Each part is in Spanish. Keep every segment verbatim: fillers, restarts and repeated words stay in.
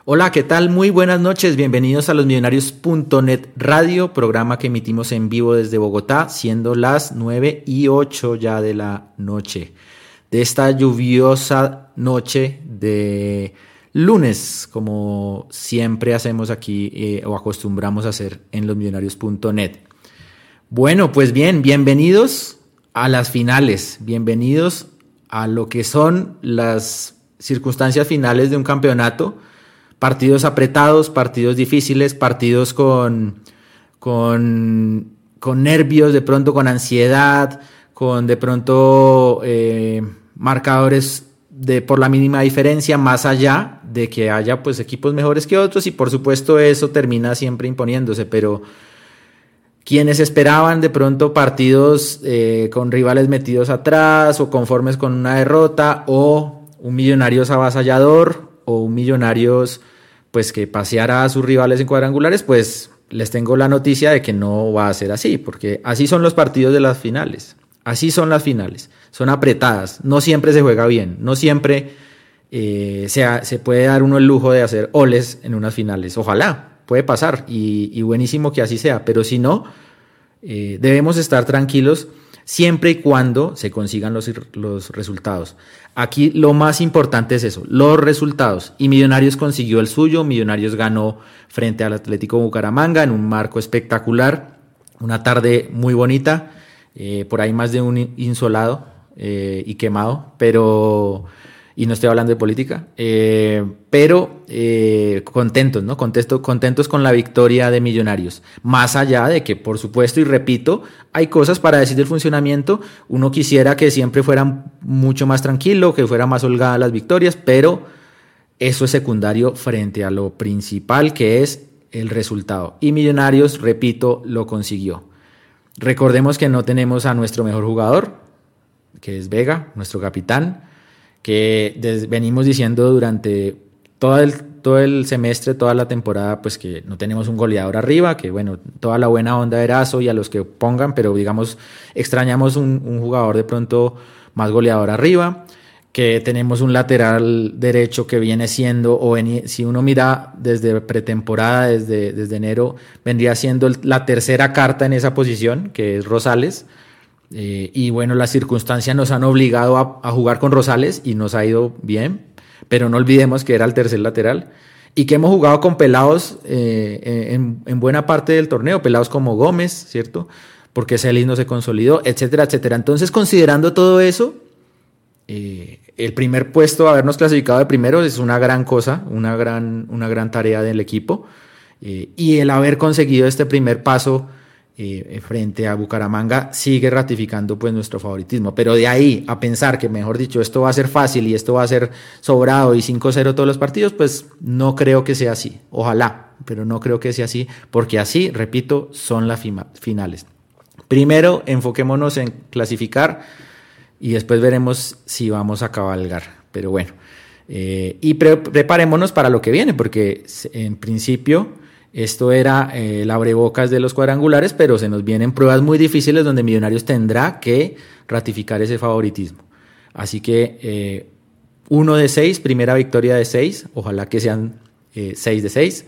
Hola, ¿qué tal? Muy buenas noches, bienvenidos a los millonarios punto net Radio, programa que emitimos en vivo desde Bogotá, siendo las nueve y ocho ya de la noche, de esta lluviosa noche de lunes, como siempre hacemos aquí eh, o acostumbramos a hacer en los millonarios punto net. Bueno, pues bien, bienvenidos a las finales, bienvenidos a lo que son las circunstancias finales de un campeonato. Partidos apretados, partidos difíciles, partidos con, con, con nervios, de pronto con ansiedad, con de pronto eh, marcadores de por la mínima diferencia, más allá de que haya pues equipos mejores que otros, y por supuesto eso termina siempre imponiéndose, pero quienes esperaban de pronto partidos eh, con rivales metidos atrás o conformes con una derrota, o un Millonarios avasallador, o un Millonarios pues que paseara a sus rivales en cuadrangulares, pues les tengo la noticia de que no va a ser así, porque así son los partidos de las finales, así son las finales, son apretadas, no siempre se juega bien, no siempre eh, se, se puede dar uno el lujo de hacer oles en unas finales, ojalá, puede pasar, y, y buenísimo que así sea, pero si no, eh, debemos estar tranquilos siempre y cuando se consigan los, los resultados. Aquí lo más importante es eso, los resultados. Y Millonarios consiguió el suyo, Millonarios ganó frente al Atlético Bucaramanga en un marco espectacular, una tarde muy bonita, eh, por ahí más de un insolado eh, y quemado, pero... y no estoy hablando de política, eh, pero eh, contentos, ¿no? Contesto, contentos con la victoria de Millonarios. Más allá de que, por supuesto, y repito, hay cosas para decir del funcionamiento. Uno quisiera que siempre fuera mucho más tranquilo, que fuera más holgada las victorias, pero eso es secundario frente a lo principal, que es el resultado. Y Millonarios, repito, lo consiguió. Recordemos que no tenemos a nuestro mejor jugador, que es Vega, nuestro capitán, que des, venimos diciendo durante todo el, todo el semestre, toda la temporada, pues que no tenemos un goleador arriba, que bueno, toda la buena onda de Erazo y a los que pongan, pero digamos, extrañamos un, un jugador de pronto más goleador arriba, que tenemos un lateral derecho que viene siendo, o en, si uno mira desde pretemporada, desde, desde enero, vendría siendo la tercera carta en esa posición, que es Rosales. Eh, y bueno, las circunstancias nos han obligado a, a jugar con Rosales y nos ha ido bien, pero no olvidemos que era el tercer lateral y que hemos jugado con pelados eh, en, en buena parte del torneo, pelados como Gómez, ¿cierto? Porque Celis no se consolidó, etcétera, etcétera. Entonces, considerando todo eso, eh, el primer puesto, habernos clasificado de primero, es una gran cosa, una gran, una gran tarea del equipo, eh, y el haber conseguido este primer paso Eh, frente a Bucaramanga sigue ratificando pues nuestro favoritismo, pero de ahí a pensar que, mejor dicho, esto va a ser fácil y esto va a ser sobrado y cinco cero todos los partidos, pues no creo que sea así, ojalá, pero no creo que sea así, porque así, repito, son las fima- finales. Primero enfoquémonos en clasificar y después veremos si vamos a cabalgar, pero bueno, eh, y pre- preparémonos para lo que viene, porque en principio esto era eh, el abrebocas de los cuadrangulares, pero se nos vienen pruebas muy difíciles donde Millonarios tendrá que ratificar ese favoritismo. Así que eh, uno de seis, primera victoria de seis, ojalá que sean eh, seis de seis.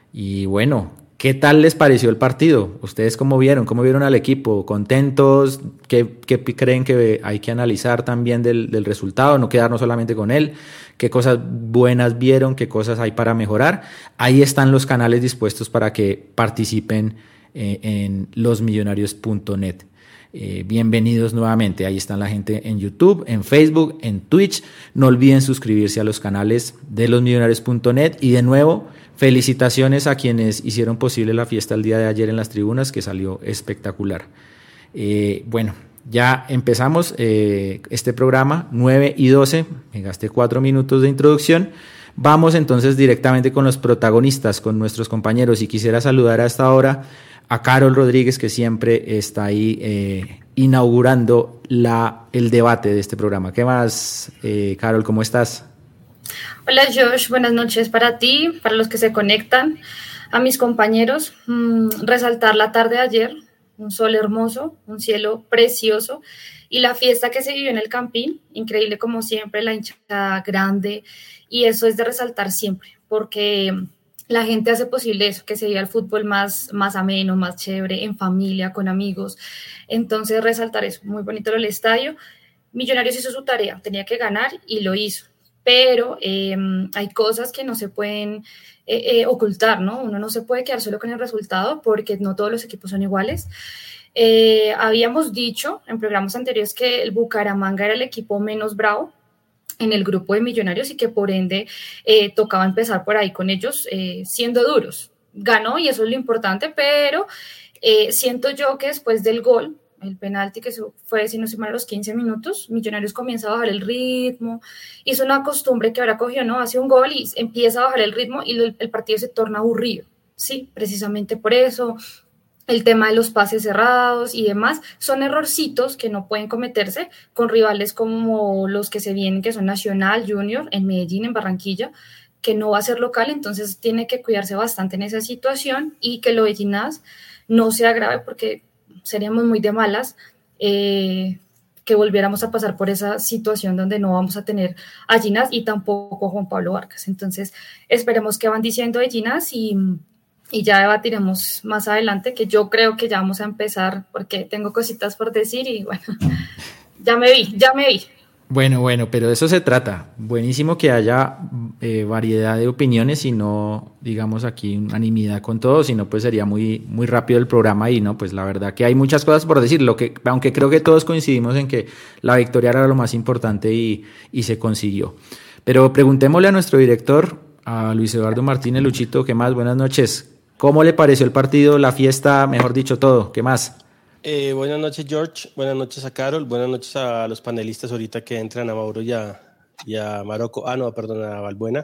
Y bueno, ¿qué tal les pareció el partido? ¿Ustedes cómo vieron? ¿Cómo vieron al equipo? ¿Contentos? ¿Qué, qué creen que hay que analizar también del, del resultado? No quedarnos solamente con él. ¿Qué cosas buenas vieron? ¿Qué cosas hay para mejorar? Ahí están los canales dispuestos para que participen eh, en los millonarios punto net. Eh, bienvenidos nuevamente. Ahí está la gente en YouTube, en Facebook, en Twitch. No olviden suscribirse a los canales de los millonarios punto net. Y de nuevo, felicitaciones a quienes hicieron posible la fiesta el día de ayer en las tribunas, que salió espectacular. Eh, bueno, ya empezamos eh, este programa, nueve y doce, me gasté cuatro minutos de introducción. Vamos entonces directamente con los protagonistas, con nuestros compañeros, y quisiera saludar a esta hora a Carol Rodríguez, que siempre está ahí eh, inaugurando la, el debate de este programa. ¿Qué más, eh, Carol? ¿Cómo estás? Hola Josh, buenas noches para ti, para los que se conectan, a mis compañeros. Mmm, resaltar la tarde de ayer, un sol hermoso, un cielo precioso y la fiesta que se vivió en el Campín, increíble como siempre, la hinchada grande, y eso es de resaltar siempre, porque la gente hace posible eso, que se viva el fútbol más, más ameno, más chévere, en familia, con amigos. Entonces, resaltar eso, muy bonito el estadio. Millonarios hizo su tarea, tenía que ganar y lo hizo, pero eh, hay cosas que no se pueden eh, eh, ocultar, ¿no? Uno no se puede quedar solo con el resultado porque no todos los equipos son iguales. Eh, habíamos dicho en programas anteriores que el Bucaramanga era el equipo menos bravo en el grupo de Millonarios y que por ende eh, tocaba empezar por ahí con ellos eh, siendo duros. Ganó y eso es lo importante, pero eh, siento yo que después del gol, el penalti que fue, si no se mal, a los quince minutos, Millonarios comienza a bajar el ritmo, hizo una costumbre que ahora cogió, ¿no? Hace un gol y empieza a bajar el ritmo y el, el partido se torna aburrido, sí, precisamente por eso. El tema de los pases cerrados y demás, son errorcitos que no pueden cometerse con rivales como los que se vienen, que son Nacional, Junior, en Medellín, en Barranquilla, que no va a ser local, entonces tiene que cuidarse bastante en esa situación y que lo de Ginás no sea grave porque seríamos muy de malas eh, que volviéramos a pasar por esa situación donde no vamos a tener a Ginás y tampoco a Juan Pablo Vargas. Entonces esperemos que van diciendo de Ginás y... y ya debatiremos más adelante, que yo creo que ya vamos a empezar porque tengo cositas por decir y bueno, ya me vi, ya me vi. Bueno, bueno, pero de eso se trata. Buenísimo que haya eh, variedad de opiniones y no, digamos, aquí unanimidad con todo, sino pues sería muy, muy rápido el programa y no, pues la verdad que hay muchas cosas por decir, lo que, aunque creo que todos coincidimos en que la victoria era lo más importante y, y se consiguió. Pero preguntémosle a nuestro director, a Luis Eduardo Martínez. Luchito, ¿qué más? Buenas noches. ¿Cómo le pareció el partido, la fiesta, mejor dicho, todo? ¿Qué más? Eh, buenas noches, George. Buenas noches a Carol. Buenas noches a los panelistas ahorita que entran, a Mauro y a, y a Marocco. Ah, no, perdón, a Valbuena.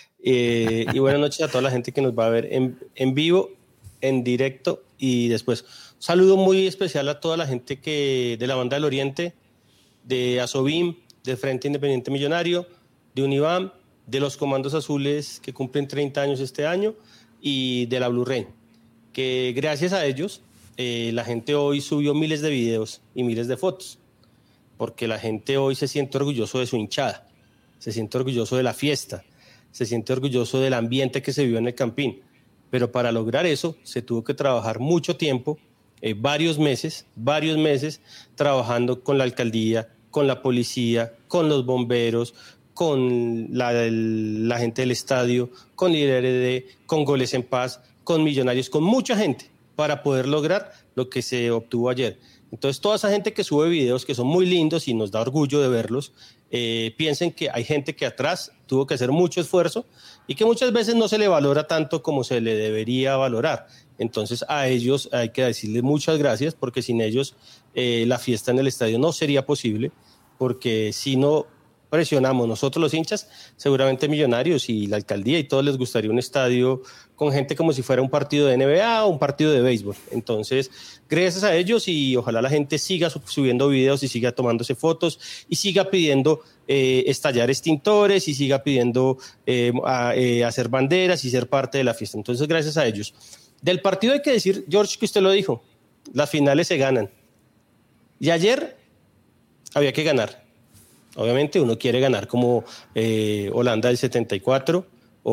Eh, y buenas noches a toda la gente que nos va a ver en, en vivo, en directo y después. Un saludo muy especial a toda la gente que de la Banda del Oriente, de Asobim, del Frente Independiente Millonario, de Univam, de los Comandos Azules que cumplen treinta años este año y de la Blue Rain, que gracias a ellos eh, la gente hoy subió miles de videos y miles de fotos, porque la gente hoy se siente orgulloso de su hinchada, se siente orgulloso de la fiesta, se siente orgulloso del ambiente que se vivió en el Campín, pero para lograr eso se tuvo que trabajar mucho tiempo, eh, varios meses, varios meses trabajando con la alcaldía, con la policía, con los bomberos, con la, el, la gente del estadio, con I R D, con Goles en Paz, con Millonarios, con mucha gente para poder lograr lo que se obtuvo ayer. Entonces, toda esa gente que sube videos que son muy lindos y nos da orgullo de verlos, eh, piensen que hay gente que atrás tuvo que hacer mucho esfuerzo y que muchas veces no se le valora tanto como se le debería valorar. Entonces, a ellos hay que decirles muchas gracias, porque sin ellos eh, la fiesta en el estadio no sería posible, porque si no presionamos nosotros los hinchas, seguramente Millonarios y la alcaldía y todos les gustaría un estadio con gente como si fuera un partido de N B A o un partido de béisbol. Entonces, gracias a ellos y ojalá la gente siga subiendo videos y siga tomándose fotos y siga pidiendo eh, estallar extintores y siga pidiendo eh, a, eh, hacer banderas y ser parte de la fiesta. Entonces, gracias a ellos. Del partido hay que decir, George, que usted lo dijo, las finales se ganan. Y ayer había que ganar. Obviamente uno quiere ganar como eh, Holanda del setenta y cuatro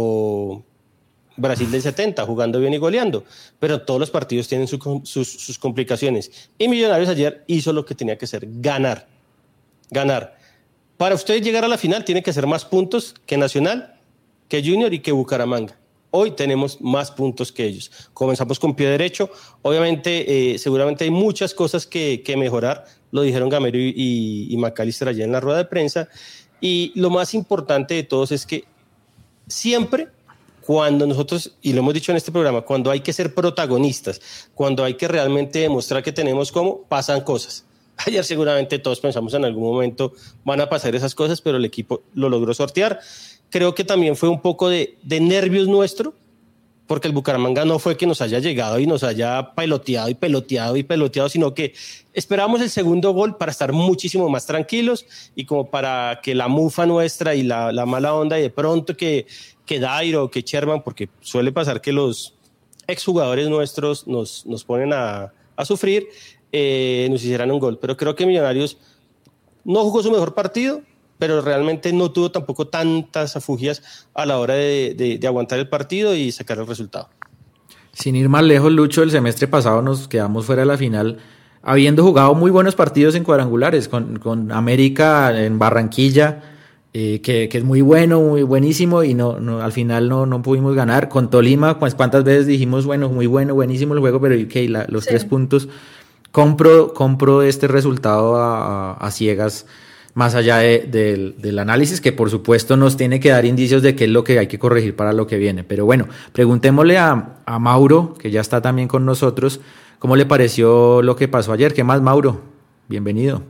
o Brasil del setenta, jugando bien y goleando, pero todos los partidos tienen su, sus, sus complicaciones. Y Millonarios ayer hizo lo que tenía que hacer, ganar, ganar. Para usted llegar a la final tiene que hacer más puntos que Nacional, que Junior y que Bucaramanga. Hoy tenemos más puntos que ellos. Comenzamos con pie derecho. Obviamente, eh, seguramente hay muchas cosas que, que mejorar. Lo dijeron Gamero y, y, y McAllister ayer en la rueda de prensa. Y lo más importante de todos es que siempre, cuando nosotros, y lo hemos dicho en este programa, cuando hay que ser protagonistas, cuando hay que realmente demostrar que tenemos cómo, pasan cosas. Ayer seguramente todos pensamos en algún momento van a pasar esas cosas, pero el equipo lo logró sortear. Creo que también fue un poco de, de nervios nuestro, porque el Bucaramanga no fue que nos haya llegado y nos haya peloteado y peloteado y peloteado, sino que esperábamos el segundo gol para estar muchísimo más tranquilos y como para que la mufa nuestra y la, la mala onda y de pronto que, que Dairo o que Sherman, porque suele pasar que los exjugadores nuestros nos, nos ponen a, a sufrir, eh, nos hicieran un gol. Pero creo que Millonarios no jugó su mejor partido, pero realmente no tuvo tampoco tantas afugias a la hora de, de, de aguantar el partido y sacar el resultado. Sin ir más lejos, Lucho, el semestre pasado nos quedamos fuera de la final, habiendo jugado muy buenos partidos en cuadrangulares, con, con América en Barranquilla, eh, que, que es muy bueno, muy buenísimo, y no, no al final no, no pudimos ganar. Con Tolima, pues cuántas veces dijimos, bueno, muy bueno, buenísimo el juego, pero okay, la, los sí. tres puntos. Compro, compro este resultado a, a, a ciegas, más allá de, de, del análisis, que por supuesto nos tiene que dar indicios de qué es lo que hay que corregir para lo que viene. Pero bueno, preguntémosle a, a Mauro, que ya está también con nosotros, ¿cómo le pareció lo que pasó ayer? ¿Qué más, Mauro? Bienvenido.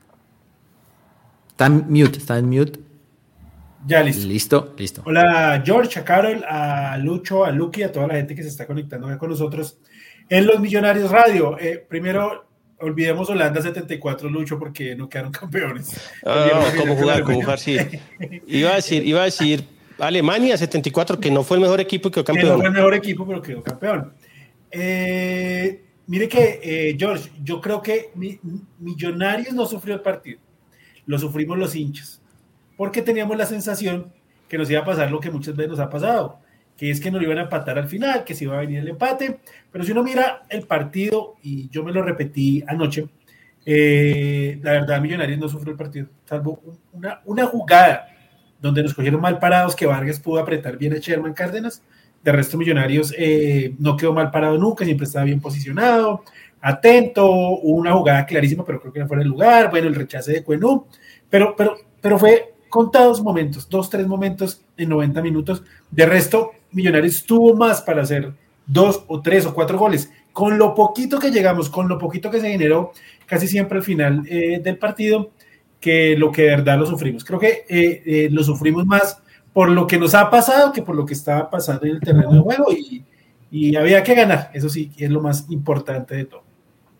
Está en mute, está en mute. Ya, listo. Listo, listo. Hola, George, a Carol, a Lucho, a Luqui, a toda la gente que se está conectando acá con nosotros en Los Millonarios Radio. Eh, primero, olvidemos Holanda setenta y cuatro, Lucho, porque no quedaron campeones. Ah, no, ¿cómo jugar? ¿Cómo jugar? Sí. Iba a decir, iba a decir Alemania setenta y cuatro, que no fue el mejor equipo y quedó campeón. Que no fue el mejor equipo, pero quedó campeón. Eh, mire que, eh, George, yo creo que mi, Millonarios no sufrió el partido. Lo sufrimos los hinchas. Porque teníamos la sensación que nos iba a pasar lo que muchas veces nos ha pasado, que es que nos iban a empatar al final, que se iba a venir el empate. Pero si uno mira el partido, y yo me lo repetí anoche, eh, la verdad Millonarios no sufrió el partido, salvo una, una jugada donde nos cogieron mal parados, que Vargas pudo apretar bien a Sherman Cárdenas. De resto Millonarios eh, no quedó mal parado nunca, siempre estaba bien posicionado, atento, hubo una jugada clarísima, pero creo que no fue en el lugar, bueno, el rechace de Cuenú, pero, pero, pero fue contados momentos, dos, tres momentos en noventa minutos. De resto, Millonarios tuvo más para hacer dos o tres o cuatro goles. Con lo poquito que llegamos, con lo poquito que se generó casi siempre al final eh, del partido, que lo que de verdad lo sufrimos. Creo que eh, eh, lo sufrimos más por lo que nos ha pasado que por lo que estaba pasando en el terreno de juego, y, y había que ganar, eso sí, es lo más importante de todo.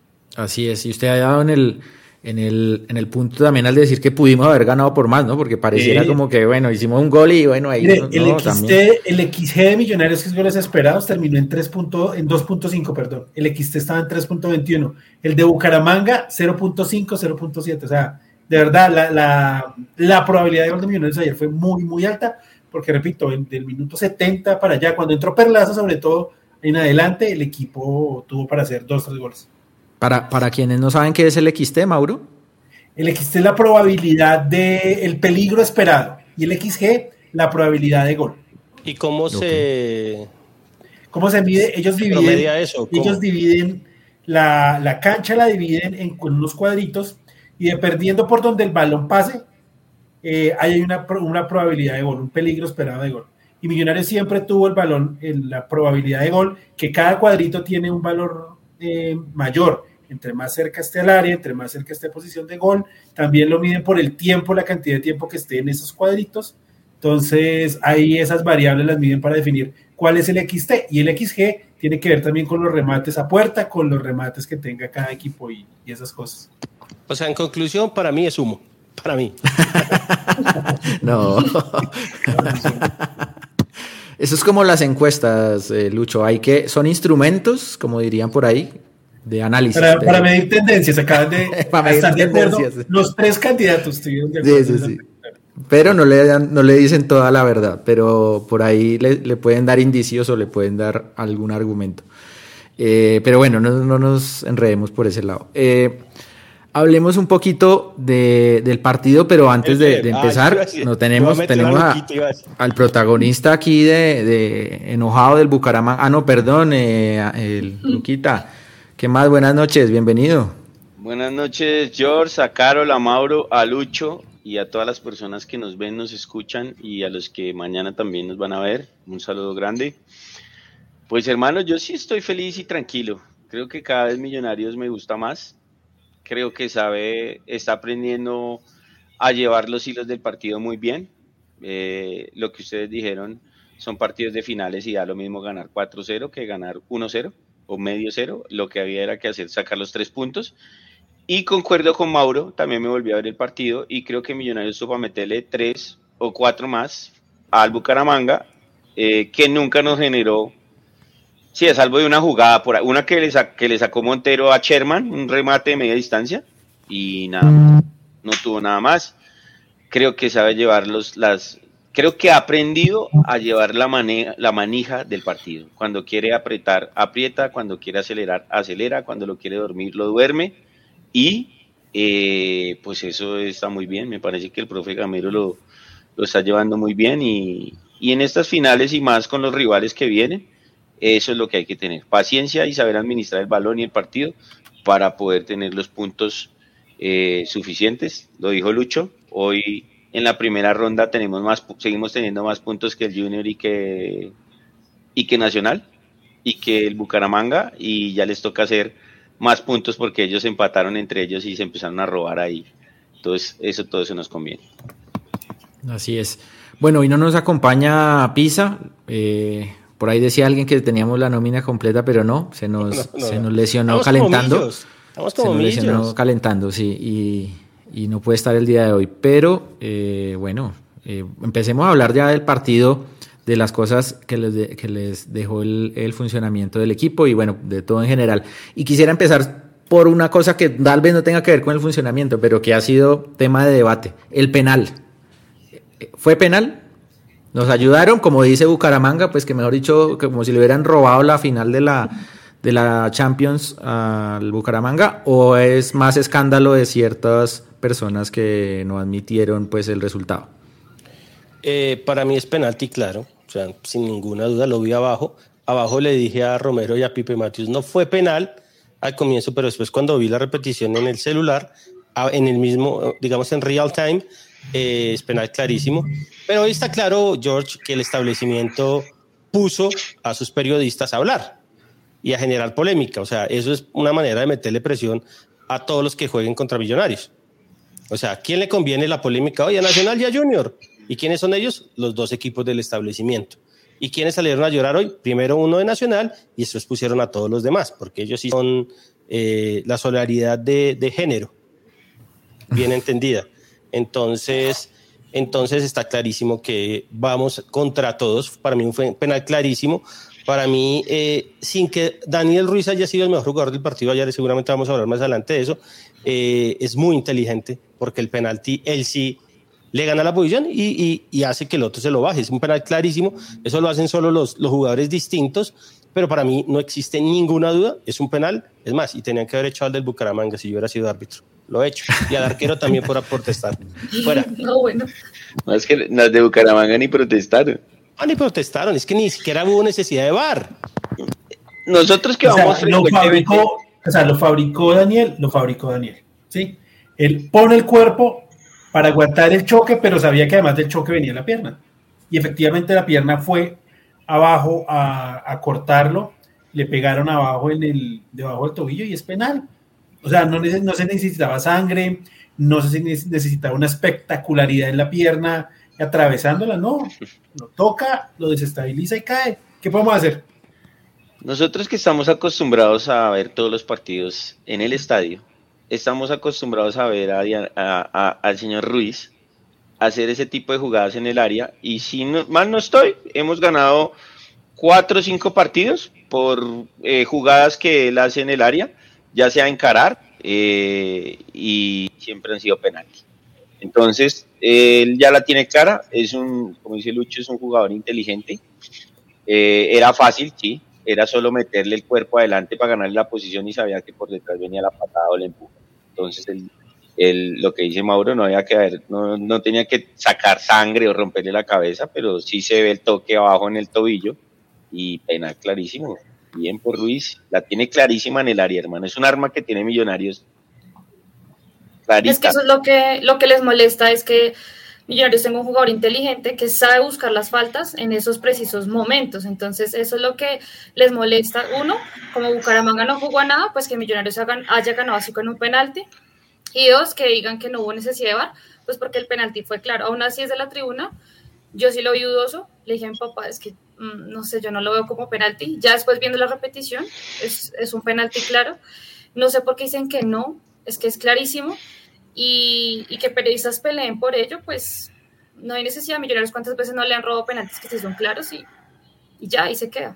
Así es, y usted ha dado en el En el, en el punto también al decir que pudimos haber ganado por más, ¿no? Porque pareciera eh, como que, bueno, hicimos un gol y bueno, ahí... Mire, no, el, no, X T, el X G de Millonarios, que es goles esperados, terminó en, tres. en dos punto cinco, perdón. El X T estaba en tres punto veintiuno. El de Bucaramanga, cero punto cinco, cero punto siete. O sea, de verdad, la, la, la probabilidad de gol de Millonarios ayer fue muy, muy alta, porque, repito, en, del minuto setenta para allá, cuando entró Perlaza, sobre todo, en adelante, el equipo tuvo para hacer dos, tres goles. Para, para quienes no saben qué es el X T, Mauro... El X T es la probabilidad del peligro esperado y el X G la probabilidad de gol. ¿Y cómo okay. se cómo se mide? Ellos dividen, eso, ellos dividen la, la cancha, la dividen en con unos cuadritos, y dependiendo por donde el balón pase, eh, hay una, una probabilidad de gol, un peligro esperado de gol. Y Millonarios siempre tuvo el balón, en la probabilidad de gol, que cada cuadrito tiene un valor eh, mayor. Entre más cerca esté al área, entre más cerca esté posición de gol, también lo miden por el tiempo, la cantidad de tiempo que esté en esos cuadritos. Entonces, ahí esas variables las miden para definir cuál es el X T, y el X G tiene que ver también con los remates a puerta, con los remates que tenga cada equipo y, y esas cosas. O sea, en conclusión, para mí es humo, para mí. No. Eso es como las encuestas, eh, Lucho, hay que, son instrumentos, como dirían por ahí, de análisis. Para, para medir tendencias, acaban de para estar de acuerdo los tres candidatos. Sí, sí, sí. Pero no le, dan, no le dicen toda la verdad, pero por ahí le, le pueden dar indicios o le pueden dar algún argumento. Eh, pero bueno, no, no nos enredemos por ese lado. Eh, hablemos un poquito de, del partido, pero antes de, de empezar, ah, no tenemos, tenemos a, al protagonista aquí de, de enojado del Bucaramanga. Ah, no, perdón, eh, el Luquita. ¿Qué más? Buenas noches, bienvenido. Buenas noches, George, a Carol, a Mauro, a Lucho y a todas las personas que nos ven, nos escuchan, y a los que mañana también nos van a ver. Un saludo grande. Pues hermano, yo sí estoy feliz y tranquilo. Creo que cada vez Millonarios me gusta más. Creo que sabe, está aprendiendo a llevar los hilos del partido muy bien. Eh, lo que ustedes dijeron, son partidos de finales y da lo mismo ganar cuatro cero que ganar uno cero. O medio cero, lo que había era que hacer, sacar los tres puntos, y concuerdo con Mauro, también me volví a ver el partido, y creo que Millonarios supo meterle tres o cuatro más al Bucaramanga, eh, que nunca nos generó, sí, a salvo de una jugada, por una que le, sac, que le sacó Montero a Sherman, un remate de media distancia, y nada, no tuvo nada más. creo que sabe llevar los, las, creo que ha aprendido a llevar la, mane, la manija del partido. Cuando quiere apretar, aprieta, cuando quiere acelerar, acelera, cuando lo quiere dormir, lo duerme, y eh, pues eso está muy bien. Me parece que el profe Gamero lo, lo está llevando muy bien, y, y en estas finales y más con los rivales que vienen, eso es lo que hay que tener, paciencia y saber administrar el balón y el partido para poder tener los puntos eh, suficientes. Lo dijo Lucho, hoy en la primera ronda tenemos más, seguimos teniendo más puntos que el Junior y que, y que Nacional y que el Bucaramanga, y ya les toca hacer más puntos porque ellos empataron entre ellos y se empezaron a robar ahí. Entonces eso, todo eso nos conviene. Así es. Bueno, hoy no nos acompaña Pisa. Eh, por ahí decía alguien que teníamos la nómina completa, pero no, se nos, no, no, se nos lesionó Estamos calentando. Como Estamos como se nos lesionó millos. calentando, sí, y, y no puede estar el día de hoy. Pero eh, bueno, eh, empecemos a hablar ya del partido, de las cosas que les, de, que les dejó el, el funcionamiento del equipo y bueno, de todo en general. Y quisiera empezar por una cosa que tal vez no tenga que ver con el funcionamiento, pero que ha sido tema de debate, el penal. ¿Fue penal? Nos ayudaron, como dice Bucaramanga, pues que mejor dicho, como si le hubieran robado la final de la, de la Champions al Bucaramanga, o es más escándalo de ciertas personas que no admitieron pues el resultado. Eh, para mí es penalti, claro, o sea, sin ninguna duda, lo vi abajo. Abajo le dije a Romero y a Pipe Matthews, no fue penal al comienzo, pero después cuando vi la repetición en el celular, en el mismo, digamos en real time, Eh, es penal clarísimo, pero hoy está claro, George, que el establecimiento puso a sus periodistas a hablar y a generar polémica. O sea, eso es una manera de meterle presión a todos los que jueguen contra Millonarios. O sea, ¿a quién le conviene la polémica hoy? A Nacional y a Junior. ¿Y quiénes son ellos? Los dos equipos del establecimiento. ¿Y quiénes salieron a llorar hoy? Primero uno de Nacional y después pusieron a todos los demás, porque ellos sí son eh, la solidaridad de, de género, bien entendida. Entonces, entonces está clarísimo que vamos contra todos. Para mí fue un penal clarísimo. Para mí, eh, sin que Daniel Ruiz haya sido el mejor jugador del partido ayer, seguramente vamos a hablar más adelante de eso, eh, es muy inteligente porque el penalti, él sí le gana la posición y, y, y hace que el otro se lo baje. Es un penal clarísimo. Eso lo hacen solo los, los jugadores distintos, pero para mí no existe ninguna duda. Es un penal. Es más, y tenían que haber echado al del Bucaramanga si yo hubiera sido árbitro. Lo he hecho. Y al arquero también por protestar. Fuera. No, bueno. No, es que las de Bucaramanga ni protestaron. Ah, ni protestaron. Es que ni siquiera hubo necesidad de V A R. Nosotros que o vamos... Sea, lo fabricó, o sea, lo fabricó Daniel, lo fabricó Daniel. ¿Sí? Él pone el cuerpo para aguantar el choque, pero sabía que además del choque venía la pierna. Y efectivamente la pierna fue abajo a, a cortarlo. Le pegaron abajo en el, debajo del tobillo y es penal. O sea, no, no se necesitaba sangre, no se necesitaba una espectacularidad en la pierna, atravesándola, no. Lo toca, lo desestabiliza y cae. ¿Qué podemos hacer? Nosotros que estamos acostumbrados a ver todos los partidos en el estadio, estamos acostumbrados a ver a, a, a, al señor Ruiz hacer ese tipo de jugadas en el área, y si no, mal no estoy, hemos ganado cuatro o cinco partidos por eh, jugadas que él hace en el área, ya sea encarar, eh, y siempre han sido penaltis. Entonces, él ya la tiene clara, es un, como dice Lucho, es un jugador inteligente. Eh, era fácil, sí, era solo meterle el cuerpo adelante para ganarle la posición y sabía que por detrás venía la patada o el empuje. Entonces, él, él, lo que dice Mauro, no había que ver, no, no tenía que sacar sangre o romperle la cabeza, pero sí se ve el toque abajo en el tobillo y penal clarísimo. Bien por Ruiz, la tiene clarísima en el área, hermano. Es un arma que tiene Millonarios. Clarita. Es que eso es lo que, lo que les molesta, es que Millonarios tenga un jugador inteligente que sabe buscar las faltas en esos precisos momentos. Entonces, eso es lo que les molesta. Uno, como Bucaramanga no jugó a nada, pues que Millonarios hagan, haya ganado así con un penalti. Y dos, que digan que no hubo necesidad de V A R, pues porque el penalti fue claro. Aún así, desde la tribuna, yo sí lo vi dudoso. Le dije a mi papá, es que no sé, yo no lo veo como penalti. Ya después viendo la repetición, es, es un penalti claro. No sé por qué dicen que no, es que es clarísimo. Y, y que periodistas peleen por ello, pues no hay necesidad. Millonarios, ¿cuántas veces no le han robado penaltis que sí son claros? Y, y ya, ahí se queda.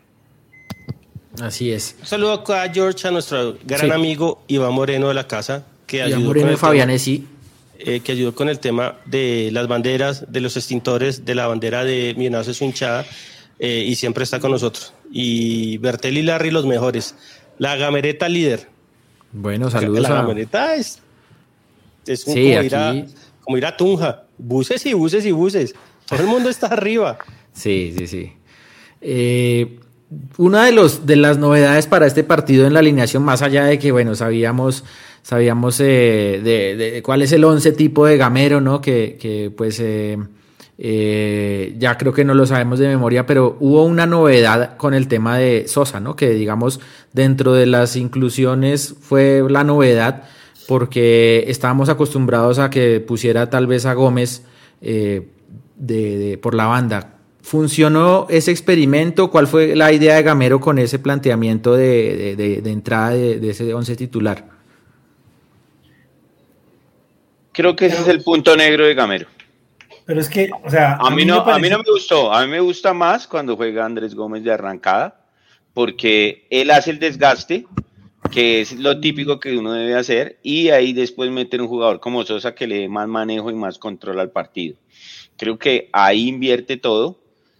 Así es. Un saludo acá a George, a nuestro gran sí. amigo Iván Moreno de la casa. Que Iván Moreno y Fabián, sí. eh, que ayudó con el tema de las banderas, de los extintores, de la bandera de Millonarios de su hinchada, eh, y siempre está con nosotros. Y Bertel y Larry, los mejores. La gamereta líder. Bueno, saludos. La a... gamereta es, es un, sí, como, aquí... ir a, como ir a Tunja. Buses y buses y buses. Todo el mundo está arriba. Sí, sí, sí. Eh, una de, los, de las novedades para este partido en la alineación, más allá de que, bueno, sabíamos, sabíamos eh, de, de cuál es el once tipo de Gamero, ¿no? Que, que pues eh, eh, ya creo que no lo sabemos de memoria, pero hubo una novedad con el tema de Sosa, ¿no? Que digamos, dentro de las inclusiones fue la novedad, porque estábamos acostumbrados a que pusiera tal vez a Gómez eh, de, de, por la banda. ¿Funcionó ese experimento? ¿Cuál fue la idea de Gamero con ese planteamiento de, de, de, de entrada de, de ese once titular? Creo que ese es el punto negro de Gamero. Pero es que, o sea... A, a, mí, no, parece... a mí no me gustó. A mí me gusta más cuando juega Andrés Gómez de arrancada, porque él hace el desgaste, que es lo típico que uno debe hacer, y ahí después meter un jugador como Sosa que le dé más manejo y más control al partido. Creo que ahí invierte todo.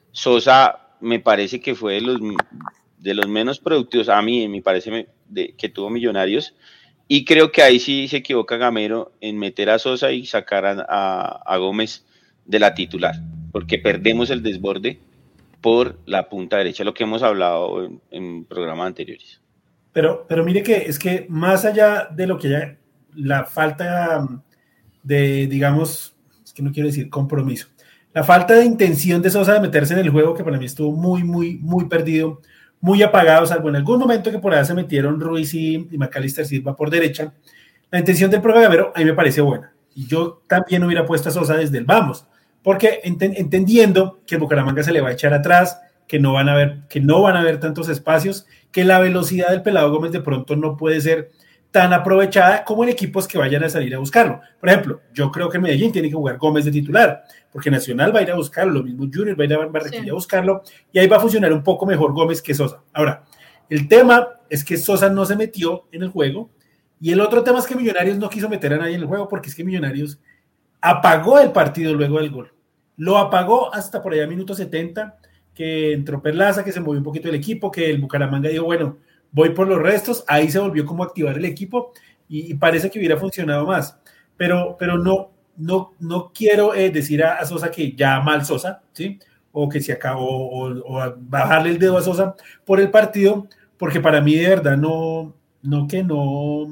Sosa me parece que fue de los, de los menos productivos, a mí me parece de, que tuvo Millonarios, y creo que ahí sí se equivoca Gamero en meter a Sosa y sacar a, a, a Gómez de la titular, porque perdemos el desborde por la punta derecha, lo que hemos hablado en, en programas anteriores. Pero, pero mire que es que más allá de lo que ya, la falta de, digamos, es que no quiero decir compromiso, la falta de intención de Sosa de meterse en el juego, que para mí estuvo muy, muy, muy perdido, muy apagado, salvo en algún momento que por allá se metieron Ruiz y, y Macalister Silva por derecha. La intención del profe Gamero a mí me parece buena. Y yo también hubiera puesto a Sosa desde el vamos, porque ent- entendiendo que el Bucaramanga se le va a echar atrás, que no van a haber, que no van a haber tantos espacios, que la velocidad del Pelado Gómez de pronto no puede ser tan aprovechada como en equipos que vayan a salir a buscarlo. Por ejemplo, yo creo que Medellín tiene que jugar Gómez de titular, porque Nacional va a ir a buscarlo, lo mismo Junior va a ir a Barranquilla sí. a buscarlo, y ahí va a funcionar un poco mejor Gómez que Sosa. Ahora, el tema es que Sosa no se metió en el juego, y el otro tema es que Millonarios no quiso meter a nadie en el juego, porque es que Millonarios apagó el partido luego del gol. Lo apagó hasta por allá minuto setenta, que entró Perlaza, que se movió un poquito el equipo, que el Bucaramanga dijo, bueno, voy por los restos, ahí se volvió como a activar el equipo y, y parece que hubiera funcionado más, pero, pero no, no, no quiero eh, decir a, a Sosa que ya mal Sosa, ¿sí? O que se acabó, o, o a bajarle el dedo a Sosa por el partido, porque para mí de verdad no, no que no,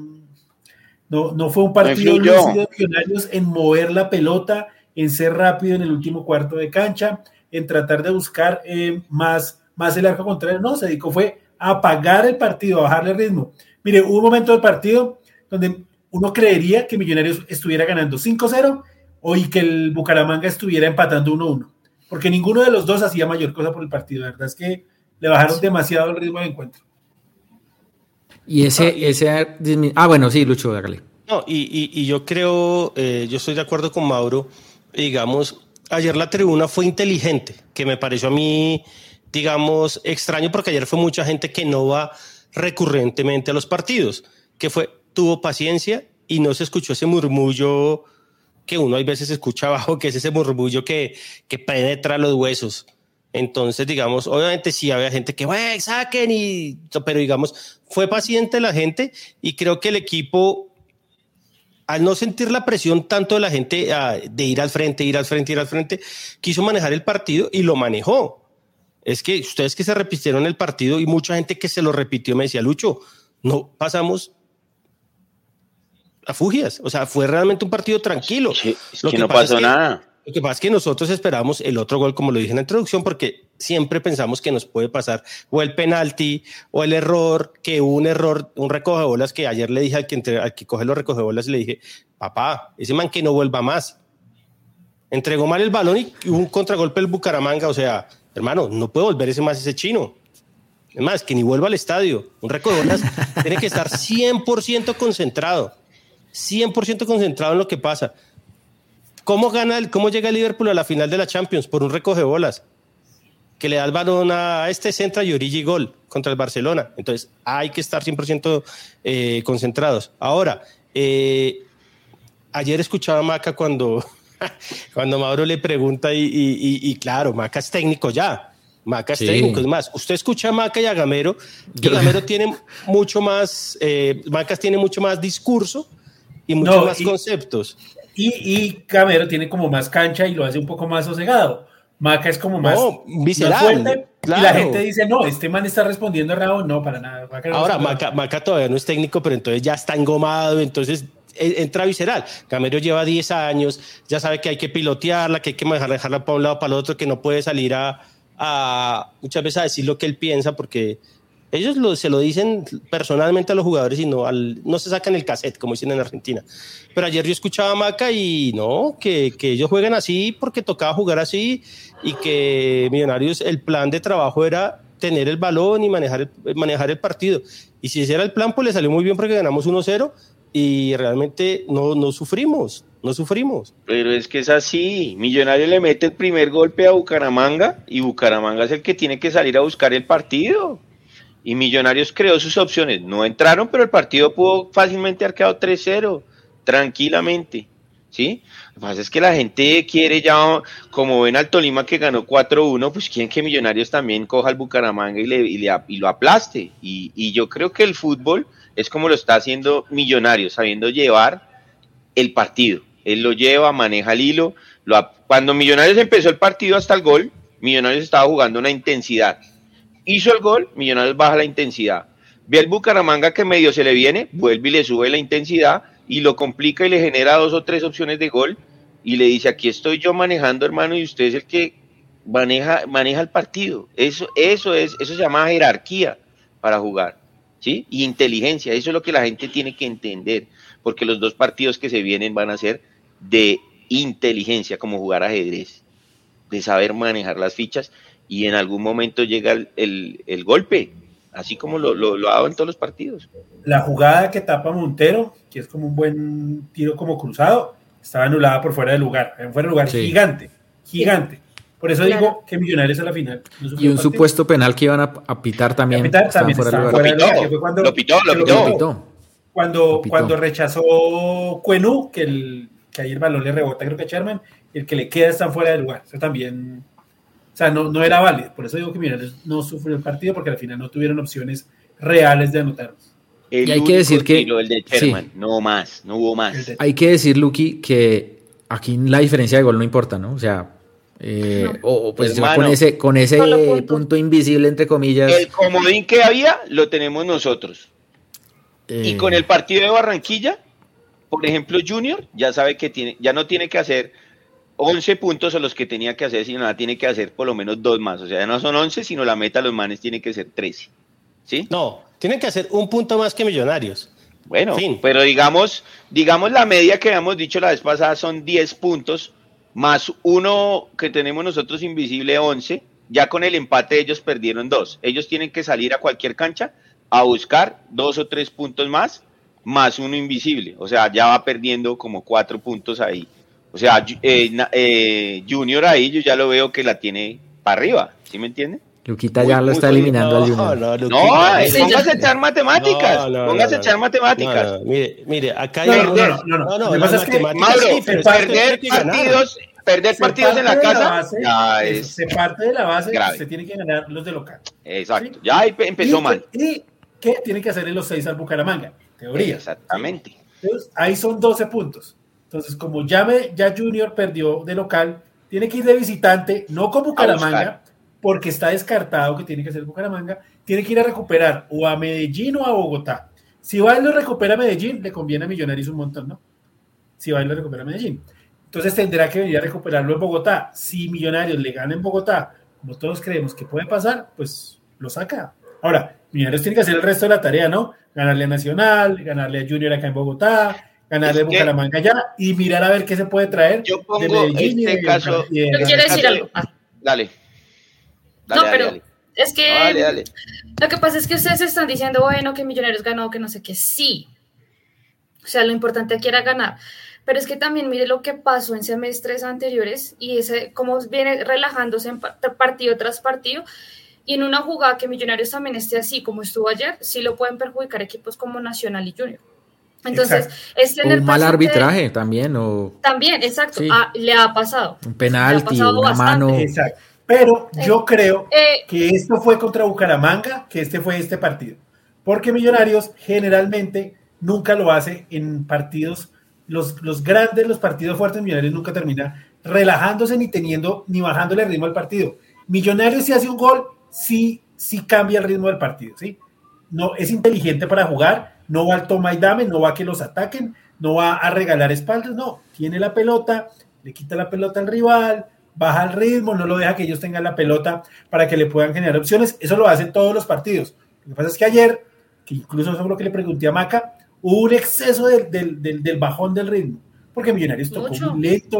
no, no fue un partido lúcido de Millonarios en mover la pelota, en ser rápido en el último cuarto de cancha, en tratar de buscar eh, más, más el arco contrario, no, se dedicó fue a apagar el partido, a bajarle el ritmo. Mire, hubo un momento del partido donde uno creería que Millonarios estuviera ganando cinco cero o y que el Bucaramanga estuviera empatando uno uno, porque ninguno de los dos hacía mayor cosa por el partido, la verdad es que le bajaron demasiado el ritmo del encuentro. Y ese, ah, y, ese ah bueno, sí, Lucho, hágale. No, y, y, y yo creo, eh, yo estoy de acuerdo con Mauro, digamos, ayer la tribuna fue inteligente, que me pareció a mí, digamos, extraño, porque ayer fue mucha gente que no va recurrentemente a los partidos, que fue, tuvo paciencia y no se escuchó ese murmullo que uno hay veces escucha abajo, que es ese murmullo que, que penetra los huesos. Entonces, digamos, obviamente sí había gente que, ¡wey, saquen! Y, pero digamos, fue paciente la gente y creo que el equipo, al no sentir la presión tanto de la gente uh, de ir al frente, ir al frente, ir al frente, quiso manejar el partido y lo manejó. Es que ustedes que se repitieron el partido y mucha gente que se lo repitió me decía, Lucho, no pasamos a fugias. O sea, fue realmente un partido tranquilo. Sí, es lo que, que no pasó es que, nada. Lo que pasa es que nosotros esperamos el otro gol, como lo dije en la introducción, porque siempre pensamos que nos puede pasar o el penalti o el error, que hubo un error, un recogebolas que ayer le dije al que, entre, al que coge los recogebolas, le dije, papá, ese man que no vuelva más. Entregó mal el balón y hubo un contragolpe del Bucaramanga, o sea, hermano, no puede volver ese más ese chino. Es más, que ni vuelva al estadio. Un recogebolas tiene que estar cien por ciento concentrado, cien por ciento concentrado en lo que pasa. ¿Cómo gana el, cómo llega el Liverpool a la final de la Champions? Por un recogebolas que le da el balón a este centro y Origi gol contra el Barcelona. Entonces hay que estar cien por ciento eh, concentrados. Ahora, eh, ayer escuchaba a Maca cuando, cuando Mauro le pregunta y, y, y, y claro, Maca es técnico ya. Maca es sí. técnico, es más, usted escucha a Maca y a Gamero, y Gamero tiene mucho más, eh, Maca tiene mucho más discurso y muchos no, más y, conceptos. Y, y Gamero tiene como más cancha y lo hace un poco más sosegado. Maca es como más, no, visceral, más fuerte, claro. Y la gente dice, no, este man está respondiendo raro, no, para nada. Maca no Ahora, Maca, Maca todavía no es técnico, pero entonces ya está engomado, entonces entra visceral. Gamero lleva diez años, ya sabe que hay que pilotearla, que hay que dejarla, dejarla para un lado, para el otro, que no puede salir a a muchas veces a decir lo que él piensa, porque ellos lo, se lo dicen personalmente a los jugadores y no, al, no se sacan el cassette, como dicen en Argentina. Pero ayer yo escuchaba a Maca y no, que, que ellos juegan así porque tocaba jugar así y que Millonarios, el plan de trabajo era tener el balón y manejar el, manejar el partido. Y si ese era el plan, pues le salió muy bien porque ganamos uno cero y realmente no, no sufrimos. No sufrimos. Pero es que es así. Millonarios le mete el primer golpe a Bucaramanga y Bucaramanga es el que tiene que salir a buscar el partido. Y Millonarios creó sus opciones. No entraron, pero el partido pudo fácilmente haber quedado tres cero, tranquilamente. ¿Sí? Lo que pasa es que la gente quiere ya, como ven al Tolima que ganó cuatro uno, pues quieren que Millonarios también coja al Bucaramanga y, le, y, le, y lo aplaste. Y, y yo creo que el fútbol es como lo está haciendo Millonarios, sabiendo llevar el partido. Él lo lleva, maneja el hilo. Lo, cuando Millonarios empezó el partido hasta el gol, Millonarios estaba jugando una intensidad. Hizo el gol, Millonarios baja la intensidad. Ve al Bucaramanga que medio se le viene, vuelve y le sube la intensidad y lo complica y le genera dos o tres opciones de gol y le dice, aquí estoy yo manejando, hermano, y usted es el que maneja, maneja el partido. Eso, eso, es, eso se llama jerarquía para jugar, ¿sí? Y inteligencia, eso es lo que la gente tiene que entender, porque los dos partidos que se vienen van a ser de inteligencia, como jugar ajedrez, de saber manejar las fichas, y en algún momento llega el, el, el golpe, así como lo, lo, lo hago en todos los partidos. La jugada que tapa Montero, que es como un buen tiro como cruzado, estaba anulada por fuera de lugar, en fuera de lugar, sí. gigante, gigante. Por eso claro. digo que Millonarios a la final. No y un supuesto penal que iban a, a pitar también. A pitar también fuera de lugar. Lo pitó, que fue cuando, lo pitó, lo pitó. Lo pitó. Cuando, lo pitó. Cuando rechazó Cuenú, que, el, que ahí el balón le rebota, creo que a Sherman, el que le queda está fuera de lugar. Eso también, o sea, no, no era válido. Por eso digo que Millonarios no sufrió el partido, porque al final no tuvieron opciones reales de anotarlos. El y hay que decir que tiro, el de Sherman, sí. no más, no hubo más. Hay que decir, Luqui, que aquí la diferencia de gol no importa, ¿no? O sea, eh, no. o, o pues hermano, con ese, con ese punto. punto invisible, entre comillas. El comodín que había, lo tenemos nosotros. Eh, y con el partido de Barranquilla, por ejemplo, Junior ya sabe que tiene, ya no tiene que hacer once puntos o los que tenía que hacer, sino nada, tiene que hacer por lo menos dos más. O sea, ya no son once, sino la meta de los manes tiene que ser trece. ¿Sí? No, tienen que hacer un punto más que Millonarios. Bueno, fin. Pero digamos, digamos la media que habíamos dicho la vez pasada son diez puntos, más uno que tenemos nosotros invisible, once. Ya con el empate ellos perdieron dos. Ellos tienen que salir a cualquier cancha a buscar dos o tres puntos más, más uno invisible. O sea, ya va perdiendo como cuatro puntos ahí. O sea, eh, eh, Junior ahí yo ya lo veo que la tiene para arriba, ¿sí me entiende? Luquita ya muy, lo está eliminando al Junior. No, no, no eh, póngase a echar matemáticas. No, no, póngase a echar matemáticas. No, no, mire, mire, acá hay... No, no, no, no. no, no, no es que, Mauro, sí, perder partidos, perder partidos en la casa base, ya es... Se parte de la base grave. Que usted tiene que ganar los de local. Exacto, ¿sí? Ya ahí empezó y, mal. ¿Y qué tiene que hacer en los seis al Bucaramanga? Teoría. Exactamente. Entonces, ahí son doce puntos. Entonces, como ya, me, ya Junior perdió de local, tiene que ir de visitante, no con Bucaramanga, porque está descartado que tiene que ser Bucaramanga, tiene que ir a recuperar o a Medellín o a Bogotá. Si va y lo recupera a Medellín, le conviene a Millonarios un montón, ¿no? Si va y lo recupera a Medellín. Entonces tendrá que venir a recuperarlo en Bogotá. Si Millonarios le gana en Bogotá, como todos creemos que puede pasar, pues lo saca. Ahora, Millonarios tiene que hacer el resto de la tarea, ¿no? Ganarle a Nacional, ganarle a Junior acá en Bogotá, ganarle a Bucaramanga allá y mirar a ver qué se puede traer yo pongo de Medellín este y de, caso, y de, yo quiero decir algo. Ah. Dale. Dale, no, pero dale, dale. es que dale, dale. Lo que pasa es que ustedes están diciendo, bueno, que Millonarios ganó, que no sé qué, sí. O sea, lo importante aquí era ganar. Pero es que también mire lo que pasó en semestres anteriores y ese cómo viene relajándose en partido tras partido. Y en una jugada que Millonarios también esté así como estuvo ayer, sí lo pueden perjudicar equipos como Nacional y Junior. Entonces, es tener o un mal presente- arbitraje también, o También, exacto, Sí. ah, le ha pasado. un penalti, Le ha pasado una bastante. mano. Exacto. Pero yo creo Eh, que esto fue contra Bucaramanga, que este fue este partido. Porque Millonarios generalmente nunca lo hace en partidos, los, los grandes, los partidos fuertes, Millonarios nunca termina relajándose ni teniendo, ni bajándole el ritmo al partido. Millonarios si hace un gol, sí, sí cambia el ritmo del partido, ¿sí? No, es inteligente para jugar, no va al toma y dame, no va a que los ataquen, no va a regalar espaldas, no, tiene la pelota, le quita la pelota al rival, baja el ritmo, no lo deja que ellos tengan la pelota para que le puedan generar opciones, eso lo hacen todos los partidos. Lo que pasa es que ayer, que incluso eso es lo que le pregunté a Maca, hubo un exceso del, del, del, del bajón del ritmo, porque Millonarios tocó Mucho. muy lento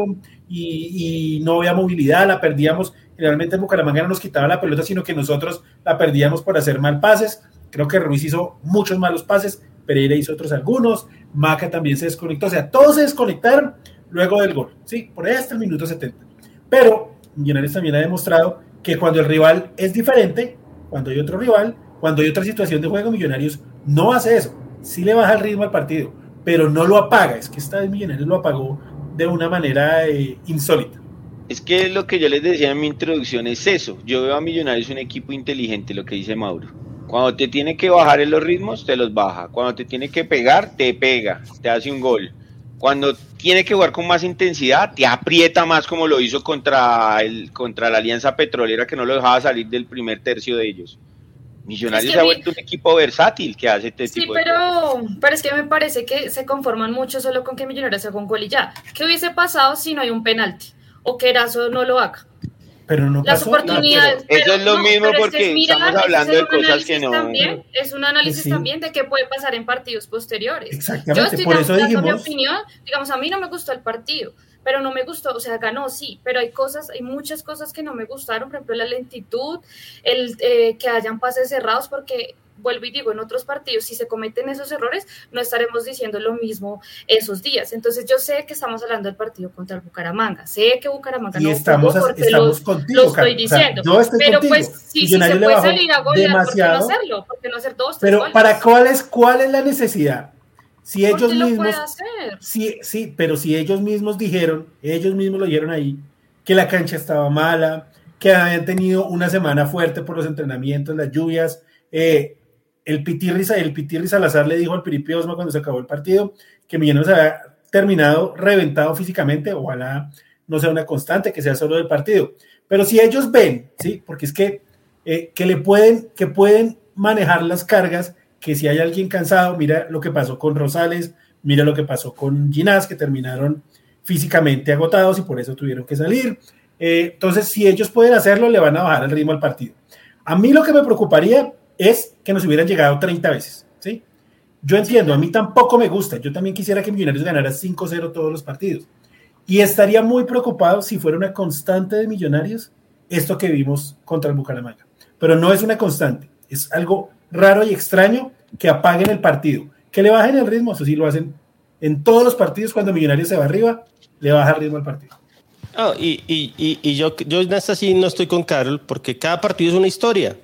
y, y no había movilidad, la perdíamos, generalmente en Bucaramanga no nos quitaba la pelota, sino que nosotros la perdíamos por hacer mal pases. Creo que Ruiz hizo muchos malos pases, Pereira hizo otros algunos, Maca también se desconectó, o sea, todos se desconectaron luego del gol, ¿sí? Por ahí hasta el minuto setenta. Pero Millonarios también ha demostrado que cuando el rival es diferente, cuando hay otro rival, cuando hay otra situación de juego, Millonarios no hace eso, sí le baja el ritmo al partido, pero no lo apaga, es que esta vez Millonarios lo apagó de una manera eh, insólita. Es que lo que yo les decía en mi introducción es eso. Yo veo a Millonarios un equipo inteligente, lo que dice Mauro. Cuando te tiene que bajar en los ritmos, te los baja. Cuando te tiene que pegar, te pega, te hace un gol. Cuando tiene que jugar con más intensidad, te aprieta más, como lo hizo contra el contra la Alianza Petrolera, que no lo dejaba salir del primer tercio de ellos. Millonarios Es que se ha mi- vuelto un equipo versátil que hace este Sí, tipo de cosas. pero, pero es que me parece que se conforman mucho solo con que Millonarios haga un gol y ya. ¿Qué hubiese pasado si no hay un penalti? O que Erazo no lo haga. Pero no Las pasó. oportunidades. pero eso pero es lo mismo pero es porque que mira, estamos ese es hablando un de cosas análisis que no- También, es un análisis Sí. también de qué puede pasar en partidos posteriores. Exactamente, Yo estoy por dando- eso dando dijimos- mi opinión. Digamos, a mí no me gustó el partido, pero no me gustó, o sea, ganó, sí, pero hay cosas, hay muchas cosas que no me gustaron, por ejemplo, la lentitud, el eh, que hayan pases cerrados, porque vuelvo y digo, en otros partidos, si se cometen esos errores, no estaremos diciendo lo mismo esos días. Entonces, yo sé que estamos hablando del partido contra el Bucaramanga, sé que Bucaramanga Y no estamos, jugó porque estamos lo, contigo, lo estoy Carlos. O sea, diciendo. yo estoy pero contigo. pues, si, si se Millonarios le puede bajó salir a golear, demasiado. ¿por qué no hacerlo? ¿Por qué no hacer dos, tres Pero goles? ¿para cuál es, cuál es la necesidad? Si ellos Porque lo mismos, puede hacer. sí, sí, pero si ellos mismos dijeron, ellos mismos lo dijeron ahí, que la cancha estaba mala, que habían tenido una semana fuerte por los entrenamientos, las lluvias, eh, el Pitirri, el Pitirri Salazar le dijo al Piripi Osma cuando se acabó el partido que Millonarios había terminado reventado físicamente, ojalá no sea una constante, que sea solo del partido, pero si ellos ven, sí, porque es que, eh, que le pueden, que pueden manejar las cargas, que si hay alguien cansado, mira lo que pasó con Rosales, mira lo que pasó con Ginás, que terminaron físicamente agotados y por eso tuvieron que salir. Eh, entonces, si ellos pueden hacerlo, le van a bajar el ritmo al partido. A mí lo que me preocuparía es que nos hubieran llegado treinta veces, ¿sí? Yo entiendo, a mí tampoco me gusta, yo también quisiera que Millonarios ganara cinco cero todos los partidos. Y estaría muy preocupado si fuera una constante de Millonarios esto que vimos contra el Bucaramanga. Pero no es una constante, es algo raro y extraño que apaguen el partido. Que le bajen el ritmo, eso sí lo hacen en todos los partidos. Cuando Millonarios se va arriba, le baja el ritmo al partido. Oh, y, y, y, y yo, yo en esta sí no estoy con Carol, porque cada partido es una historia.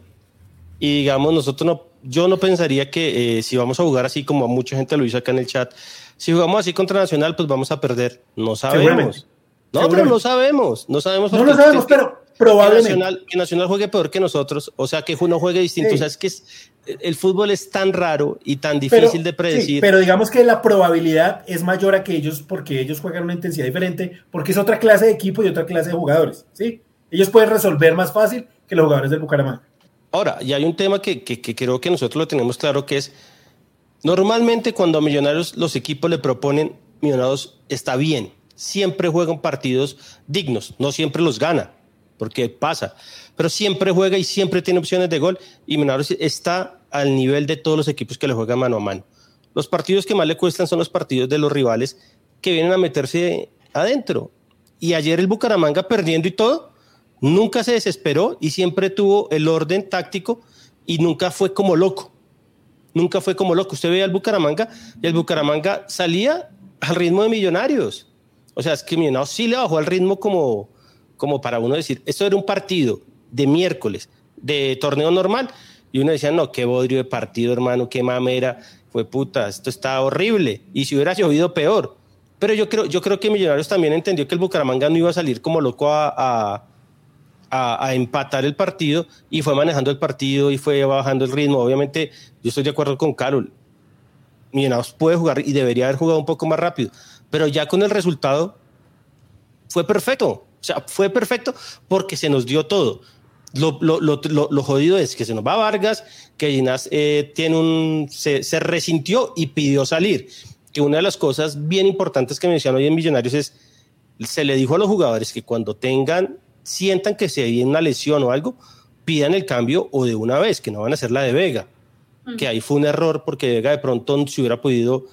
Y digamos, nosotros no, yo no pensaría que eh, si vamos a jugar así como mucha gente lo hizo acá en el chat, si jugamos así contra Nacional, pues vamos a perder. No sabemos. No, pero no sabemos. No sabemos. No lo sabemos, que, pero probablemente. Que Nacional, que Nacional juegue peor que nosotros, o sea, que uno juegue distinto. Sí. O sea, es que es, el fútbol es tan raro y tan difícil pero, de predecir. Sí, pero digamos que la probabilidad es mayor a que ellos, porque ellos juegan una intensidad diferente, porque es otra clase de equipo y otra clase de jugadores, ¿sí? Ellos pueden resolver más fácil que los jugadores del Bucaramanga. Ahora, y hay un tema que, que, que creo que nosotros lo tenemos claro, que es, normalmente cuando a Millonarios los equipos le proponen, Millonarios está bien, siempre juegan partidos dignos, no siempre los gana, porque pasa, pero siempre juega y siempre tiene opciones de gol, y Millonarios está al nivel de todos los equipos que le juegan mano a mano. Los partidos que más le cuestan son los partidos de los rivales que vienen a meterse adentro, y ayer el Bucaramanga perdiendo y todo, nunca se desesperó y siempre tuvo el orden táctico y nunca fue como loco. Nunca fue como loco. Usted veía al Bucaramanga y el Bucaramanga salía al ritmo de Millonarios. O sea, es que Millonarios sí le bajó al ritmo como, como para uno decir, esto era un partido de miércoles, de torneo normal, y uno decía, no, qué bodrio de partido, hermano, qué mamera, fue puta, esto está horrible, y si hubiera llovido peor. Pero yo creo, yo creo que Millonarios también entendió que el Bucaramanga no iba a salir como loco a, a, a, a empatar el partido, y fue manejando el partido y fue bajando el ritmo. Obviamente, yo estoy de acuerdo con Carol, Millonarios puede jugar y debería haber jugado un poco más rápido, pero ya con el resultado fue perfecto, o sea, fue perfecto porque se nos dio todo. Lo, lo, lo, lo, lo jodido es que se nos va Vargas, que Ginás eh, tiene un, se, se resintió y pidió salir. Que una de las cosas bien importantes que mencionan hoy en Millonarios es, se le dijo a los jugadores que cuando tengan, sientan que se viene una lesión o algo, pidan el cambio o de una vez, que no van a hacer la de Vega, mm. que ahí fue un error porque Vega de pronto se hubiera podido,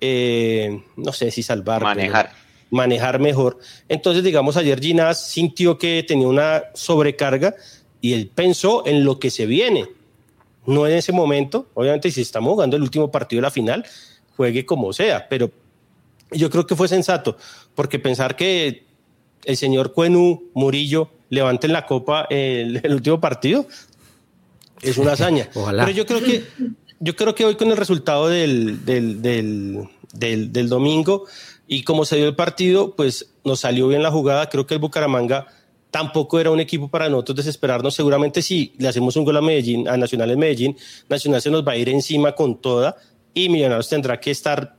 eh, no sé si salvar. Manejar. Manejar mejor. Entonces, digamos, ayer Ginás sintió que tenía una sobrecarga y él pensó en lo que se viene, no en ese momento. Obviamente, si estamos jugando el último partido de la final, juegue como sea, pero yo creo que fue sensato, porque pensar que el señor Cuenú, Murillo, levanten la copa el, el último partido es una hazaña. Ojalá. Pero yo creo que yo creo que hoy con el resultado del, del, del, del, del domingo y como se dio el partido, pues nos salió bien la jugada. Creo que el Bucaramanga tampoco era un equipo para nosotros desesperarnos. Seguramente si le hacemos un gol a Medellín, a Nacional en Medellín, Nacional se nos va a ir encima con toda y Millonarios tendrá que estar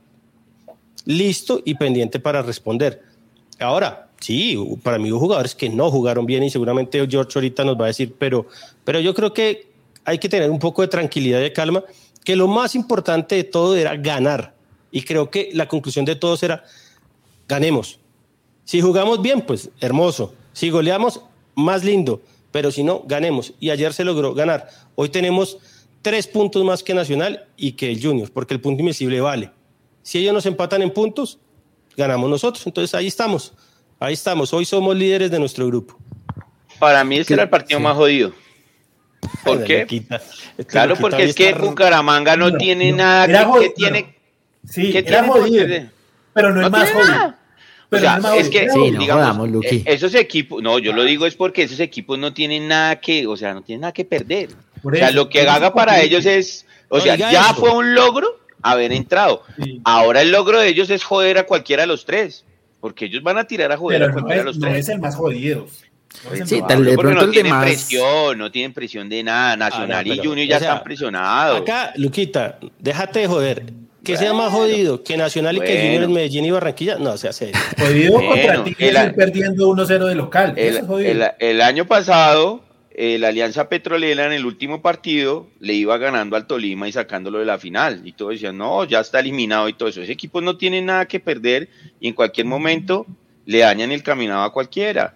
listo y pendiente para responder. Ahora, sí, para mí hubo jugadores que no jugaron bien y seguramente George ahorita nos va a decir, pero, pero yo creo que hay que tener un poco de tranquilidad y de calma, que lo más importante de todo era ganar. Y creo que la conclusión de todos era, ganemos. Si jugamos bien, pues hermoso. Si goleamos, más lindo. Pero si no, ganemos. Y ayer se logró ganar. Hoy tenemos tres puntos más que Nacional y que el Junior, porque el punto invisible vale. Si ellos nos empatan en puntos, ganamos nosotros. Entonces ahí estamos. Ahí estamos. Hoy somos líderes de nuestro grupo. Para mí este era el partido sí. más jodido. ¿Por Ay, qué? Loquita. Este claro, porque es que estar... Bucaramanga no, no tiene no, nada que, jodido, que tiene. Sí, que era tiene jodido, pero no es no más jodido. Nada. Pero o sea, no es, es que, sí, no, digamos, jodamos, Luqui. esos equipos, no, yo lo digo es porque esos equipos no tienen nada que, o sea, no tienen nada que perder. Por o sea, eso, lo que haga para eso. ellos es, o sea, Oiga ya eso. fue un logro haber entrado. Sí. Ahora el logro de ellos es joder a cualquiera de los tres, porque ellos van a tirar a joder pero a cualquiera no es, de los tres. No es el más jodido. No sí, tal de pronto no el tienen de más... presión, no tienen presión de nada. Nacional ah, no, pero, y Junior ya o sea, están presionados. Acá, Luquita, déjate de joder. Que bueno. sea más jodido que Nacional bueno. y que Junior en Medellín y Barranquilla, no, se hace. Jodido bueno, contra ti, ir perdiendo uno cero de local. El, Eso es el, el año pasado, eh, la Alianza Petrolera en el último partido le iba ganando al Tolima y sacándolo de la final. Y todos decían, no, ya está eliminado y todo eso. Ese equipo no tiene nada que perder y en cualquier momento le dañan el caminado a cualquiera.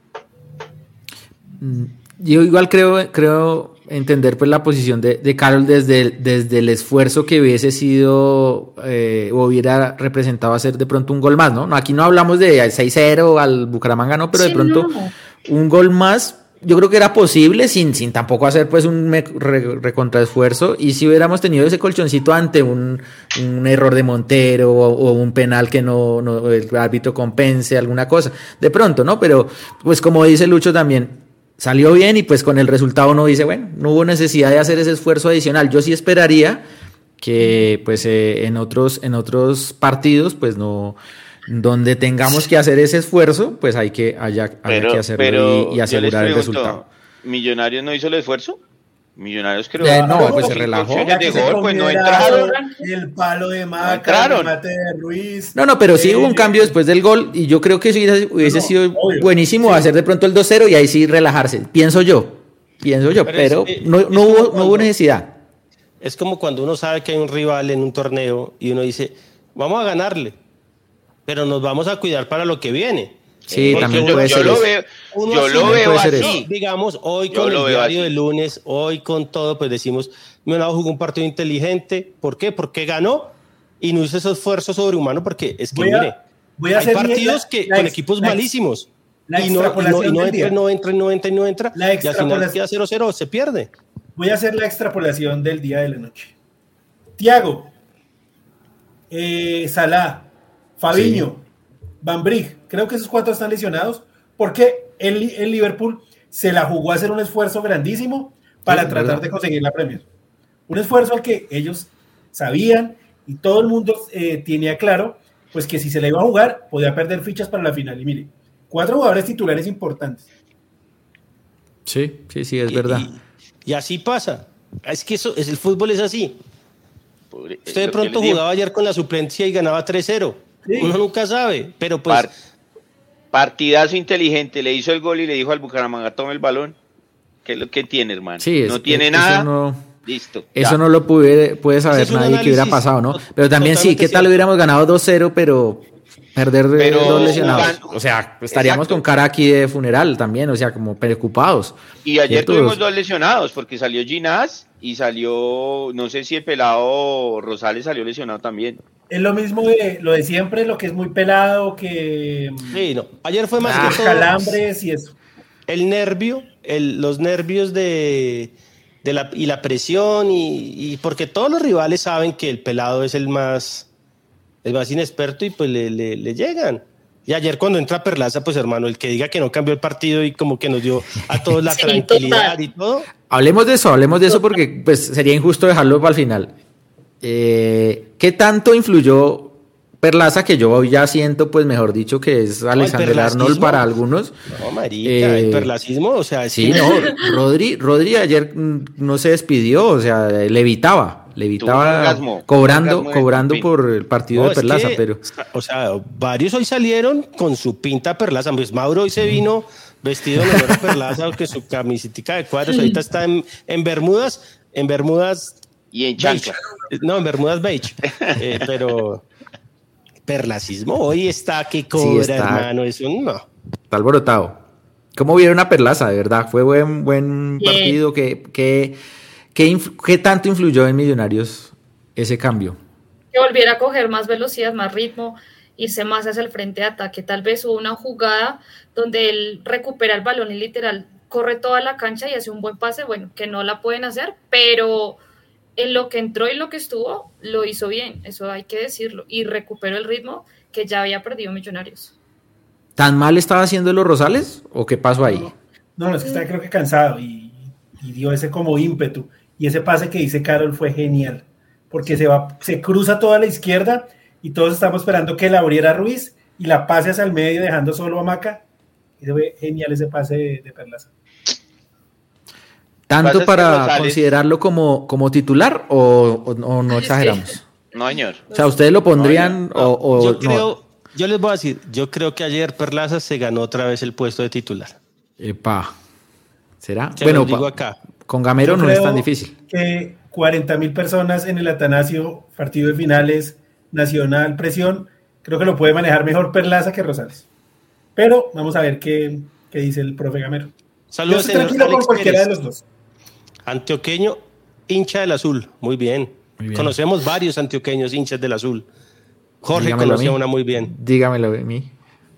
Yo igual creo, creo entender pues la posición de, de Carol desde el, desde el esfuerzo que hubiese sido eh, o hubiera representado hacer de pronto un gol más, ¿no? no aquí no hablamos de seis cero al Bucaramanga, no, pero sí, de pronto no. un gol más yo creo que era posible sin, sin tampoco hacer pues un re, recontraesfuerzo, y si hubiéramos tenido ese colchoncito ante un, un error de Montero o, o un penal que no, no el árbitro compense, alguna cosa, de pronto, ¿no? Pero pues como dice Lucho también, salió bien y pues con el resultado uno dice, bueno, no hubo necesidad de hacer ese esfuerzo adicional. Yo sí esperaría que pues eh, en otros en otros partidos pues no, donde tengamos que hacer ese esfuerzo, pues hay que haya, haya pero, que hacerlo pero y, y asegurar pregunto, el resultado. ¿Millonarios no hizo el esfuerzo? Millonarios creo eh, no, que pues se relajó. De gol, pues no entraron. El palo de Maca, no el mate de Ruiz. No, no, pero sí eh, hubo un cambio después del gol y yo creo que eso hubiese, hubiese no, no, sido obvio, buenísimo sí. hacer de pronto el dos cero y ahí sí relajarse, pienso yo, pienso yo, pero, pero es, no, no, hubo, cuando, no hubo necesidad. Es como cuando uno sabe que hay un rival en un torneo y uno dice, vamos a ganarle, pero nos vamos a cuidar para lo que viene. Sí, Porque también yo, puede yo ser lo eso. veo, Uno yo lo veo así. No, digamos, hoy yo con el diario así. de lunes, hoy con todo, pues decimos, Millonarios jugó un partido inteligente. ¿Por qué? Porque ganó y no hizo ese esfuerzo sobrehumano, porque es que, voy a, mire, voy a hay partidos la, que, la, con equipos la, malísimos la y, no, y, no, y no entra, no entra, no entra, y no entra, la y al final queda cero cero, se pierde. Voy a hacer la extrapolación del día de la noche. Thiago, eh, Salah, Fabinho, sí. Van Brig, creo que esos cuatro están lesionados porque el, el Liverpool se la jugó a hacer un esfuerzo grandísimo para sí, tratar ¿verdad? de conseguir la Premier. Un esfuerzo al que ellos sabían y todo el mundo eh, tenía claro, pues que si se le iba a jugar, podía perder fichas para la final. Y mire, cuatro jugadores titulares importantes. Sí, sí, sí, es y, verdad. Y, y así pasa. Es que eso, es, el fútbol es así. Pobre, Usted de lo que pronto les digo, jugaba ayer con la suplencia y ganaba tres cero. Sí. Uno nunca sabe, pero pues... par- partidazo inteligente, le hizo el gol y le dijo al Bucaramanga, tome el balón. ¿Qué es lo que tiene, hermano? Sí, es- no tiene es- nada. Eso no, Listo. eso ya. no lo puede, puede saber Ese es un nadie que hubiera análisis pasado, ¿no? to- Pero también sí, totalmente ¿qué tal cierto. hubiéramos ganado dos cero, pero perder eh, Pero dos lesionados? jugan- O sea, estaríamos Exacto. con cara aquí de funeral también, o sea, como preocupados. Y ayer ¿cierto? tuvimos dos lesionados, porque salió Ginás y salió, no sé si el pelado Rosales salió lesionado también. Es lo mismo de lo de siempre, lo que es muy pelado, que Sí, no. Ayer fue más Ah, que todo calambres y eso. el nervio, el, los nervios de, de la, y la presión, y, y porque todos los rivales saben que el pelado es el más, el más inexperto y pues le, le, le llegan. Y ayer cuando entra Perlaza, pues hermano, el que diga que no cambió el partido y como que nos dio a todos la Sí, tranquilidad total. y todo. Hablemos de eso, hablemos de eso porque pues sería injusto dejarlo para el final. Eh, ¿Qué tanto influyó Perlaza, que yo ya siento, pues mejor dicho, que es Alexander perlacismo. Arnold para algunos? No, marica, Eh, el perlacismo, o sea, es Sí, que- no, Rodri, Rodri ayer mm, no se despidió, o sea, levitaba, Tuvo un levitaba orgasmo, cobrando, un orgasmo de cobrando Pin. por el partido No, de es Perlaza, que, pero o sea, varios hoy salieron con su pinta Perlaza. Pues Mauro hoy se vino vestido en honor a Perlaza, que su camiseta de cuadros ahorita está en, en Bermudas, en Bermudas Y en beige. chancla. No, en Bermudas beige. Eh, pero perlacismo hoy está que cobra, está. hermano, eso no. está alborotado. ¿Cómo vieron a Perlaza, de verdad? ¿Fue buen, buen Bien. partido? ¿Qué, qué, qué, inf- qué tanto influyó en Millonarios ese cambio? Que volviera a coger más velocidad, más ritmo, irse más hacia el frente de ataque. Tal vez hubo una jugada donde él recupera el balón y literal corre toda la cancha y hace un buen pase, bueno, que no la pueden hacer, pero en lo que entró y en lo que estuvo, lo hizo bien, eso hay que decirlo, y recuperó el ritmo que ya había perdido Millonarios. ¿Tan mal estaba haciendo los Rosales? ¿O qué pasó ahí? No, no, es que está creo que cansado y, y dio ese como ímpetu. Y ese pase que dice Carol fue genial, porque se va, se cruza toda la izquierda y todos estamos esperando que la abriera Ruiz y la pase hacia el medio dejando solo a Maca. Y se ve genial ese pase de, de Perlaza. ¿Tanto Pasa es que para Rosales- considerarlo como, como titular o, o- o no exageramos? No, señor. O sea, ¿ustedes lo pondrían No, o, o yo no? creo, yo les voy a decir, yo creo que ayer Perlaza se ganó otra vez el puesto de titular. Epa. ¿Será? Se bueno, lo digo pa- acá. con Gamero Yo no es creo tan difícil. Que cuarenta mil personas en el Atanasio, partido de finales, nacional, presión, creo que lo puede manejar mejor Perlaza que Rosales. Pero vamos a ver qué, qué dice el profe Gamero. Yo Saludos, estoy señor tranquilo con Alex cualquiera Pérez. de los dos. Antioqueño, hincha del azul. Muy bien. Muy bien. Conocemos varios antioqueños hinchas del azul. Jorge Dígamelo a conocía mí. una muy bien. Dígamelo a mí.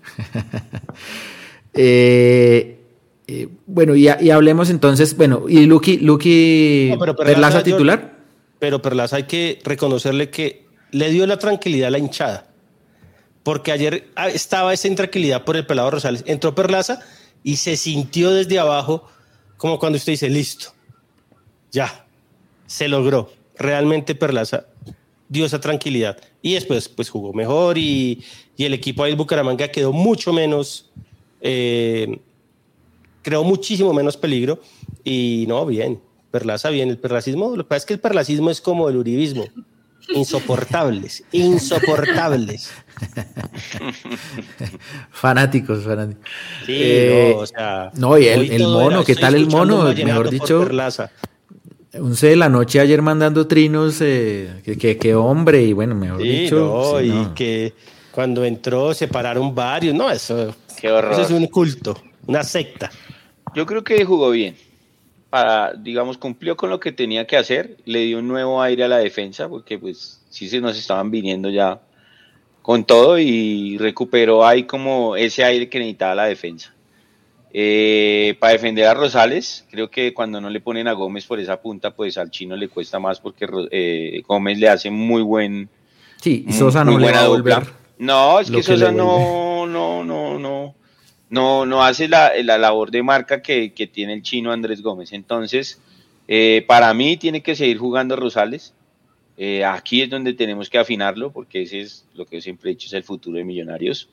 Eh, eh, bueno, y, y hablemos entonces, bueno, ¿y Lucky, Lucky No, pero Perlaza, Perlaza yo- titular? Pero Perlaza hay que reconocerle que le dio la tranquilidad a la hinchada. Porque ayer ah, estaba esa intranquilidad por el pelado Rosales. Entró Perlaza y se sintió desde abajo como cuando usted dice, listo, ya, se logró. Realmente Perlaza dio esa tranquilidad. Y después pues jugó mejor y, y el equipo del Bucaramanga quedó mucho menos, eh, creó muchísimo menos peligro. Y no, bien, Perlaza bien. El perlacismo, lo que pasa es que el perlacismo es como el uribismo. Insoportables, insoportables. Fanáticos, fanáticos. Sí, Eh, no, o sea. no, y el- hoy el todo mono, era, ¿qué estoy tal el escuchando mono? un vallenato Mejor por dicho, Perlaza. once de la noche ayer mandando trinos, eh, que, que, que hombre, y bueno, mejor Sí, dicho. no, sí, y no. que cuando entró se pararon varios. No, eso, Qué horror. eso es un culto, una secta. Yo creo que jugó bien. Para, digamos, cumplió con lo que tenía que hacer. Le dio un nuevo aire a la defensa, porque pues sí se nos estaban viniendo ya con todo y recuperó ahí como ese aire que necesitaba la defensa. Eh, para defender a Rosales, creo que cuando no le ponen a Gómez por esa punta, pues al chino le cuesta más porque eh, Gómez le hace muy buen... Sí, y muy- Sosa no muy le buena va a dupla. volver. No, es lo que que le Sosa vuelve. no, no, no, no, no, no hace la, la labor de marca que, que tiene el chino Andrés Gómez. Entonces, Eh, para mí tiene que seguir jugando Rosales. Eh, aquí es donde tenemos que afinarlo, porque ese es lo que yo siempre he dicho, es el futuro de Millonarios.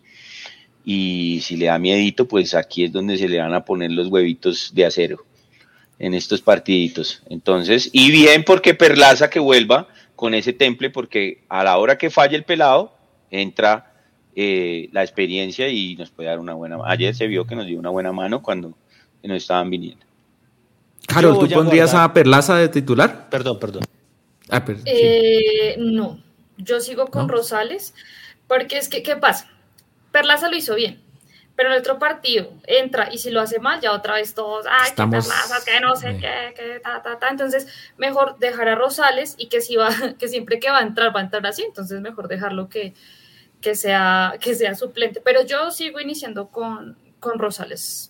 Y si le da miedito, pues aquí es donde se le van a poner los huevitos de acero en estos partiditos. Entonces, y bien porque Perlaza que vuelva con ese temple, porque a la hora que falle el pelado, entra eh, la experiencia y nos puede dar una buena mano. Ayer se vio que nos dio una buena mano cuando nos estaban viniendo. Carol, ¿tú pondrías a, a Perlaza de titular? Perdón, perdón. Ah, pero, eh, sí. No, yo sigo con ¿No? Rosales, porque es que, ¿qué pasa? Perlaza lo hizo bien, pero en el otro partido entra y si lo hace mal, ya otra vez todos, ay, Estamos... que Perlaza, que no sé eh. qué, que ta, ta, ta. Entonces, mejor dejar a Rosales y que si va, que siempre que va a entrar, va a entrar así, entonces mejor dejarlo que, que, sea, que sea suplente. Pero yo sigo iniciando con, con Rosales.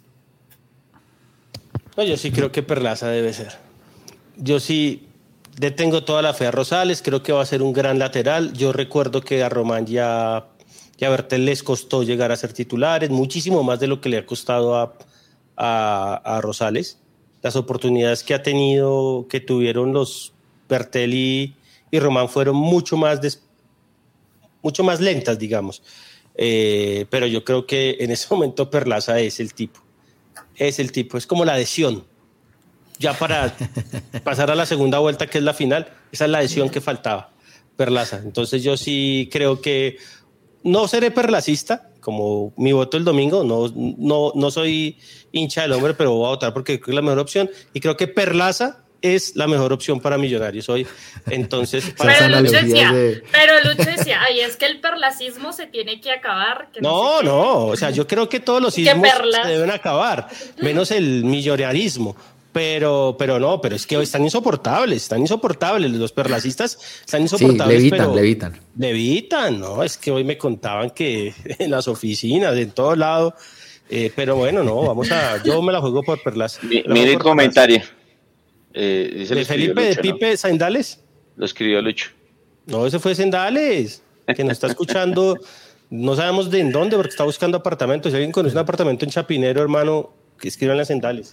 No, yo sí creo que Perlaza debe ser. Yo sí le tengo toda la fe a Rosales, creo que va a ser un gran lateral. Yo recuerdo que a Román ya... que a Bertel les costó llegar a ser titulares, muchísimo más de lo que le ha costado a, a, a Rosales. Las oportunidades que ha tenido, que tuvieron los Bertel y, y Román fueron mucho más, des, mucho más lentas, digamos. Eh, pero yo creo que en ese momento Perlaza es el tipo. Es el tipo, es como la adhesión. Ya para pasar a la segunda vuelta, que es la final, esa es la adhesión que faltaba, Perlaza. Entonces yo sí creo que no seré perlacista, como mi voto el domingo, no, no, no soy hincha del hombre, pero voy a votar porque creo que es la mejor opción, y creo que Perlaza es la mejor opción para Millonarios hoy. Entonces, para pero, Lucho decía, de... pero Lucho decía, ay, es que el perlacismo se tiene que acabar. Que no, no, sé no, o sea, yo creo que todos los ismos se deben acabar, menos el millonarismo. Pero, pero no, pero es que hoy están insoportables, están insoportables, los perlacistas están insoportables. Sí, levitan, pero levitan. Levitan, no, es que hoy me contaban que en las oficinas, en todos lados, eh, pero bueno, no, vamos a, yo me la juego por Perlaza. Mi, mire el comentario. Eh, ¿De Felipe, Lucho, de Pipe, ¿no? Sendales? Lo escribió Lucho. No, ese fue Sendales, que nos está escuchando, no sabemos de en dónde, porque está buscando apartamentos. Si alguien conoce un apartamento en Chapinero, hermano, que escriban las Sendales.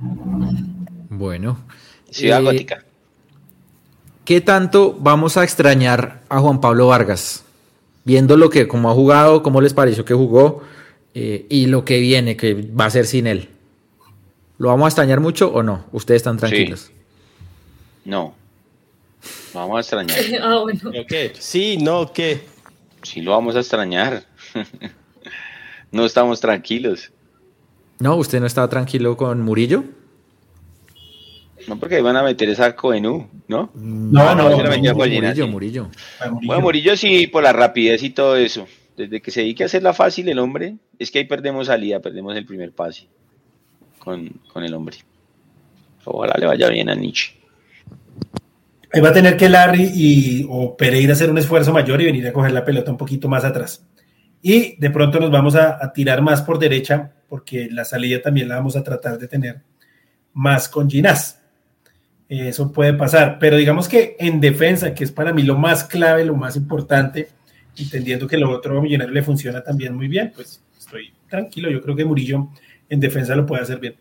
Bueno. Ciudad eh, Gótica. ¿Qué tanto vamos a extrañar a Juan Pablo Vargas? Viendo lo que, cómo ha jugado, cómo les pareció que jugó eh, y lo que viene, que va a ser sin él. ¿Lo vamos a extrañar mucho o no? ¿Ustedes están tranquilos? Sí. No. Lo vamos a extrañar. Ah, bueno. ¿Qué? Sí, no, ¿qué? Sí, lo vamos a extrañar. No estamos tranquilos. ¿No? ¿Usted no estaba tranquilo con Murillo? No, porque iban a meter esa Coenú, ¿no? No, no, no, no, no Murillo, Murillo. Bueno, Murillo sí, por la rapidez y todo eso. Desde que se dedique a hacerla fácil el hombre, es que ahí perdemos salida, perdemos el primer pase con, con el hombre. Ojalá le vaya bien a Nietzsche. Ahí va a tener que Larry y, o Pereira hacer un esfuerzo mayor y venir a coger la pelota un poquito más atrás. Y de pronto nos vamos a, a tirar más por derecha, porque la salida también la vamos a tratar de tener más con Ginás. Eso puede pasar, pero digamos que en defensa, que es para mí lo más clave, lo más importante, entendiendo que lo otro a Millonarios le funciona también muy bien, pues estoy tranquilo. Yo creo que Murillo en defensa lo puede hacer bien.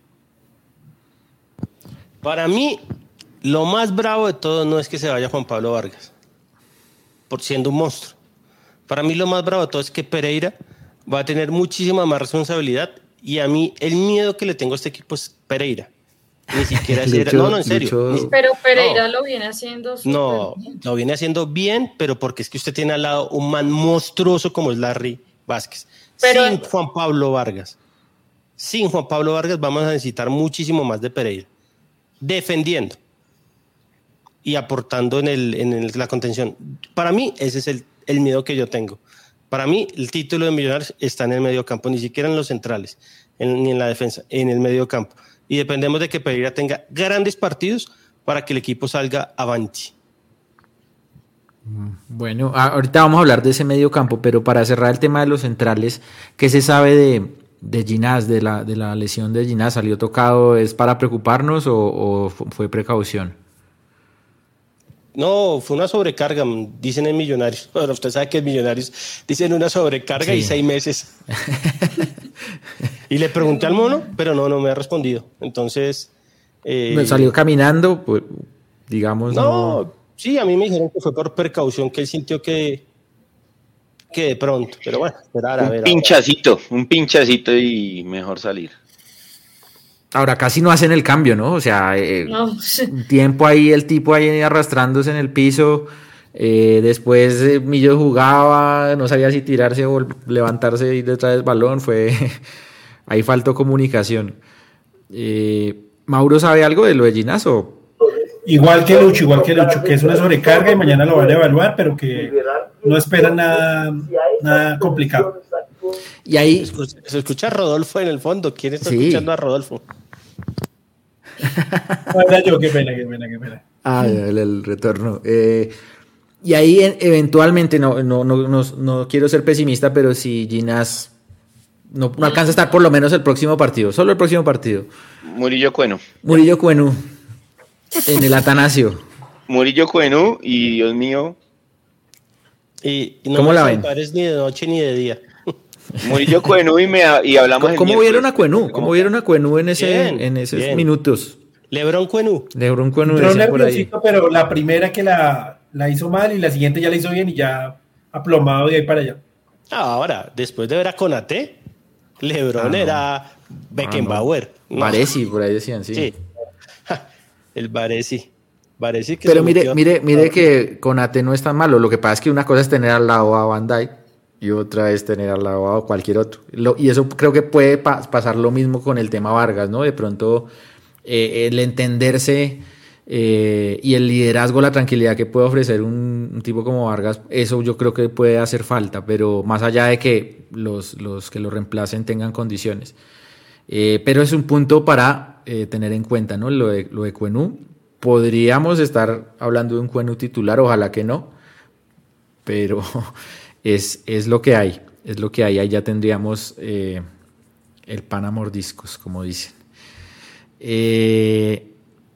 Para mí, lo más bravo de todo no es que se vaya Juan Pablo Vargas, por siendo un monstruo. Para mí lo más bravo de todo es que Pereira va a tener muchísima más responsabilidad, y a mí el miedo que le tengo a este equipo es Pereira. Ni siquiera es Lucho, no, no, en serio. Lucho. Pero Pereira no. lo viene haciendo No, bien. Lo viene haciendo bien, pero porque es que usted tiene al lado un man monstruoso como es Larry Vázquez. Pero, sin Juan Pablo Vargas. Sin Juan Pablo Vargas vamos a necesitar muchísimo más de Pereira. Defendiendo. Y aportando en, el, en el, la contención. Para mí, ese es el, el miedo que yo tengo. Para mí, el título de Millonarios está en el medio campo, ni siquiera en los centrales, en, ni en la defensa, en el medio campo. Y dependemos de que Pereira tenga grandes partidos para que el equipo salga avanti. Bueno, ahorita vamos a hablar de ese medio campo, pero para cerrar el tema de los centrales, ¿qué se sabe de, de Ginás, de la, de la lesión de Ginás? ¿Salió tocado? ¿Es para preocuparnos o, o fue precaución? No, fue una sobrecarga, dicen en Millonarios. Bueno, usted sabe que en Millonarios dicen una sobrecarga, sí. Y seis meses. Y le pregunté al mono, pero no, no me ha respondido. Entonces, Eh, Salió caminando, pues, digamos. No, no, sí, a mí me dijeron que fue por precaución, que él sintió que, que de pronto, pero bueno, esperar a un ver. pinchacito, ahora. un pinchacito y mejor salir. Ahora casi no hacen el cambio, ¿no? O sea, eh, No. un tiempo ahí, el tipo ahí arrastrándose en el piso. Eh, después eh, Millo jugaba, no sabía si tirarse o levantarse y detrás del balón. Fue ahí faltó comunicación. Eh, ¿Mauro sabe algo de lo de Ginás o? Igual que Lucho, igual que Lucho, que es una sobrecarga y mañana lo van a evaluar, pero que no esperan nada, nada complicado. Y ahí Se escucha a Rodolfo en el fondo. ¿Quién está Sí. escuchando a Rodolfo? Ahora yo, qué pena, qué pena, qué pena. Ah, el, el retorno. Eh, y ahí e- eventualmente, no, no, no, no, no quiero ser pesimista, pero si Ginás no, no alcanza a estar por lo menos el próximo partido, solo el próximo partido. Murillo Cueno. Murillo Cuenú en el Atanasio. Murillo Cueno y Dios mío, Y, y no ¿Cómo me la ven? separes ni de noche ni de día. Murillo Cueno y, me, y hablamos el ¿Cómo miércoles. vieron a Cuenú? ¿Cómo vieron a Cuenú en, ese, Bien, en esos bien. minutos? Lebron Cuenú. Lebron Cuenú Entró decían por ahí. nerviosito, pero la primera que la, la hizo mal y la siguiente ya la hizo bien y ya aplomado de ahí para allá. Ahora, después de ver a Konate, Lebron Ah, no. era Beckenbauer. No. Varesi, por ahí decían, sí. Sí. Ja, el Varesi. Varesi que Pero se mire, metió- mire, mire que Konate no es tan malo. Lo que pasa es que una cosa es tener al lado a Van Dijk y otra es tener al lado a cualquier otro. Lo- y eso creo que puede pa- pasar lo mismo con el tema Vargas, ¿no? De pronto eh, el entenderse eh, y el liderazgo, la tranquilidad que puede ofrecer un, un tipo como Vargas, eso yo creo que puede hacer falta, pero más allá de que los, los que lo reemplacen tengan condiciones. Eh, pero es un punto para eh, tener en cuenta, ¿no? Lo de, lo de Cuenú. Podríamos estar hablando de un Cuenú titular, ojalá que no, pero es, es lo que hay, es lo que hay. Ahí ya tendríamos eh, el pan a mordiscos, como dicen. Eh,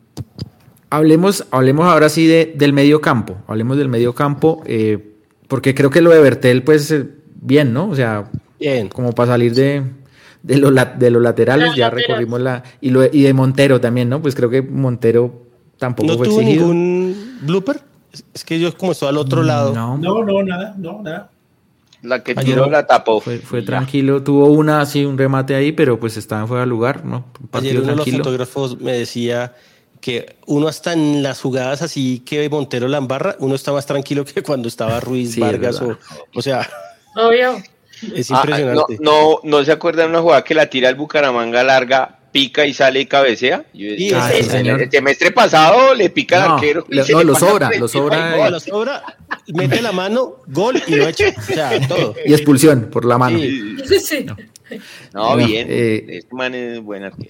hablemos, hablemos ahora sí de, del medio campo, hablemos del medio campo, eh, porque creo que lo de Bertel, pues eh, bien, ¿no? O sea, Bien. como para salir de, de, los, la- de los laterales, Los ya laterales. recorrimos la... Y, lo, y de Montero también, ¿no? Pues creo que Montero tampoco ¿No fue tuvo exigido. ningún blooper? Es- Es que yo como estoy al otro lado. No, No, no, nada, no, nada. La que Ayer tiró la tapó. fue, fue Y ya. tranquilo. Tuvo una, así, un remate ahí, pero pues estaba fuera de lugar, ¿no? Un Ayer partido uno de los tranquilo. fotógrafos me decía que uno hasta en las jugadas así que Montero la embarra, uno está más tranquilo que cuando estaba Ruiz, Sí, es Vargas o, verdad. o sea, Obvio. es Ah, impresionante. no, no, no se acuerdan una jugada que la tira el Bucaramanga larga, pica y sale y cabecea. Yo Sí, decía, ah, "Ay, sí, señor. el semestre pasado le pica al No, arquero. y lo- se no, le lo pasa sobra, por lo encima sobra y No, gol". a la sobra, mete la mano, gol y lo echa. O sea, todo. Y expulsión por la mano. Sí. Sí. No, No, bien. eh, este man es buen arquero.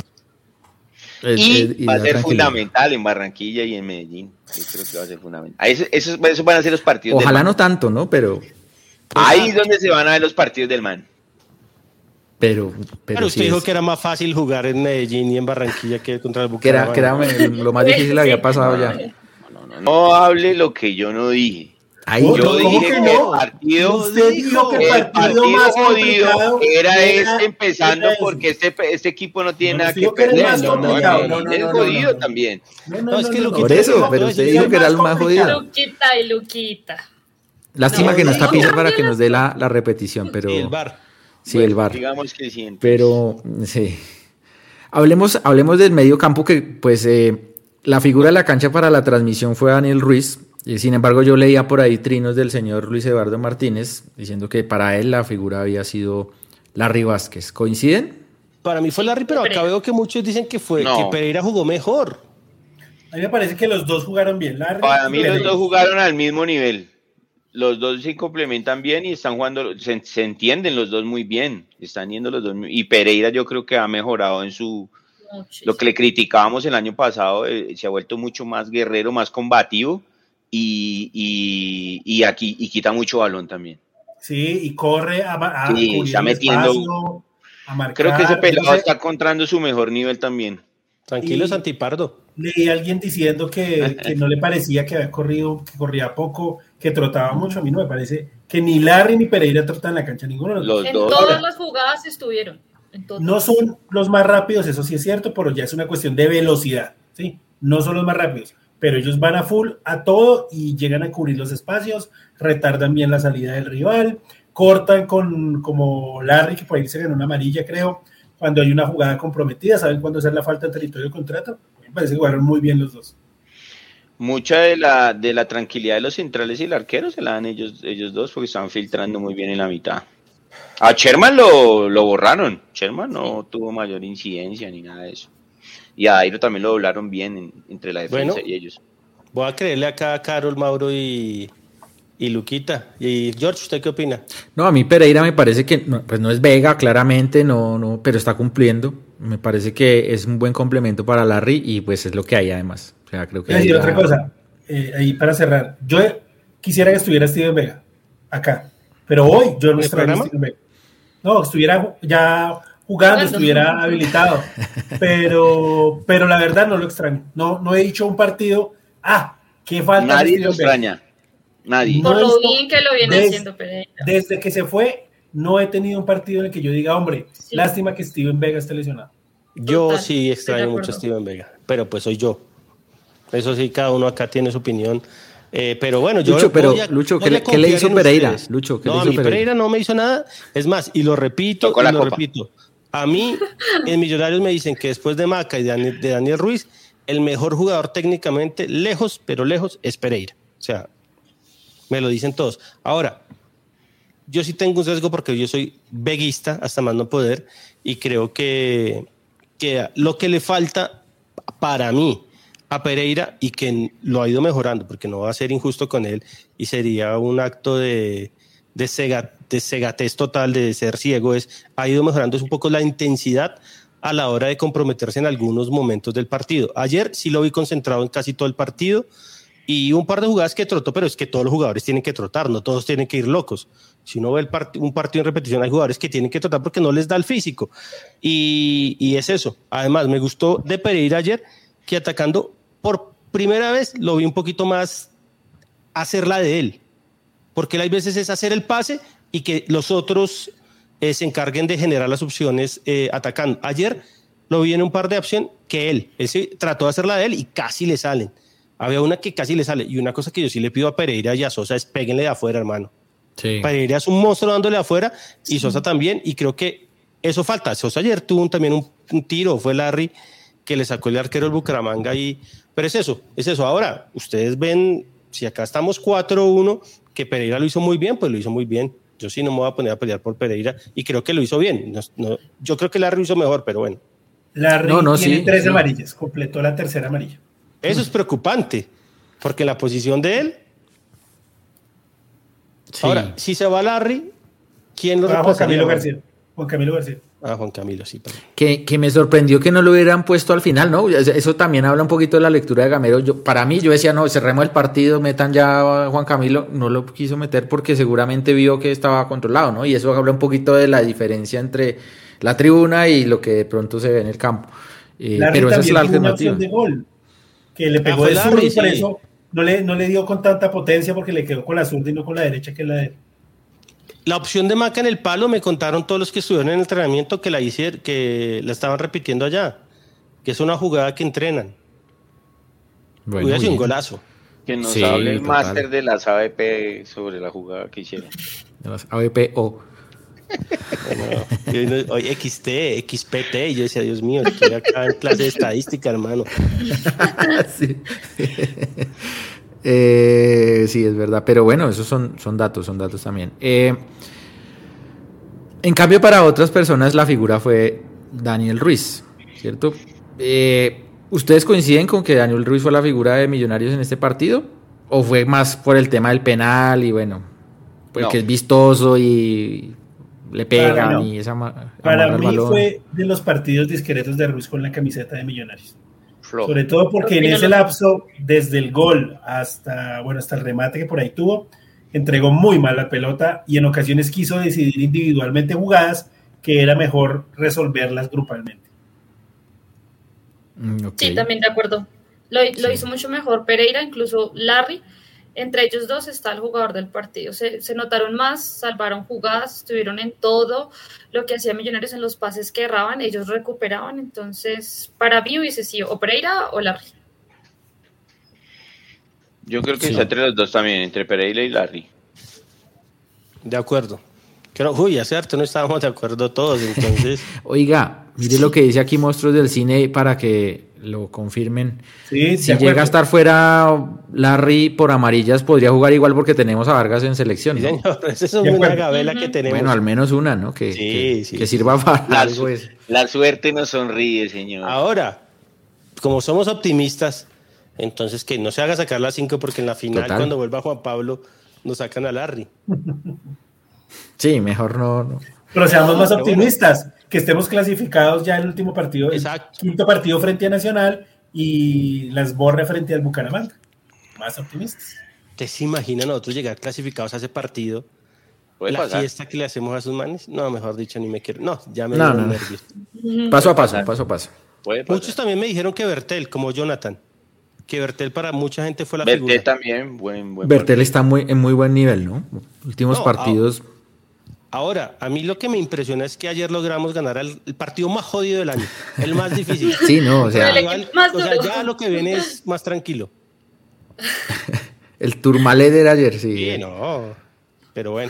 Es- Y es- y va a da ser tranquilidad. fundamental en Barranquilla y en Medellín. Yo creo que va a ser fundamental. Esos, esos, esos van a ser los partidos Ojalá del no man. tanto, ¿no? Pero, Ahí es donde se van a ver los partidos del man. pero, pero, Pero usted sí dijo es- que era más fácil jugar en Medellín y en Barranquilla que contra el que era, Bucaramanga. que era lo más difícil había pasado ya. No, no, no hable lo que yo no dije. Ahí ¿Cómo Yo no? dije que que no? el partido, Usted dijo que el el partido partido más jodido complicado era era- este empezando era ese. porque este, este equipo no tiene No, nada usted que dijo que era el perder. más No, no, complicado. no, No, no, es no, no, jodido no. también. No, no, No, es no, que no, lo no. que Por te- eso, no, pero no, usted sí, dijo es que era el más más jodido. Luquita y Luquita. Lástima No, que no sí, está no, Pizar no, para no, que no. nos dé la, la repetición, pero... Sí, el bar. Sí, Bueno, el bar. Digamos que sí. entonces. Pero, sí. Hablemos, hablemos del medio campo que, pues, eh, la figura de la cancha para la transmisión fue Daniel Ruiz. Y, sin embargo, yo leía por ahí trinos del señor Luis Eduardo Martínez diciendo que para él la figura había sido Larry Vázquez. ¿Coinciden? Para mí fue Larry, pero acá veo que muchos dicen que fue No. que Pereira jugó mejor. A mí me parece que los dos jugaron bien. Larry Para y mí los Pereira. dos jugaron al mismo nivel. Los dos se complementan bien y están jugando, se, se entienden los dos muy bien. Están yendo los dos muy- y Pereira yo creo que ha mejorado en su Muchísimo. lo que le criticábamos el año pasado, eh, se ha vuelto mucho más guerrero, más combativo y, y, y aquí y quita mucho balón también. Sí, y corre a, a Sí, cubrir está el metiendo- espacio, a marcar. Creo que ese pelado Entonces, está encontrando su mejor nivel también. Tranquilo, Y- Santipardo. leí a alguien diciendo que, que no le parecía que había corrido, que corría poco, que trotaba mucho. A mí no me parece que ni Larry ni Pereira trotan en la cancha, ninguno de los dos. Los En dos. todas las jugadas estuvieron. En todas. No son los más rápidos, eso sí es cierto, pero ya es una cuestión de velocidad. ¿sí? No son los más rápidos, pero ellos van a full a todo y llegan a cubrir los espacios, retardan bien la salida del rival, cortan con como Larry, que por ahí se ganó una amarilla, creo, cuando hay una jugada comprometida, saben cuándo hacer la falta en territorio de contrato. Me parece que jugaron muy bien los dos. Mucha de la, de la tranquilidad de los centrales y el arquero se la dan ellos, ellos dos porque estaban filtrando muy bien en la mitad. A Sherman lo, lo borraron. Sherman no tuvo mayor incidencia ni nada de eso. Y a Dairo también lo doblaron bien en, entre la defensa bueno, y ellos. Voy a creerle acá a Carol, Mauro y, y Luquita. Y George, ¿usted qué opina? No, a mí Pereira me parece que no, pues no es Vega, claramente, no, no, pero está cumpliendo. Me parece que es un buen complemento para Larry y pues es lo que hay además. O sea, creo que Voy a decir otra cosa, eh, ahí para cerrar. Yo quisiera que estuviera Steven Vega acá, pero hoy yo no extraño a Steven Vega. No, estuviera ya jugando, estuviera habilitado, pero, pero la verdad no lo extraño. No, no he dicho un partido, ah, qué falta. Nadie lo extraña, nadie. Por no lo bien que lo viene desde, haciendo Pereira. Desde que se fue, no he tenido un partido en el que yo diga, hombre, sí. Lástima que Steven Vega esté lesionado. Yo Total, sí extraño mucho a Steven Vega, pero pues soy yo. Eso sí, cada uno acá tiene su opinión. Eh, pero bueno, yo Lucho, pero, voy a, Lucho, ¿qué, le, ¿qué le hizo Pereira? Lucho, ¿qué no, le hizo a mí Pereira? Pereira no me hizo nada. Es más, y lo repito, y lo copa. repito. A mí, en Millonarios me dicen que después de Maca y de Daniel, de Daniel Ruiz, el mejor jugador técnicamente, lejos, pero lejos, es Pereira. O sea, me lo dicen todos. Ahora, yo sí tengo un sesgo porque yo soy veguista, hasta más no poder, y creo que, que lo que le falta para mí a Pereira, y que lo ha ido mejorando, porque no va a ser injusto con él, y sería un acto de, de, cega, de cegatez total, de ser ciego, es, ha ido mejorando es un poco la intensidad a la hora de comprometerse en algunos momentos del partido. Ayer sí lo vi concentrado en casi todo el partido, y un par de jugadas que trotó, pero es que todos los jugadores tienen que trotar, no todos tienen que ir locos. Si uno ve el part- un partido en repetición, hay jugadores que tienen que trotar porque no les da el físico, y, y es eso. Además, me gustó de Pereira ayer, que atacando por primera vez lo vi un poquito más hacerla de él, porque hay veces es hacer el pase y que los otros eh, se encarguen de generar las opciones eh, atacando. Ayer lo vi en un par de opciones que él, él se trató de hacerla de él y casi le salen. Había una que casi le sale, y una cosa que yo sí le pido a Pereira y a Sosa es péguenle de afuera, hermano. Sí. Pereira es un monstruo dándole de afuera y sí. Sosa también, y creo que eso falta. Sosa ayer tuvo un, también un, un tiro, fue Larry que le sacó el arquero del Bucaramanga, y, pero es eso, es eso. Ahora, ustedes ven, si acá estamos cuatro uno, que Pereira lo hizo muy bien, pues lo hizo muy bien. Yo sí no me voy a poner a pelear por Pereira, y creo que lo hizo bien. No, no, yo creo que Larry lo hizo mejor, pero bueno. Larry no, no, tiene sí, tres sí. amarillas, completó la tercera amarilla. Eso es preocupante, porque la posición de él... Sí. Ahora, si se va Larry, ¿quién lo ah, Juan Camilo García. Juan Camilo García. Ah, Juan Camilo, sí. Perdón. Que, que me sorprendió que no lo hubieran puesto al final, ¿no? Eso también habla un poquito de la lectura de Gamero. Yo, para mí, yo decía, no, cerremos el partido, metan ya a Juan Camilo. No lo quiso meter porque seguramente vio que estaba controlado, ¿no? Y eso habla un poquito de la diferencia entre la tribuna y lo que de pronto se ve en el campo. Eh, pero esa es la alternativa. De gol, que le pegó ah, de zurdo y por sí. eso no le, no le dio con tanta potencia, porque le quedó con la zurda y no con la derecha, que es la de él. La opción de Maca en el palo, me contaron todos los que estuvieron en el entrenamiento que la hicieron, que la estaban repitiendo allá, que es una jugada que entrenan. Bueno, hubiera sido un golazo. Que nos sí, hable el máster de las A B P sobre la jugada que hicieron. De las A B P O. Bueno, hoy X T, X P T, y yo decía, Dios mío, estoy acá en clase de estadística, hermano. Sí. Eh, sí, es verdad, pero bueno, esos son, son datos, son datos también. Eh, en cambio, para otras personas la figura fue Daniel Ruiz, ¿cierto? Eh, ¿Ustedes coinciden con que Daniel Ruiz fue la figura de Millonarios en este partido? ¿O fue más por el tema del penal y bueno, porque no. es vistoso y le pegan no. y esa Para mí fue de los partidos discretos de Ruiz con la camiseta de Millonarios. Flow. Sobre todo porque en ese lapso, desde el gol hasta, bueno, hasta el remate que por ahí tuvo, entregó muy mal la pelota y en ocasiones quiso decidir individualmente jugadas que era mejor resolverlas grupalmente. Okay. Sí, también de acuerdo. Lo, lo sí. hizo mucho mejor Pereira, incluso Larry, Entre ellos dos está el jugador del partido. Se, se notaron más, salvaron jugadas, estuvieron en todo lo que hacía Millonarios en los pases que erraban, ellos recuperaban. Entonces, para mí hubiese sido o Pereira o Larry. Yo creo que Sí. está entre los dos también, entre Pereira y Larry. De acuerdo. Creo, uy, hace harto no estábamos de acuerdo todos, entonces. Oiga, mire lo que dice aquí Monstruos del Cine para que lo confirmen. Sí, Si llega a estar fuera Larry por amarillas, podría jugar igual porque tenemos a Vargas en selección, Sí, ¿no? señor, esa es De una acuerdo. gabela Ujú. que tenemos. Bueno, al menos una, ¿no? Que, Sí, que, sí, que sí. sirva para La, algo su- eso. la suerte nos sonríe, señor. Ahora, como somos optimistas, entonces que no se haga sacar las cinco porque en la final, Total. cuando vuelva Juan Pablo, nos sacan a Larry. Sí, mejor no. no. Pero seamos No, más pero optimistas, que estemos clasificados ya en el último partido, el Exacto. quinto partido frente a Nacional y las borre frente al Bucaramanga. Más optimistas. ¿Usted se imagina nosotros llegar clasificados a ese partido? Puede La pasar. fiesta que le hacemos a sus manes. No, mejor dicho, ni me quiero. No, ya me No, dieron no, no. nervios. Paso a paso, pasar. paso a paso. Puede pasar. Muchos también me dijeron que Bertel, como Jonathan. Que Bertel para mucha gente fue la Bertel figura. también, buen, buen Bertel partido. está muy, en muy buen nivel, ¿no? Últimos No, partidos. Ahora, a mí lo que me impresiona es que ayer logramos ganar el, el partido más jodido del año, el más difícil. Sí, no, o sea, El Igual, equipo más o sea, duro. ya lo que viene es más tranquilo. el Tourmalet de ayer, sí. Sí, no, pero bueno.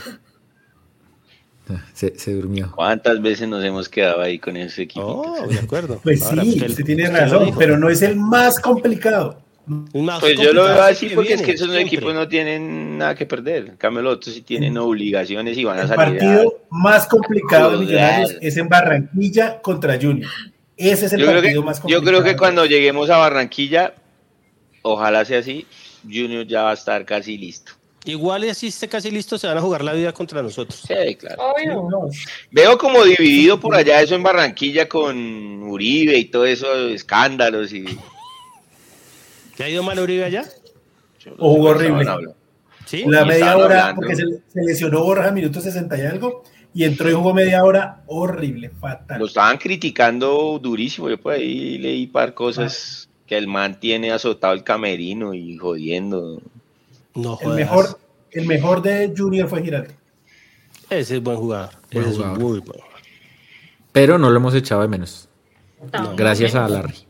Se, se durmió. ¿Cuántas veces nos hemos quedado ahí con ese equipo? No, de acuerdo. Pues Ahora, sí, usted- usted tiene usted lo razón, dijo. pero no es el más complicado. Es más Pues yo lo complicado veo así que porque es viene, que esos siempre. equipos no tienen nada que perder. En cambio, los otros sí tienen obligaciones y van a El salir. partido más complicado de Joder. Millonarios es en Barranquilla contra Junior. Ese es a... el yo, creo partido que, más yo complicado. creo que cuando lleguemos a Barranquilla, ojalá sea así, Junior ya va a estar casi listo. Igual y así esté casi listo, se van a jugar la vida contra nosotros. Sí, claro. Sí, Obvio. no, Veo como dividido por allá eso en Barranquilla con Uribe y todo eso, escándalos y... ¿Te ha ido mal Uribe allá? O jugó horrible. Estaban hablando. Sí. La Y media estaban hora, hablando. porque se, se lesionó Borja, minuto sesenta y algo, y entró y jugó media hora horrible, fatal. Lo estaban criticando durísimo. Yo por ahí leí par cosas que el man tiene azotado el camerino y jodiendo. No El jodas. mejor, el mejor de Junior fue Giraldo. Ese es buen jugador. Buen Ese jugador. es muy buen jugador. Pero no lo hemos echado de menos. No, Gracias no a menos. Larry.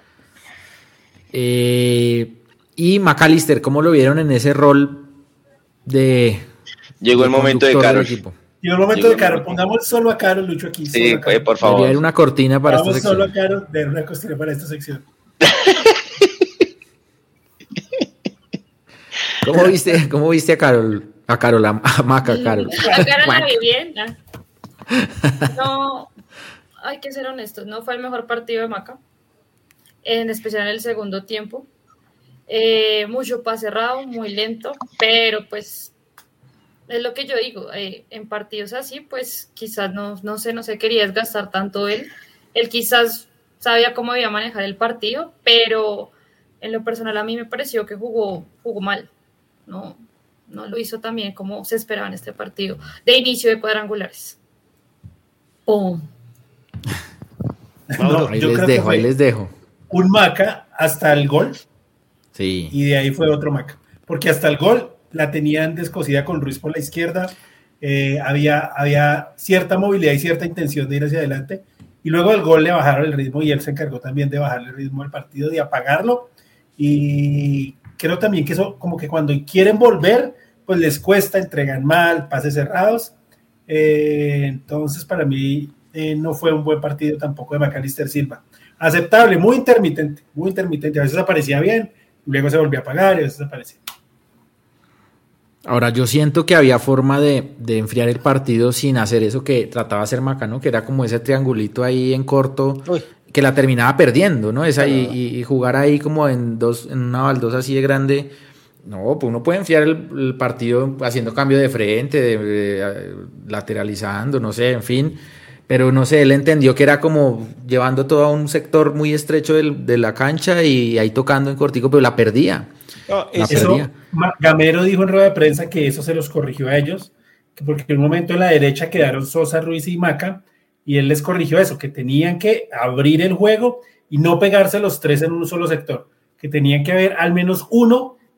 Eh, y McAllister, ¿cómo lo vieron en ese rol de. Llegó de el momento de conductor del Carol. equipo? Y en el momento Llegó de el Caro, momento. pongamos solo a Caro, Lucho aquí. Sí, solo a Caro. pues, por Debería favor. haber una cortina para esta Vamos solo a sección. Caro, de una cortina para esta sección. ¿Cómo viste, cómo viste a Carol? A Carol, a, a Maca, Carol. La cara la vi bien. ¿no? No, hay que ser honestos, no fue el mejor partido de Maca, en especial en el segundo tiempo. Eh, mucho pase cerrado, muy lento, pero pues es lo que yo digo, eh, en partidos así, pues quizás no, no sé, no se quería desgastar tanto él. Él quizás sabía cómo debía manejar el partido, pero en lo personal a mí me pareció que jugó, jugó mal. No, no lo hizo tan bien como se esperaba en este partido de inicio de cuadrangulares. ¡Pum! No, Ahí yo les creo que dejo, fue ahí les dejo. un Maca hasta el gol Sí. y de ahí fue otro Maca. Porque hasta el gol la tenían descosida con Ruiz por la izquierda, eh, había, había cierta movilidad y cierta intención de ir hacia adelante, y luego del gol le bajaron el ritmo y él se encargó también de bajarle el ritmo al partido, de apagarlo, y creo también que eso, como que cuando quieren volver, pues les cuesta, entregan mal, pases cerrados, eh, entonces para mí eh, no fue un buen partido tampoco de McAllister Silva. Aceptable, muy intermitente, muy intermitente, a veces aparecía bien, luego se volvía a apagar y a veces aparecía. Ahora, yo siento que había forma de, de enfriar el partido sin hacer eso que trataba de hacer Maca, ¿no? Que era como ese triangulito ahí en corto, Uy. que la terminaba perdiendo, ¿no? Esa, y, y- y jugar ahí como en dos, en una baldosa así de grande. No, pues uno puede enfriar el, el partido haciendo cambio de frente, de, de- lateralizando, no sé, en fin. Pero no sé, él entendió que era como llevando todo a un sector muy estrecho del- de la cancha y ahí tocando en cortico, pero la perdía. No, La ese- Eso, perdía. Ma- Gamero dijo en rueda de prensa que eso se los corrigió a ellos, que porque en un momento en la derecha quedaron Sosa, Ruiz y Maca, y él les corrigió eso, que tenían que abrir el juego y no pegarse los tres en un solo sector, que tenían que haber al menos uno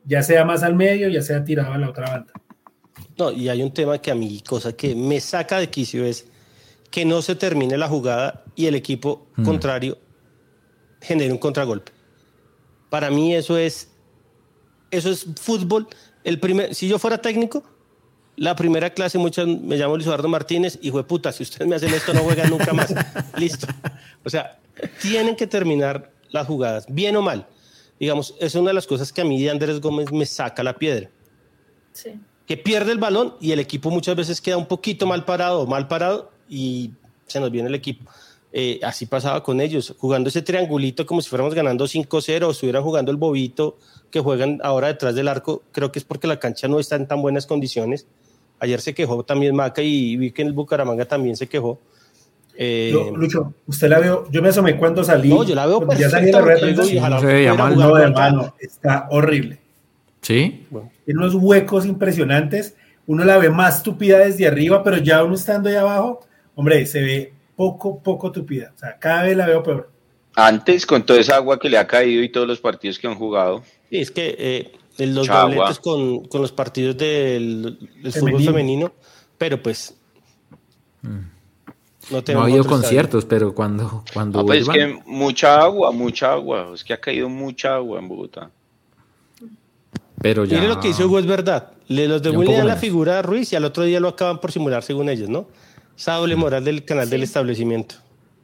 ya sea más al medio, ya sea tirado a la otra banda. No, y hay un tema que a mí, cosa que me saca de quicio es que no se termine la jugada y el equipo hmm. contrario genere un contragolpe. Para mí eso es, eso es fútbol. El primer, si yo fuera técnico, la primera clase, muchas, me llamo Luis Eduardo Martínez, hijo de puta, si ustedes me hacen esto no juegan nunca más. Listo. O sea, tienen que terminar las jugadas, bien o mal. Digamos, es una de las cosas que a mí de Andrés Gómez me saca la piedra. Sí. Que pierde el balón y el equipo muchas veces queda un poquito mal parado o mal parado y se nos viene el equipo. Eh, así pasaba con ellos, jugando ese triangulito como si fuéramos ganando cinco cero o estuvieran jugando el bobito que juegan ahora detrás del arco. Creo que es porque la cancha no está en tan buenas condiciones. Ayer se quejó también Maca y vi que en el Bucaramanga también se quejó. Eh, yo, Lucho, usted la veo, yo me asomé cuando salí. No, yo la veo perfecta. No, no, hermano, está horrible. ¿Sí? Bueno, tiene unos huecos impresionantes. Uno la ve más tupida desde arriba, pero ya uno estando ahí abajo, hombre, se ve poco, poco tupida. O sea, cada vez la veo peor. Antes, con toda esa agua que le ha caído y todos los partidos que han jugado. Sí, es que eh, los Chagua. dobletes con, con los partidos del, del fútbol femenino, pero pues... Mm. No, no ha habido conciertos, pero cuando... cuando ah, pues es que mucha agua, mucha agua. Es que ha caído mucha agua en Bogotá. Pero ya... Mire lo que hizo Hugo, es verdad. Le los de Willy dan la figura a Ruiz y al otro día lo acaban por simular según ellos, ¿no? Esa doble moral del canal sí. del establecimiento.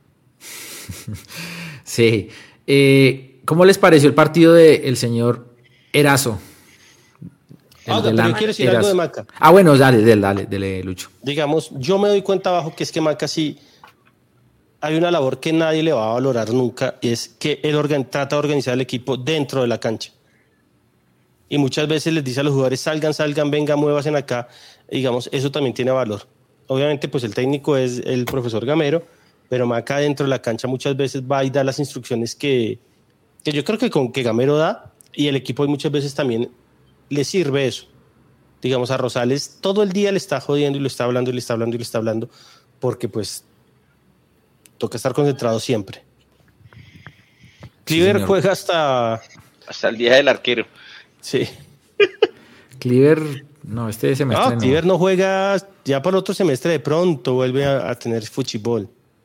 Sí. Eh, ¿Cómo les pareció el partido del señor Erazo? Ah, pero yo quiero decir Erazo. algo de Maca. Ah, bueno, dale, dale, dale, dale, Lucho. Digamos, yo me doy cuenta abajo que es que Maca sí... Hay una labor que nadie le va a valorar nunca, y es que él organ, trata de organizar el equipo dentro de la cancha. Y muchas veces les dice a los jugadores, salgan, salgan, vengan, muévanse acá. Digamos, eso también tiene valor. Obviamente, pues el técnico es el profesor Gamero, pero Maca dentro de la cancha muchas veces va y da las instrucciones que, que yo creo que con que Gamero da, y el equipo muchas veces también le sirve eso. Digamos, a Rosales todo el día le está jodiendo y le está hablando y le está hablando y le está hablando, porque pues toca estar concentrado siempre. Cliver sí, juega hasta... Hasta el día del arquero. Sí. Cliver, no, este semestre no. no. Cliver no juega, ya para el otro semestre de pronto vuelve a, a tener fútbol.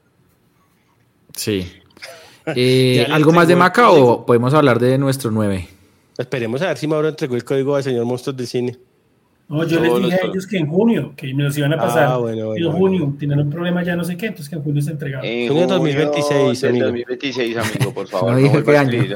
Sí. Eh, ¿Algo más de Maca o podemos hablar de nuestro nueve? Esperemos a ver si Mauro entregó el código al señor Monstruos del Cine. No, yo no, les dije a ellos que en junio, que me los iban a pasar. Ah, bueno, bueno, en junio, bueno. tienen un problema ya no sé qué, entonces que en junio se entregaba. En junio dos mil veintiséis, amigo. dos mil veintiséis, amigo, por favor. No dije qué año.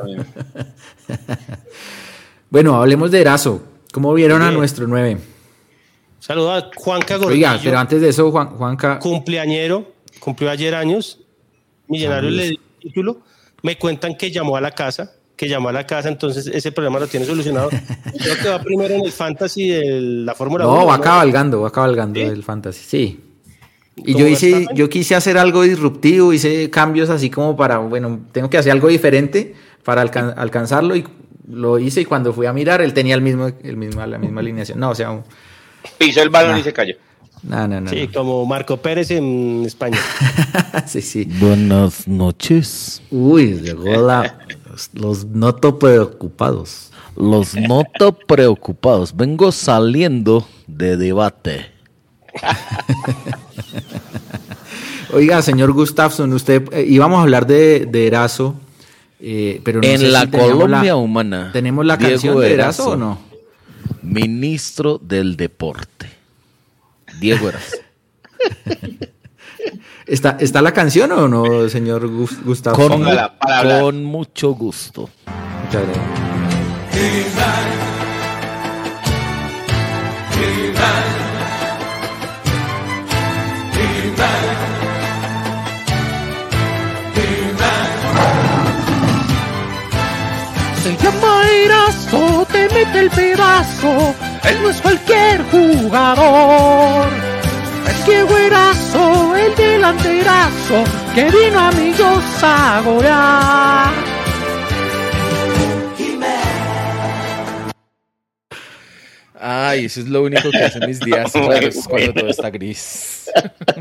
Bueno, hablemos de Erazo. ¿Cómo vieron Bien. a nuestro nueve? Saludos a Juanca Gordillo. Oiga, pero antes de eso, Juan, Juanca... Cumpleañero, cumplió ayer años. Millonarios le dio el título. Me cuentan que llamó a la casa, que llamó a la casa, entonces ese problema lo tiene solucionado. Creo que va primero en el Fantasy de la Fórmula no, uno. Va ¿no? cabalgando, va cabalgando ¿Sí? el Fantasy, sí. Y yo hice, Verstappen? yo quise hacer algo disruptivo, hice cambios así como para, bueno, tengo que hacer algo diferente para alcan- alcanzarlo y lo hice y cuando fui a mirar él tenía el mismo, el mismo, la misma alineación. No, o sea, un... pisó el balón nah. y se cayó. No, no, no. Sí, no. como Marco Pérez en España. sí, sí. Buenas noches. Uy, llegó la... Los noto preocupados. Los noto preocupados. Vengo saliendo de debate. Oiga, señor Gustafsson, usted eh, íbamos a hablar de, de Erazo, eh, pero no en sé la si Colombia la, humana. ¿Tenemos la Diego canción de Erazo, Erazo o no? Ministro del Deporte. Diego Erazo. ¿Está, ¿Está la canción o no, señor Gustafsson? Con, mu- con mucho gusto. Muchas gracias. Se llama Erazo, te mete el pedazo, él no es cualquier jugador. Es Diego Erazo, el delanterazo, que vino a Millos a golear. Ay, eso es lo único que hace mis días cuando, cuando todo está gris.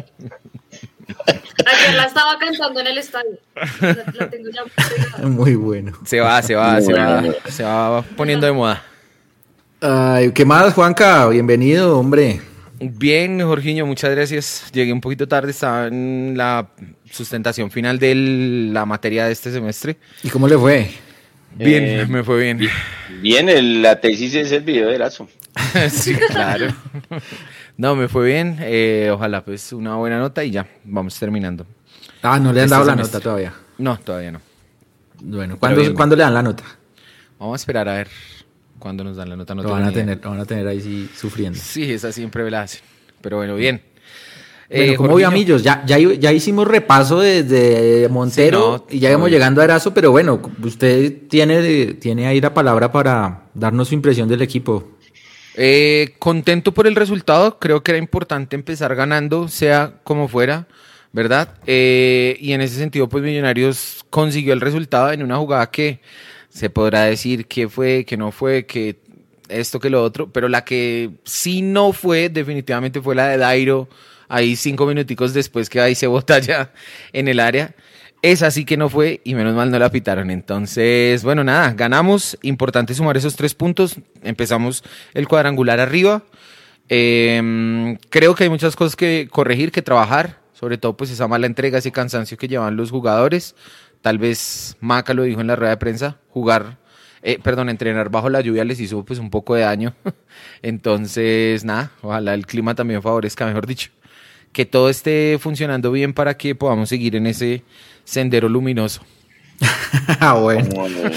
Ayer la estaba cantando en el estadio. La, la tengo ya muy, muy bueno. Se va, se va, muy se bueno. va, se va poniendo de moda. Ay, ¿qué más, Juanca? Bienvenido, hombre. Bien, Jorginho, muchas gracias. Llegué un poquito tarde, estaba en la sustentación final de la materia de este semestre. ¿Y cómo le fue? Bien, Eh, me fue bien. Bien, el- la tesis es el video de Erazo. Sí, claro. No, me fue bien. Eh, ojalá pues una buena nota y ya, vamos terminando. Ah, no le han Este dado la semestre. nota todavía. No, todavía no. Bueno, Pero ¿cuándo, bien, ¿cuándo le dan la nota? Vamos a esperar a ver cuándo nos dan la nota. No Lo tengo van a ni idea. tener, lo van a tener ahí sí sufriendo. Sí, esa siempre la hacen. Pero bueno, bien. Bueno, Eh, ¿cómo vio, Jorginho, Amillos? Ya, ya, ya hicimos repaso desde Montero Sí, no, y ya íbamos obvio. llegando a Erazo, pero bueno, usted tiene, tiene ahí la palabra para darnos su impresión del equipo. Eh, contento por el resultado, creo que era importante empezar ganando, sea como fuera, ¿verdad? Eh, y en ese sentido, pues Millonarios consiguió el resultado en una jugada que se podrá decir que fue, que no fue, que esto, que lo otro, pero la que sí no fue, definitivamente fue la de Dairo, ahí cinco minuticos después que ahí se bota ya en el área. Esa sí que no fue y menos mal no la pitaron. Entonces, bueno, nada, ganamos. Importante sumar esos tres puntos. Empezamos el cuadrangular arriba. Eh, creo que hay muchas cosas que corregir, que trabajar. Sobre todo pues esa mala entrega, ese cansancio que llevan los jugadores. Tal vez Maca lo dijo en la rueda de prensa, jugar, eh, perdón, entrenar bajo la lluvia les hizo pues un poco de daño. Entonces, nada, ojalá el clima también favorezca, mejor dicho. Que todo esté funcionando bien para que podamos seguir en ese sendero luminoso. Ah, bueno. ¿Cómo no?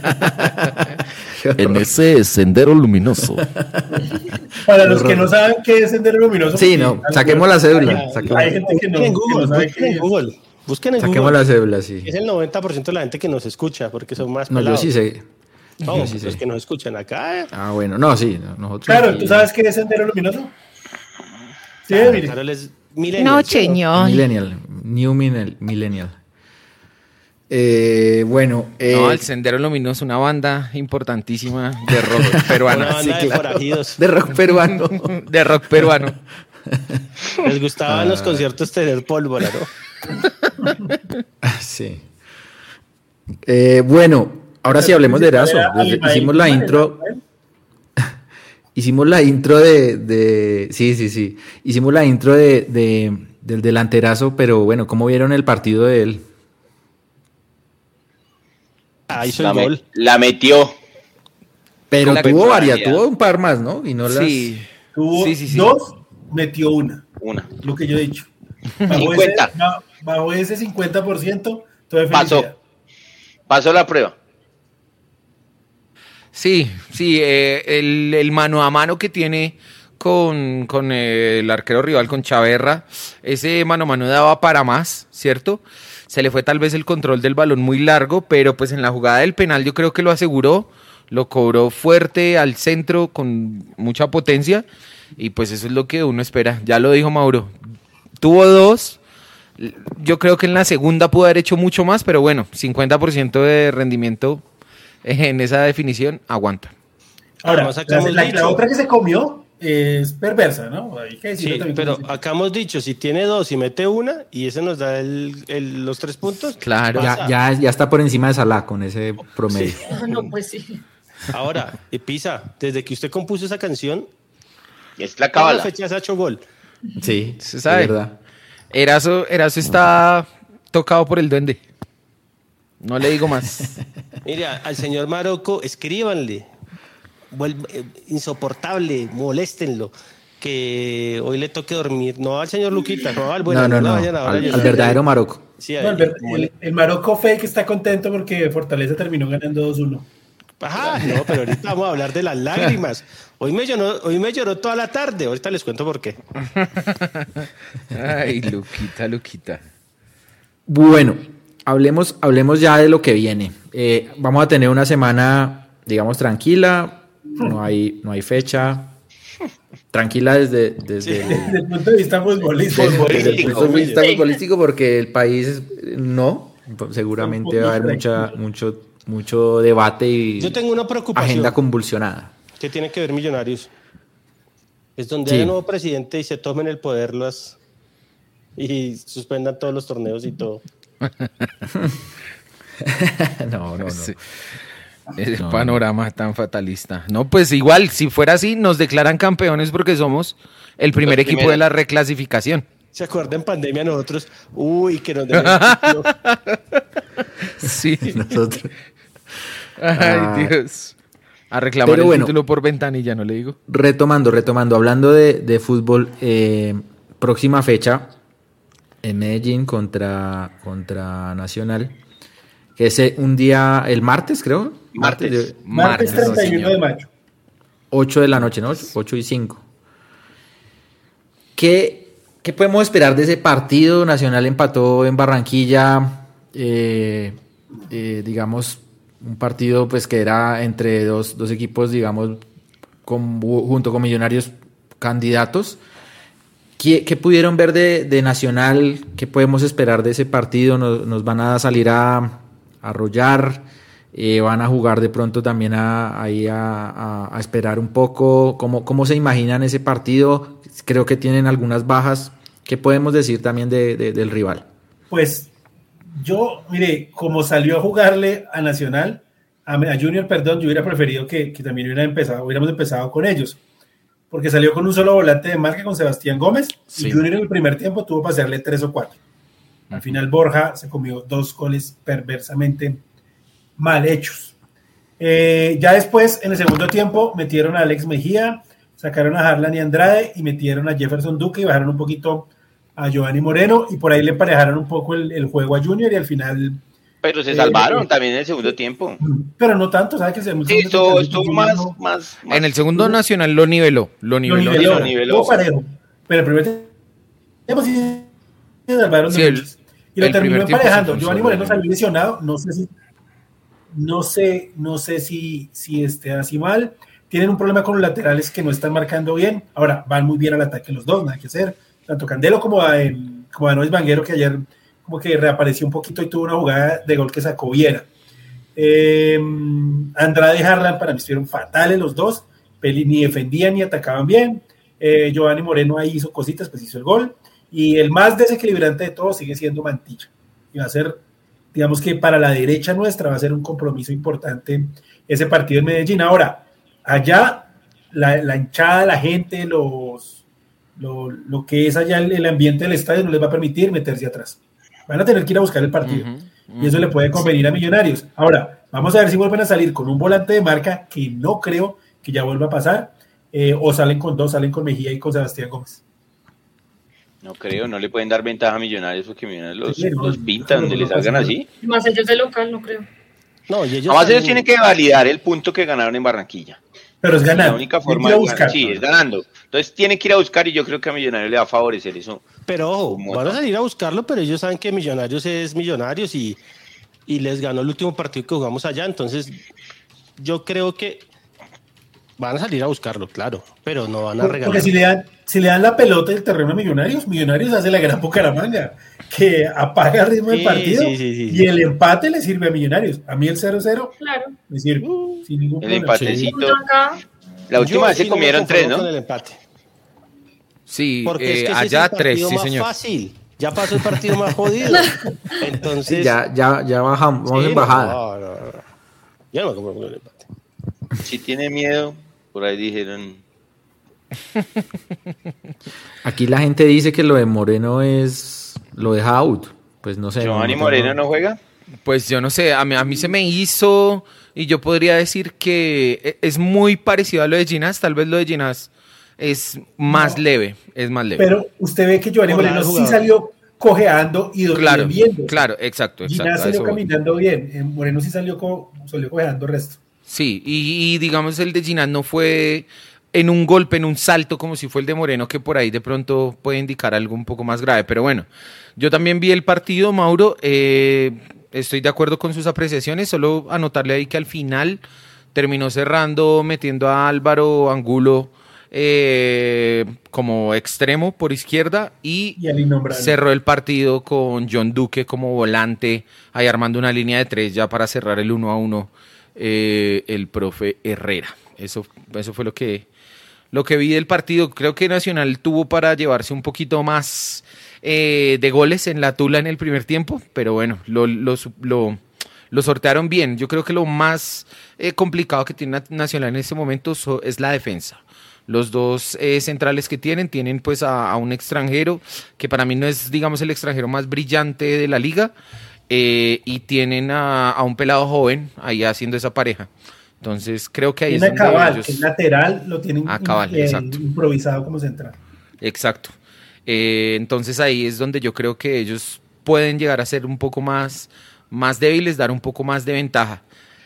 En ese sendero luminoso. Para los que no saben qué es Sendero Luminoso. Sí, porque no, saquemos la cédula. Hay, Saquemos, hay gente que no, Busquen en que Google, no sabe busquen qué en es. Google. Busquen en saquemos Google. la cédula, sí. Es el noventa por ciento de la gente que nos escucha, porque son más No, yo pelados. sí sé. No, Yo sí los sé. que nos escuchan acá. eh. Ah, bueno, no, sí, no, nosotros. Claro, sí. ¿tú sabes qué es Sendero Luminoso? Sí, Ah, mire. Carol es millennial, No, ¿sí o señor. Millennial, New Millennial. millennial. Eh, bueno, eh, No, el Sendero Luminoso, una banda importantísima de rock peruano. Una banda Sí, de claro. forajidos. de rock peruano. De rock peruano. Les gustaba en Ah. los conciertos tener pólvora, ¿no? Sí. Eh, bueno, ahora sí hablemos de Erazo. Desde- hicimos la intro. Hicimos la intro de, de. Sí, sí, sí. Hicimos la intro de, de- del delanterazo, pero bueno, ¿cómo vieron el partido de él? Ah, hizo La, el me- gol. la metió. Pero La tuvo varias, personalidad. tuvo un par más, ¿no? Y no las. Sí. Tuvo Sí, sí, sí. dos, metió una. Una. Lo que yo he dicho. Bajo ese, cincuenta. ba- bajo ese cincuenta por ciento, todo es Pasó. felicidad. Pasó la prueba. Sí, sí, eh, el, el mano a mano que tiene con, con eh, el arquero rival, con Chaverra, ese mano a mano daba para más, ¿cierto? Se le fue tal vez el control del balón muy largo, pero pues en la jugada del penal yo creo que lo aseguró, lo cobró fuerte al centro con mucha potencia y pues eso es lo que uno espera. Ya lo dijo Mauro, tuvo dos, yo creo que en la segunda pudo haber hecho mucho más, pero bueno, cincuenta por ciento de rendimiento en esa definición aguanta. Ahora, Además, acá la, hemos la- dicho- la otra que se comió es perversa, ¿no? Hay que decirlo Sí, también pero como se- acá hemos dicho, si tiene dos y mete una, y ese nos da el, el- los tres puntos. Claro. Ya, pasa. ya, ya está por encima de Salah con ese promedio. Ah, no, pues sí. Ahora, eh, Pisa, desde que usted compuso esa canción, Es la cada cábala. fecha se ha hecho gol. Sí, Se es sabe. verdad. Erazo, Erazo está tocado por el duende. No le digo más. Mire, al señor Marocco, escríbanle. Vuelve- eh, insoportable, moléstenlo. Que hoy le toque dormir. No al señor Luquita, no al bueno. No, no, no. vayan ahora a Al, llorar. al verdadero Marocco. Sí, No, el, ahí, ver- mole- el- el Marocco fake está contento porque Fortaleza terminó ganando dos uno. Ajá, no, pero ahorita vamos a hablar de las lágrimas. Hoy me lloró, hoy me lloró toda la tarde. Ahorita les cuento por qué. Ay, Luquita, Luquita. Bueno, hablemos, hablemos ya de lo que viene. Eh, vamos a tener una semana, digamos, tranquila. No hay, no hay fecha. Tranquila desde, desde, el, Desde el punto de vista futbolístico. desde el punto de vista Sí. futbolístico, porque el país no. Seguramente va a haber mucha, mucho, mucho debate y Yo tengo una preocupación. agenda convulsionada. ¿Qué tiene que ver Millonarios? Es donde Sí. haya nuevo presidente y se tomen el poder las y suspendan todos los torneos y todo. No, no, no. Sí. Ese No. panorama tan fatalista. No, pues igual, si fuera así, nos declaran campeones porque somos el primer Los equipo primeros. de la reclasificación. ¿Se acuerdan en pandemia nosotros? Uy, que nos den el sitio. Sí. Nosotros. Ay, Ah. Dios. A reclamar Pero el bueno. título por ventanilla, no le digo. Retomando, retomando, hablando de, de fútbol, eh, próxima fecha en Medellín contra, contra Nacional, que es eh, un día, el martes creo. Martes. de- Martes Martes, treinta y uno señor. de mayo. ocho de la noche, ¿no? ocho y cinco. ¿Qué, ¿Qué podemos esperar de ese partido? Nacional empató en Barranquilla, eh, eh, digamos, un partido pues que era entre dos, dos equipos, digamos, con- junto con Millonarios candidatos. ¿Qué, qué pudieron ver de, de Nacional? ¿Qué podemos esperar de ese partido? ¿Nos, nos van a salir a, a arrollar? Eh, ¿Van a jugar de pronto también a, ahí a, a- a esperar un poco? ¿Cómo, ¿Cómo se imaginan ese partido? Creo que tienen algunas bajas. ¿Qué podemos decir también de, de- del rival? Pues yo, mire, como salió a jugarle a Nacional, a, a Junior, perdón, yo hubiera preferido que, que también hubiera empezado, hubiéramos empezado con ellos, porque salió con un solo volante de marca con Sebastián Gómez, Sí. y Junior en el primer tiempo tuvo para hacerle tres o cuatro. Al final Borja se comió dos goles perversamente mal hechos. Eh, ya después, en el segundo tiempo, metieron a Alex Mejía, sacaron a Harlan y Andrade y metieron a Jefferson Duque y bajaron un poquito a Giovanni Moreno y por ahí le emparejaron un poco el, el juego a Junior y al final, Pero se Eh, salvaron eh, también en el segundo tiempo. pero no tanto, ¿sabes? Que se Sí, estuvo, estuvo más, más, más- En el segundo Nacional lo niveló. Lo lo niveló. niveló, lo niveló. estuvo parejo, pero el primer tiempo sí se salvaron de Sí, el- muchos. y lo el terminó primer tiempo emparejando. sí fue Giovanni solo Moreno de salió muchos. lesionado, no sé si no sé, no sé si, si esté así mal. Tienen un problema con los laterales que no están marcando bien. Ahora, van muy bien al ataque los dos, nada que hacer. Tanto Candelo como a, em, como a Nois Vanguero, que ayer como que reapareció un poquito y tuvo una jugada de gol que sacó Viera. Eh, Andrade y Harlan para mí estuvieron fatales los dos. Peli ni defendían ni atacaban bien. Eh, Giovanni Moreno ahí hizo cositas, pues hizo el gol. Y el más desequilibrante de todos sigue siendo Mantilla. Y va a ser, digamos que para la derecha nuestra va a ser un compromiso importante ese partido en Medellín. Ahora, allá la, la hinchada, la gente, los, lo, lo que es allá el, el ambiente del estadio no les va a permitir meterse atrás. Van a tener que ir a buscar el partido. Ujú, Y eso ujú. le puede convenir a Millonarios. Ahora, vamos a ver si vuelven a salir con un volante de marca, que no creo que ya vuelva a pasar, eh, o salen con dos, salen con Mejía y con Sebastián Gómez. No creo, no le pueden dar ventaja a Millonarios porque Millonarios los, Sí, no, los pintan donde no, les no salgan pasa así. Más ellos de local, no creo. No, y ellos Además ellos también- tienen que validar el punto que ganaron en Barranquilla. Pero es ganar. La única Hay que forma ir a de buscar. ganar, sí, es ganando. Entonces tienen que ir a buscar y yo creo que a Millonarios le va a favorecer eso. Pero ojo, Como van a tal. salir a buscarlo, pero ellos saben que Millonarios es Millonarios y, y les ganó el último partido que jugamos allá. Entonces, yo creo que van a salir a buscarlo, claro, pero no van a Porque regalar. si le, dan, si le dan la pelota del terreno a Millonarios, Millonarios hace la gran Bucaramanga, que apaga el ritmo del Sí, partido sí, sí, sí, y sí. el empate le sirve a Millonarios. A mí el cero cero Claro. me sirve sin ningún El problema. empatecito. Punto acá. La última Yo vez se sí no me comieron tres, conformo ¿no? con el empate. Sí, Porque eh, es que ese allá es el tres, partido sí, más señor. fácil. Ya pasó el partido más jodido. Entonces, Sí, ya, ya, ya bajamos, vamos sí, en bajada. No, no, no. Yo no me conformo con el empate. Si tiene miedo, por ahí dijeron. Aquí la gente dice que lo de Moreno es, lo deja out. Pues no sé. Giovanni no- Moreno no juega. Pues yo no sé, a mí, a mí se me hizo y yo podría decir que e- es muy parecido a lo de Ginás, tal vez lo de Ginás es más No. leve, es más leve. Pero usted ve que Giovanni Por la Moreno sí jugada. salió cojeando y claro, viendo. claro, exacto, Ginás exacto. a salió eso voy. caminando bien. eh, Moreno sí salió, co salió cojeando el resto. Sí, y, y digamos el de Ginás no fue en un golpe, en un salto como si fue el de Moreno, que por ahí de pronto puede indicar algo un poco más grave. Pero bueno, yo también vi el partido, Mauro, eh, estoy de acuerdo con sus apreciaciones, solo anotarle ahí que al final terminó cerrando, metiendo a Álvaro Angulo eh, como extremo por izquierda y Y al innombrable. cerró el partido con John Duque como volante, ahí armando una línea de tres ya para cerrar el uno a uno eh, el profe Herrera. Eso, eso fue lo que, lo que vi del partido. Creo que Nacional tuvo para llevarse un poquito más eh, de goles en la tula en el primer tiempo, pero bueno, lo, lo, lo, lo sortearon bien. Yo creo que lo más eh, complicado que tiene Nacional en este momento so, es la defensa. Los dos eh, centrales que tienen, tienen pues a, a un extranjero, que para mí no es, digamos, el extranjero más brillante de la liga, eh, y tienen a, a un pelado joven ahí haciendo esa pareja. Entonces creo que ahí tiene es donde Cabal, ellos... que es lateral, lo tienen a Cabal, eh, exacto. improvisado como central. Exacto. Eh, entonces ahí es donde yo creo que ellos pueden llegar a ser un poco más, más débiles, dar un poco más de ventaja.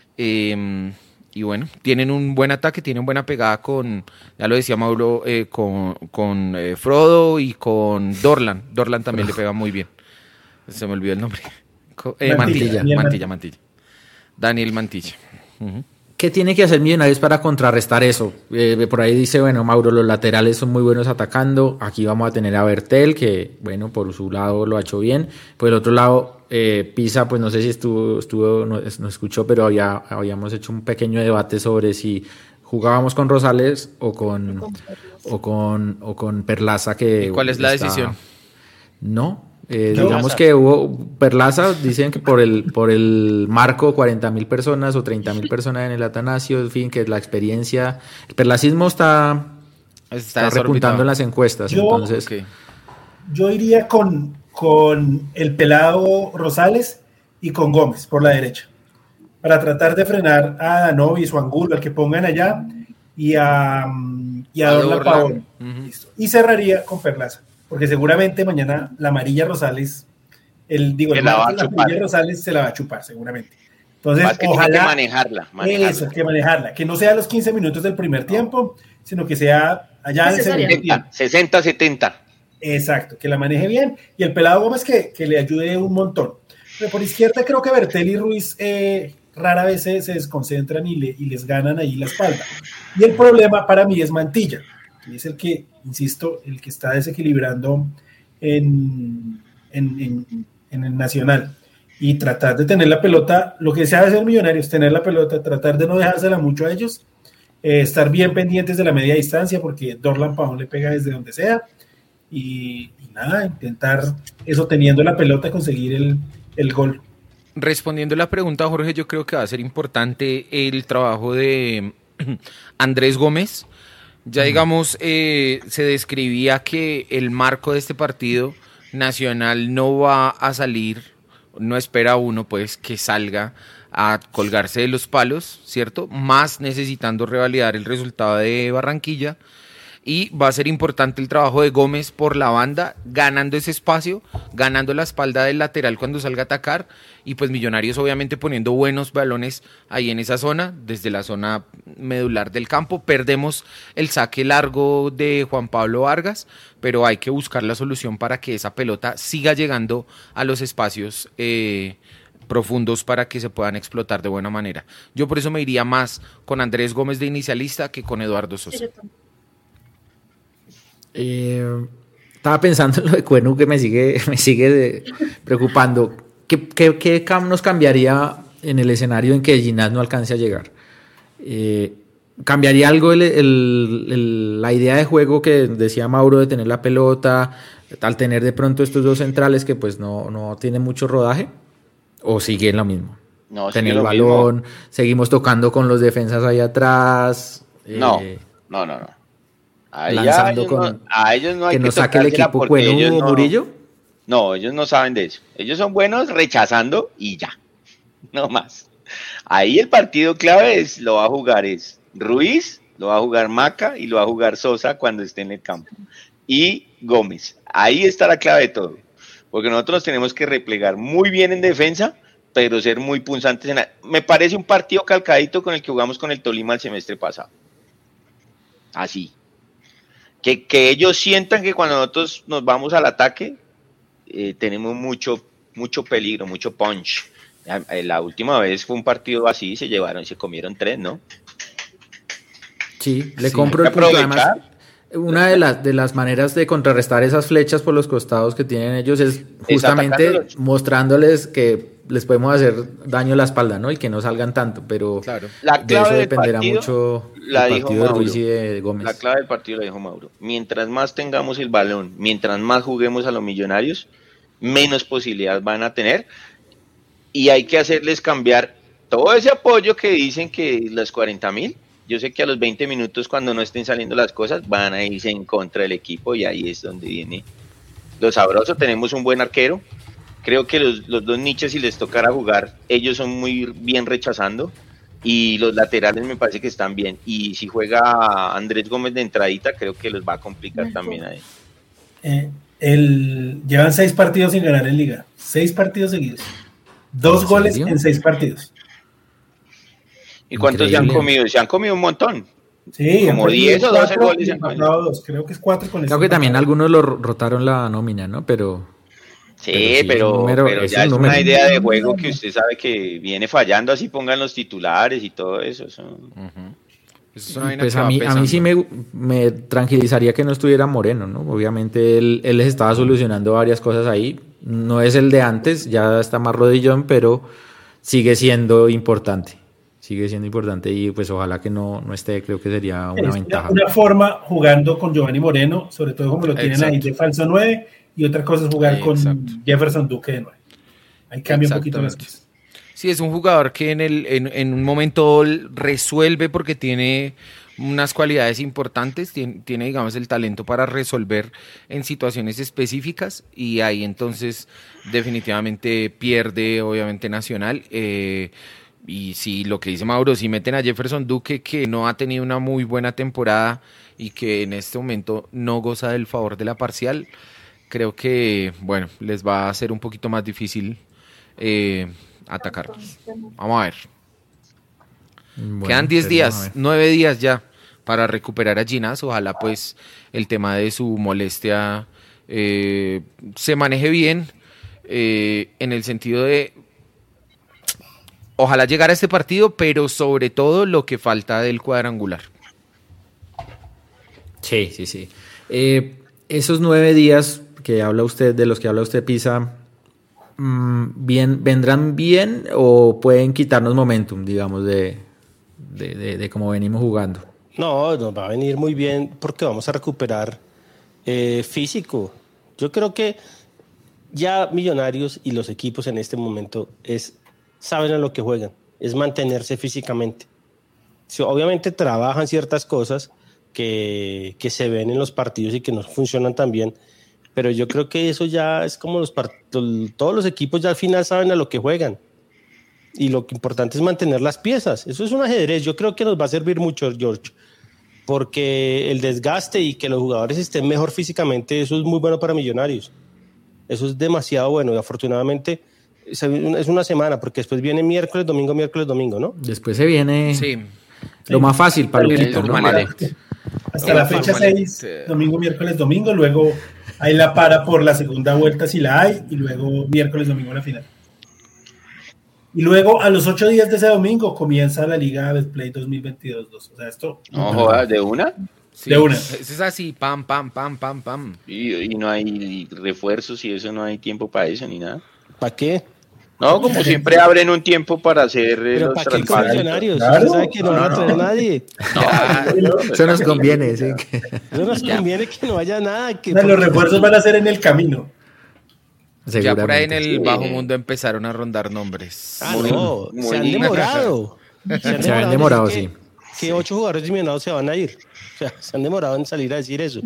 Eh, y bueno, tienen un buen ataque, tienen buena pegada con, ya lo decía Mauro, eh, con, con eh, Frodo y con Dorlan. Dorlan también le pega muy bien. Se me olvidó el nombre. Eh, Mantilla, Mantilla, Mantilla, Mantilla. Daniel Mantilla. Uh-huh. ¿Qué tiene que hacer Millonarios para contrarrestar eso? Eh, por ahí dice, bueno, Mauro, los laterales son muy buenos atacando. Aquí vamos a tener a Bertel, que, bueno, por su lado lo ha hecho bien. Por el otro lado, eh, Pisa, pues no sé si estuvo, estuvo no, no escuchó, pero había, habíamos hecho un pequeño debate sobre si jugábamos con Rosales o con, o con, o con Perlaza. Que, ¿Y cuál es la está... decisión? No. Eh, digamos que hubo Perlaza, dicen que por el por el marco cuarenta mil personas o treinta mil personas en el Atanasio, en fin, que la experiencia, el perlacismo está, está, está repuntando en las encuestas. Yo, entonces okay. yo iría con, con el pelado Rosales y con Gómez por la derecha, para tratar de frenar a Danovis o Angulo, al que pongan allá, y a, y a, a Dorlan Pavón. Uh-huh. Y cerraría con Perlaza. Porque seguramente mañana la amarilla Rosales, el digo, el martes, la amarilla Rosales se la va a chupar, seguramente. Entonces, más que ojalá tiene que manejarla, manejarla. Eso, que manejarla, que no sea los quince minutos del primer tiempo, sino que sea allá en el segundo tiempo. sesenta, setenta. Exacto, que la maneje bien. Y el pelado Gómez que, que le ayude un montón. Pero por izquierda creo que Bertel y Ruiz eh, rara vez se, se desconcentran y, le, y les ganan ahí la espalda. Y el problema para mí es Mantilla, que es el que, insisto, el que está desequilibrando en, en, en, en el Nacional. Y tratar de tener la pelota, lo que se hace ser Millonarios, tener la pelota, tratar de no dejársela mucho a ellos, eh, estar bien pendientes de la media distancia, porque Dorlan Pavón le pega desde donde sea, y, y nada, intentar eso teniendo la pelota, conseguir el, el gol. Respondiendo a la pregunta, Jorge, yo creo que va a ser importante el trabajo de Andrés Gómez. Ya digamos, eh, se describía que el marco de este partido Nacional no va a salir, no espera uno pues que salga a colgarse de los palos, ¿cierto? Más necesitando revalidar el resultado de Barranquilla. Y va a ser importante el trabajo de Gómez por la banda, ganando ese espacio, ganando la espalda del lateral cuando salga a atacar, y pues Millonarios obviamente poniendo buenos balones ahí en esa zona, desde la zona medular del campo. Perdemos el saque largo de Juan Pablo Vargas, pero hay que buscar la solución para que esa pelota siga llegando a los espacios eh, profundos para que se puedan explotar de buena manera. Yo por eso me iría más con Andrés Gómez de inicialista que con Eduardo Sosa. Eh, estaba pensando en lo de Cuenu, que me sigue, me sigue de, preocupando. ¿Qué, qué, qué nos cambiaría en el escenario en que Ginás no alcance a llegar? Eh, ¿Cambiaría algo el, el, el, la idea de juego que decía Mauro de tener la pelota, al tener de pronto estos dos centrales que pues no, no tienen mucho rodaje? ¿O sigue en lo mismo? No, tener el balón, mismo. Seguimos tocando con los defensas ahí atrás. No, eh, no, no, no. A lanzando ellos con no, a ellos no hay que, que nos saque el equipo Cuenu no, Murillo. No, ellos no saben de eso. Ellos son buenos rechazando y ya, no más. Ahí el partido clave es, lo va a jugar es Ruiz, lo va a jugar Maca y lo va a jugar Sosa cuando esté en el campo. Y Gómez. Ahí está la clave de todo. Porque nosotros tenemos que replegar muy bien en defensa, pero ser muy punzantes en la... Me parece un partido calcadito con el que jugamos con el Tolima el semestre pasado. Así. Que, que ellos sientan que cuando nosotros nos vamos al ataque, eh, tenemos mucho, mucho peligro, mucho punch. La, la última vez fue un partido así, se llevaron y se comieron tres, ¿no? Sí, le sí, compro el punto. Además, una de las, de las maneras de contrarrestar esas flechas por los costados que tienen ellos es justamente mostrándoles que les podemos hacer daño a la espalda, ¿no? Y que no salgan tanto, pero claro. de eso dependerá partido, mucho la el partido Mauro, de Ruiz y de Gómez. La clave del partido la dijo Mauro. Mientras más tengamos el balón, mientras más juguemos a los Millonarios, menos posibilidades van a tener. y hay que hacerles cambiar todo ese apoyo que dicen que los cuarenta mil. Yo sé que a los veinte minutos, cuando no estén saliendo las cosas, van a irse en contra del equipo y ahí es donde viene lo sabroso. Tenemos un buen arquero. Creo que los, los dos niches, si les tocara jugar, ellos son muy bien rechazando y los laterales me parece que están bien. Y si juega Andrés Gómez de entradita, creo que los va a complicar también ahí. Eh, el, llevan seis partidos sin ganar en Liga. Seis partidos seguidos. Dos goles en seis partidos. ¿Y cuántos se han comido? Se han comido un montón. Sí, como diez o doce goles. Dos. Creo que es cuatro con Creo que también marcado. Algunos lo rotaron la nómina, ¿no? Pero... Sí, pero, sí, pero, número, pero ya es, es una idea de juego que usted sabe que viene fallando, así pongan los titulares y todo eso. eso. Uh-huh. Eso pues a mí, a mí sí me, me tranquilizaría que no estuviera Moreno, ¿no? Obviamente él, él les estaba solucionando varias cosas ahí. No es el de antes, ya está más rodillón, pero sigue siendo importante. Sigue siendo importante y pues ojalá que no, no esté, creo que sería una es ventaja. Una, una forma jugando con Giovanni Moreno, sobre todo como lo tienen Exacto. ahí de falso nueve, y otra cosa es jugar Exacto. con Jefferson Duque de nueve. Ahí cambia un poquito las cosas. Sí, es un jugador que en, el, en, en un momento resuelve porque tiene unas cualidades importantes, tiene, tiene digamos el talento para resolver en situaciones específicas y ahí entonces definitivamente pierde obviamente Nacional. Eh, Y sí, lo que dice Mauro, si meten a Jefferson Duque, que no ha tenido una muy buena temporada y que en este momento no goza del favor de la parcial, creo que, bueno, les va a ser un poquito más difícil eh, atacarlos. Vamos a ver. Bueno, quedan diez días, nueve días ya para recuperar a Ginás. Ojalá pues el tema de su molestia eh, se maneje bien eh, en el sentido de... Ojalá llegara a este partido, pero sobre todo lo que falta del cuadrangular. Sí, sí, sí. Eh, esos nueve días que habla usted, de los que habla usted, Pisa, bien, ¿vendrán bien o pueden quitarnos momentum, digamos, de, de, de, de cómo venimos jugando? No, nos va a venir muy bien porque vamos a recuperar eh, físico. Yo creo que ya Millonarios y los equipos en este momento es... saben a lo que juegan, es mantenerse físicamente. Sí, obviamente trabajan ciertas cosas que, que se ven en los partidos y que no funcionan tan bien, pero yo creo que eso ya es como los part- todos los equipos ya al final saben a lo que juegan y lo que importante es mantener las piezas. Eso es un ajedrez, yo creo que nos va a servir mucho, George, porque el desgaste y que los jugadores estén mejor físicamente, eso es muy bueno para Millonarios, eso es demasiado bueno y afortunadamente es una semana, porque después viene miércoles, domingo, miércoles, domingo, ¿no? Después se viene sí. lo más fácil para Luquito, ¿no? Hasta el la fecha seis, domingo, miércoles, domingo, luego hay la para por la segunda vuelta si la hay, y luego miércoles, domingo la final. Y luego a los ocho días de ese domingo comienza la Liga Betplay dos mil veintidós dos. O sea, esto... No jodas, ¿de una? Sí, de una. Es así, pam, pam, pam, pam, pam. Y, y no hay refuerzos y eso, no hay tiempo para eso ni nada. ¿Para qué? No, como siempre abren un tiempo para hacer ¿Pero los para qué con Millonarios? Claro. ¿Sabe que no, no van a traer nadie? No, eso nos conviene, sí. Eso nos conviene que no haya nada. Que o sea, los refuerzos van a ser en el camino. Ya por ahí en el bajo mundo empezaron a rondar nombres. Ah, no, muy, se han demorado. Se han demorado, se han demorado sí. Que, que ocho jugadores disminuidos se van a ir. O sea, se han demorado en salir a decir eso.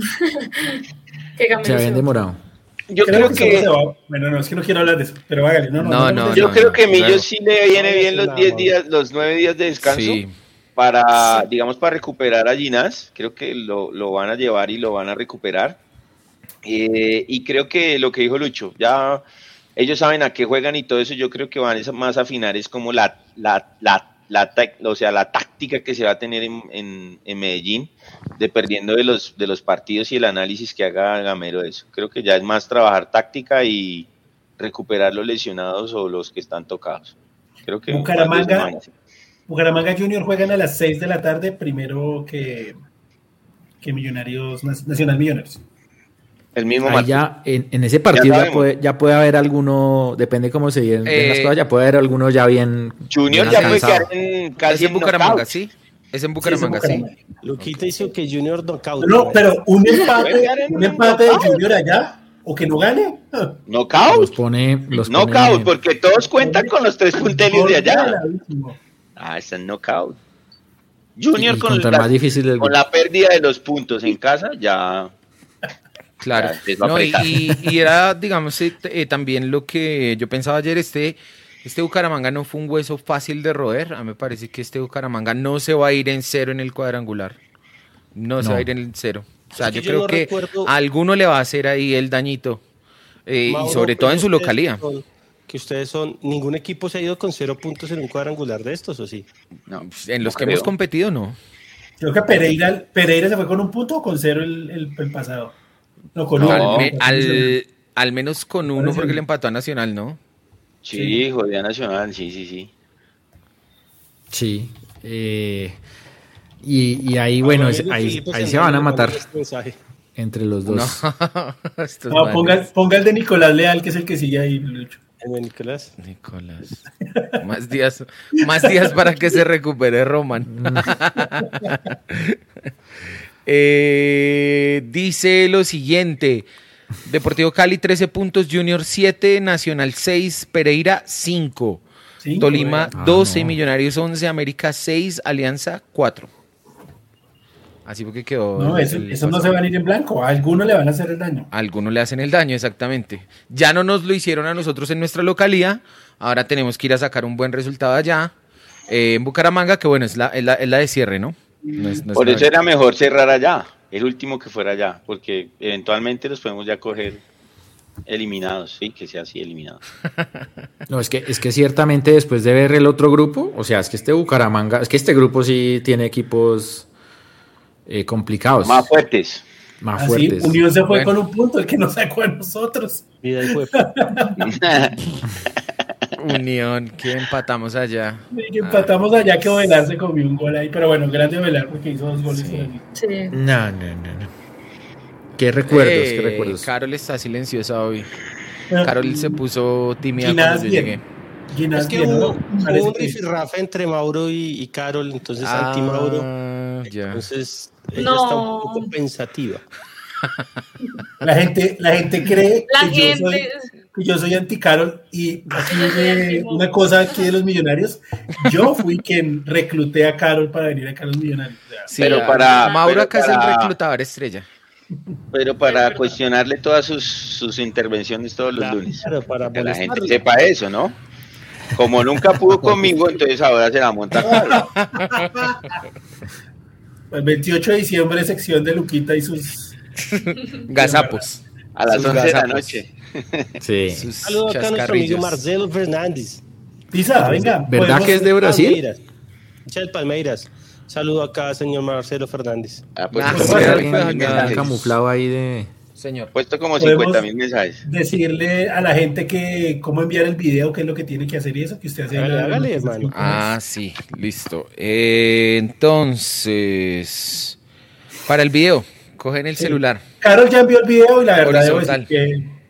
Se habían demorado. Yo creo, creo que... que... Bueno, no, es que no quiero hablar de eso, pero hágale. No, no, no, no, no, yo no, creo no, que Millos luego. sí le viene bien los diez días, los nueve días de descanso sí. para, digamos, para recuperar a Ginás. Creo que lo, lo van a llevar y lo van a recuperar. Eh, y creo que lo que dijo Lucho, ya ellos saben a qué juegan y todo eso. Yo creo que van a más a afinar es como la, la, la, la, o sea, la táctica que se va a tener en, en, en Medellín, dependiendo de los, de los partidos y el análisis que haga Gamero de eso. Creo que ya es más trabajar táctica y recuperar los lesionados o los que están tocados. Creo que Bucaramanga, Bucaramanga Junior juegan a las seis de la tarde, primero que, que Millonarios, Nacional Millonarios. El mismo Ahí ya en, en ese partido ya, ya, puede, ya puede haber alguno, depende cómo se den eh, las cosas, ya puede haber alguno ya bien. Junior bien ya puede quedar en casi en Bucaramanga, ¿sí? Es en Bucaramanga, sí. Luquita hizo que Junior knockout. No, no, pero un empate, un empate de Junior allá o que no gane. Los Knockout. pone, los Knockout, pone- porque todos cuentan con los tres puntelios de allá. Regaladísimo. Ah, está en knockout. Junior y con, contra el la, más difícil del con grupo. la pérdida de los puntos en casa, ya. Claro. Ya empezó a No, y, apretar. y- y era, digamos, eh, t- eh, también lo que yo pensaba ayer, este, este Bucaramanga no fue un hueso fácil de roer. A mí me parece que este Bucaramanga no se va a ir en cero en el cuadrangular. No, se No. va a ir en cero. O sea, Es que yo yo creo no que recuerdo- a alguno le va a hacer ahí el dañito. Eh, y Mauro, sobre todo en su ustedes localidad. son- que ustedes son, ningún equipo se ha ido con cero puntos en un cuadrangular de estos, ¿o sí? No, En los no que creo. hemos competido, no. Creo que Pereira, Pereira se fue con un punto o con cero el, el, el pasado. No, con No. uno. al, me- al- al menos con uno parece porque bien. le empató a Nacional, ¿no? Sí, jodía Nacional, sí, sí, sí. Sí. eh, y, y ahí, bueno, Ah, es- los ahí, equipos ahí en se van a medio matar mandan este mensaje. entre los dos. No, estos No, manes. ponga, ponga el de Nicolás Leal, que es el que sigue ahí, Lucho. Eh, Nicolás. Nicolás. Más días, más días para que se recupere Roman. Eh, dice lo siguiente: Deportivo Cali trece puntos, Junior siete, Nacional seis, Pereira cinco, Cinco, Tolima Ah, doce, no. Millonarios once, América seis, Alianza cuatro. Así porque quedó. No, eso, el- eso no se van a ir en blanco. A algunos le van a hacer el daño. A algunos le hacen el daño, exactamente. Ya no nos lo hicieron a nosotros en nuestra localía. Ahora tenemos que ir a sacar un buen resultado allá. eh, en Bucaramanga, que bueno, es la, es la, es la de cierre, ¿no? No es- no es Por la eso de- era mejor cerrar allá, el último que fuera allá, porque eventualmente los podemos ya coger eliminados, sí, que sea así eliminados. No, es que, es que ciertamente después de ver el otro grupo, o sea, es que este Bucaramanga, es que este grupo sí tiene equipos eh, complicados, Más fuertes. más Así, fuertes. Unión se fue Bueno. con un punto, el que nos sacó a nosotros. Vida y fue. Unión, que empatamos allá. Y que empatamos allá que Velar se comió un gol ahí. Pero bueno, grande Velar porque hizo dos goles. Sí. Sí. No, no, no, no. Qué recuerdos, Eh, qué recuerdos. Carol está silenciosa hoy. Bueno, Carol se puso tímida Ginás cuando yo bien. llegué. Ginás Es que bien, hubo, ¿no? hubo Parece un que- rifirrafe entre Mauro y, y Carol, entonces anti-Mauro. Ah, ya. Entonces ella No. está un poco pensativa. La gente, la gente cree La que, yo soy, gente. que yo soy anti-Carol y aquí Yo soy eh, anti-Mo. una cosa aquí de los millonarios. Yo fui quien recluté a Carol para venir acá a los millonarios. O sea, Sí, Pero a- para- Mauro pero acá es el para- reclutador estrella. Pero para cuestionarle todas sus, sus intervenciones todos los Claro, lunes. para Que la gente molestarlo. sepa eso, ¿no? Como nunca pudo conmigo, entonces ahora se la monta. el veintiocho de diciembre, sección de Luquita y sus. Gazapos. A las Sus once de la gazapos. noche. Sí. Sus Saludos acá a nuestro amigo chascarrillos. Marcelo Fernández. Pisa, venga. ¿Verdad podemos- que es de Brasil? Palmeiras. Hincha del Palmeiras. Saludo acá, señor Marcelo Fernández. Ha puesto Ah, como sí, Hay cincuenta alguien mil alguien mensajes. camuflado ahí de... Señor. Puesto como Podemos- cincuenta mil mensajes. Decirle a la gente que cómo enviar el video, qué es lo que tiene que hacer y eso, que usted hace. Hágale, la- hágale, la- hermano. Ah, sí, listo. Eh, entonces, para el video, cogen el Sí. celular. Carol ya envió el video y la verdad debo Horizontal. decir que.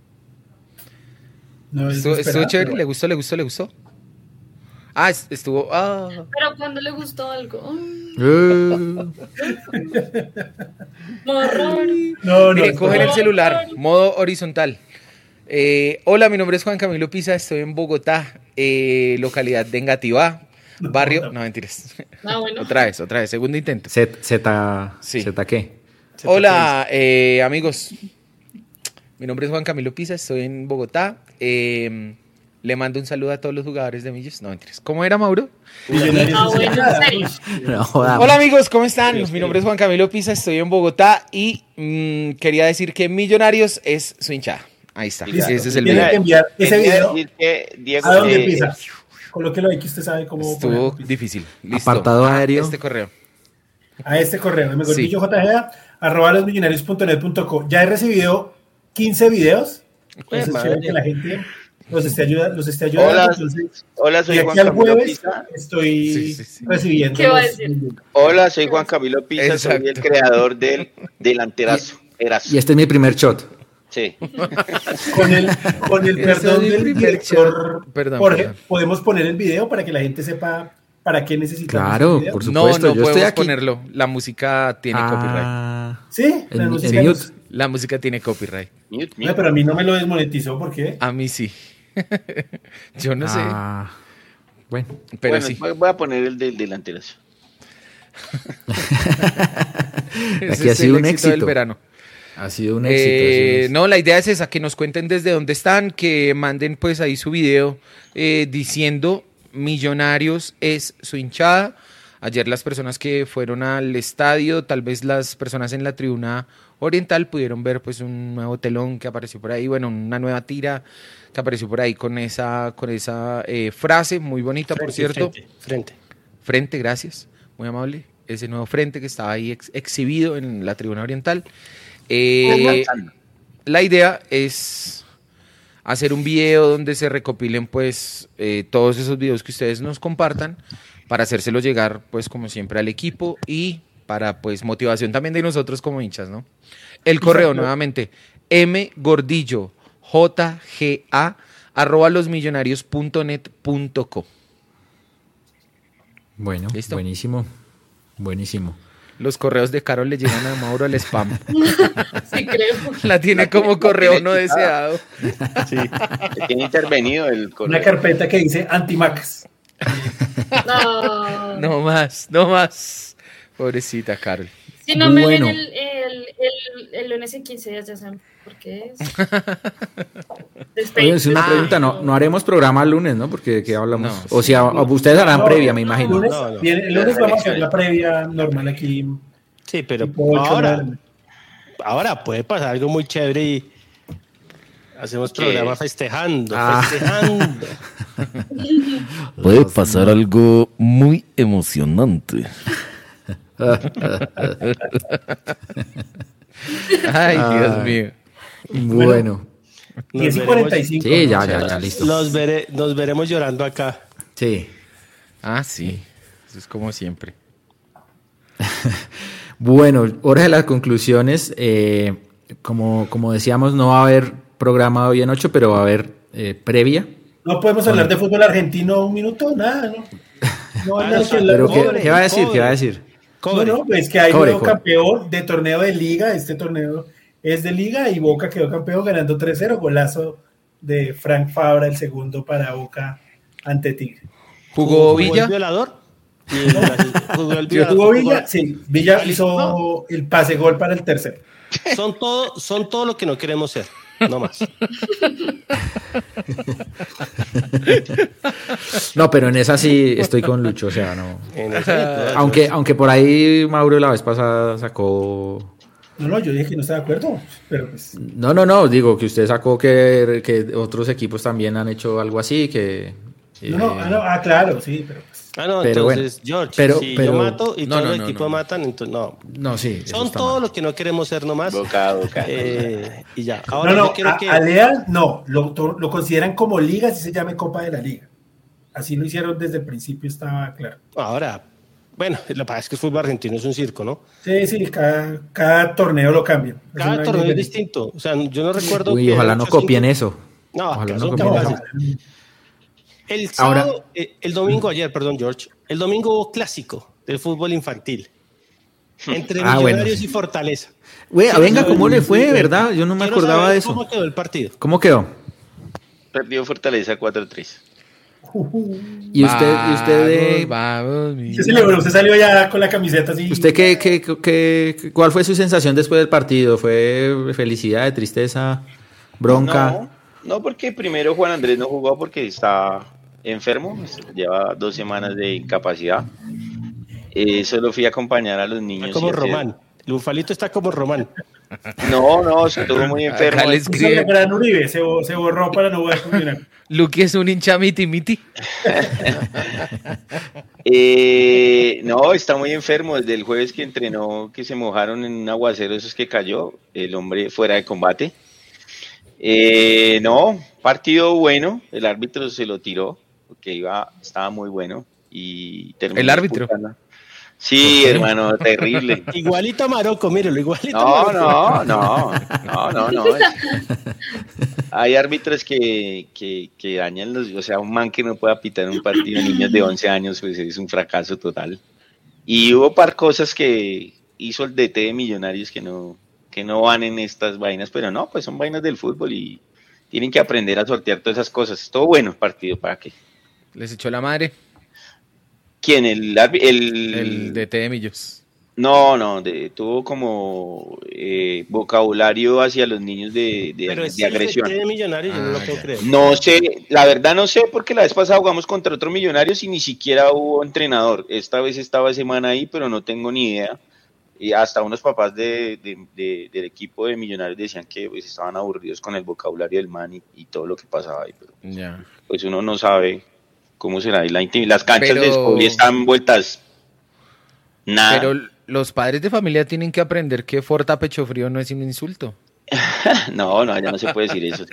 No es Estuvo, de estuvo esperar, chévere, pero le gustó, le gustó, le gustó. Ah, es- estuvo. Ah, Pero cuando le gustó algo. Ay, Eh, más raro. No, no. miren, es cogen el verdad. celular, modo horizontal. Eh, hola, mi nombre es Juan Camilo Pisa, estoy en Bogotá, eh, localidad de Engativá, barrio. No, mentiras. Ah, bueno. Otra vez, otra vez, segundo intento. Z, Z, Sí. Z qué. Hola, eh, amigos. Mi nombre es Juan Camilo Pisa, estoy en Bogotá. Eh, le mando un saludo a todos los jugadores de Millos. No, mentiras. ¿Cómo era, Mauro? Millonarios Ah, es bueno, nada. en serio. No, joda. Hola, amigos, ¿cómo están? Mi nombre es Juan Camilo Pisa, estoy en Bogotá y mm, quería decir que Millonarios es su hinchada. Ahí está, Listo. ese es el Tiene video. que enviar ese Quería video. decir que Diego, ¿A dónde eh, empieza? Colóquelo ahí que usted sabe cómo. Estuvo ponerlo. difícil. Listo. Apartado Ah, aéreo. Este correo. A este correo, Sí. mejordicho jg, arroba losmillonarios punto net punto co. Ya he recibido quince videos. Entonces, madre. chévere que la gente los esté, ayuda, los esté ayudando. Hola, Entonces, hola, y soy aquí Juan al Camilo jueves Pisa. estoy Sí, sí, sí. recibiendo. ¿Qué va a los- decir? Hola, soy Juan Camilo Pisa, soy el Exacto. creador del delanterazo. Erazo. Y este es mi primer shot. Sí. Con el, con el Ese perdón es mi del primer director shot. Perdón, Jorge, perdón. podemos poner el video para que la gente sepa ¿para qué necesitamos Claro, ese video? por No, supuesto, no yo estoy podemos aquí. ponerlo. La música tiene copyright. Ah, Sí, la en, música en no- mute. La música tiene copyright. Mute, mute. No, pero a mí no me lo desmonetizó, ¿por qué? A mí sí. Yo no sé. Ah, bueno. Pero bueno, sí. voy- voy a poner el del delanterazo. Ese Aquí ha es sido el un éxito del éxito. verano. Ha sido un éxito. Eh, ha sido un éxito. no, la idea es esa, que nos cuenten desde dónde están, que manden pues ahí su video eh, diciendo Millonarios es su hinchada. Ayer las personas que fueron al estadio, tal vez las personas en la tribuna oriental pudieron ver pues un nuevo telón que apareció por ahí, bueno, una nueva tira que apareció por ahí con esa, con esa eh, frase muy bonita, por Frente, cierto. Frente, frente. Frente, gracias, muy amable. Ese nuevo frente que estaba ahí ex- exhibido en la tribuna oriental. Eh, la idea es hacer un video donde se recopilen pues eh, todos esos videos que ustedes nos compartan para hacérselo llegar pues como siempre al equipo y para pues motivación también de nosotros como hinchas, ¿no? El correo nuevamente, mgordillo, J G A, arroba losmillonarios punto net punto co. Bueno, ¿Listo? buenísimo. Buenísimo. Los correos de Carol le llegan a Mauro al spam. Sí, creo. La tiene como correo no deseado. Sí. Tiene intervenido el correo. Una carpeta que dice antimacas. No. No más, no más. Pobrecita Carol. Si no me Bueno. ven el, el, el, el lunes en quince días, ya saben por qué es. Oye, es una Ah. pregunta, no, no haremos programa el lunes, ¿no? Porque ¿qué hablamos? No, o sea, ustedes harán No, previa, me El imagino. lunes, No, no. viene- el lunes vamos a hacer la previa normal aquí. Sí, pero tipo ocho, ahora, nueve. ahora puede pasar algo muy chévere y hacemos ¿Qué? programa festejando, Ah. festejando. Puede pasar algo muy emocionante. Ay, Dios Ah. mío. Bueno. Nos diez y veremos- cuarenta y cinco. Sí, ¿no? ya, ya, ya, listo. Nos, vere- nos veremos llorando acá. Sí. Ah, sí. Eso es como siempre. Bueno, hora de las conclusiones. Eh, como, como decíamos, no va a haber programa hoy en ocho, pero va a haber eh, previa. No podemos hablar de fútbol argentino un minuto, nada, ¿no? No hay Ah, nada no, que hablar. Pero ¿qué, Cobre, qué va a decir? cobre. ¿Qué va a decir? No, Cobre. no, pues que hay Cobre, nuevo cobre. campeón de torneo de liga. Este torneo es de liga y Boca quedó campeón ganando tres cero. Golazo de Frank Fabra, el segundo para Boca ante Tigre. ¿Jugó el Villa? violador? Y el Brasil- jugó el violador. ¿Jugó Villa? Jugó- Sí, Villa Ah, hizo el pase gol para el tercero. Son todo, son todo lo que no queremos ser. No más. No, pero en esa sí estoy con Lucho, o sea, no. En ese- no, Aunque, aunque por ahí Mauro la vez pasada sacó. No, no, yo dije que no estaba de acuerdo, pero pues. No, no, no, digo que usted sacó que, que otros equipos también han hecho algo así, que. No, no, eh, ah, no, ah, claro, sí, pero pues. Ah, no, Pero entonces, bueno, George, pero- si pero- yo mato y No, todo no, el no, equipo no, no. matan, entonces no. No, sí. eso Son está todo mal. lo que no queremos ser nomás. Boca, boca. Eh, y ya. Ahora no, no, yo quiero a, que. a Leal no, lo, to- lo consideran como liga si se llame Copa de la Liga. Así lo hicieron desde el principio, estaba claro. Ahora, bueno, lo que pasa es que el fútbol argentino es un circo, ¿no? Sí, sí, cada, cada torneo lo cambian. Es Cada una torneo es liga. distinto. O sea, yo no recuerdo. Uy, que ojalá no ocho, cinco- copien eso. No, Ojalá que no son copien No, eso. capaces. El Ahora- sábado, eh, el domingo ayer, perdón, George. El domingo hubo clásico del fútbol infantil. Entre Ah, Millonarios bueno. y Fortaleza. Güey, Sí, venga, no, ¿cómo no, le no, fue, no, verdad? Yo no me Quiero acordaba saber de eso. ¿Cómo quedó el partido? ¿Cómo quedó? Perdió Fortaleza cuatro tres. Y usted, y usted, eh, Vamos, vamos, mi- ¿Qué celebró? Usted salió ya con la camiseta así. ¿usted qué, qué, qué- qué- cuál fue su sensación después del partido? ¿Fue felicidad, tristeza, bronca? No, no, porque primero Juan Andrés no jugó porque está enfermo, lleva dos semanas de incapacidad. Eh, solo fui a acompañar a los niños. Está como y hacer- Román. El bufalito está como Román. No, no, estuvo muy enfermo. Acá le Puso escribe, la gran Uribe, se, bo- se borró para no jugar con Millonarios. Luqui es un hincha miti miti. Eh, no, está muy enfermo. Desde el jueves que entrenó, que se mojaron en un aguacero, esos que cayó, el hombre fuera de combate. Eh, no, partido bueno. El árbitro se lo tiró, porque iba, estaba muy bueno. Y terminó ¿El árbitro? expulsando. Sí, hermano, terrible. Igualito a Marocco, mírelo, igualito No, a Marocco. no, no, no, no, no. es- Hay árbitros que, que, que dañan los, o sea, un man que no pueda pitar un partido de niños de once años, pues es un fracaso total. Y hubo par cosas que hizo el D T de Millonarios que no, que no van en estas vainas, pero no, pues son vainas del fútbol y tienen que aprender a sortear todas esas cosas. Estuvo bueno el partido, ¿para qué? Les echó la madre ¿Quién? El, arbi- el, el D T de Millos. No, no, de, tuvo como eh, vocabulario hacia los niños de, de, Pero es de agresión. el de Millonarios, yo no lo Ah, puedo ya. creer. No sé, la verdad no sé, porque la vez pasada jugamos contra otro Millonarios y ni siquiera hubo entrenador. Esta vez estaba ese man ahí, pero no tengo ni idea. Y hasta unos papás de, de- de- del equipo de Millonarios decían que pues, estaban aburridos con el vocabulario del man y, y todo lo que pasaba ahí. Pero Ya. pues uno no sabe cómo será ahí la intimidad. Las canchas Pero- de Escoli están vueltas nada. Pero los padres de familia tienen que aprender que Forta Pecho Frío no es un insulto. No, no, ya no se puede decir eso.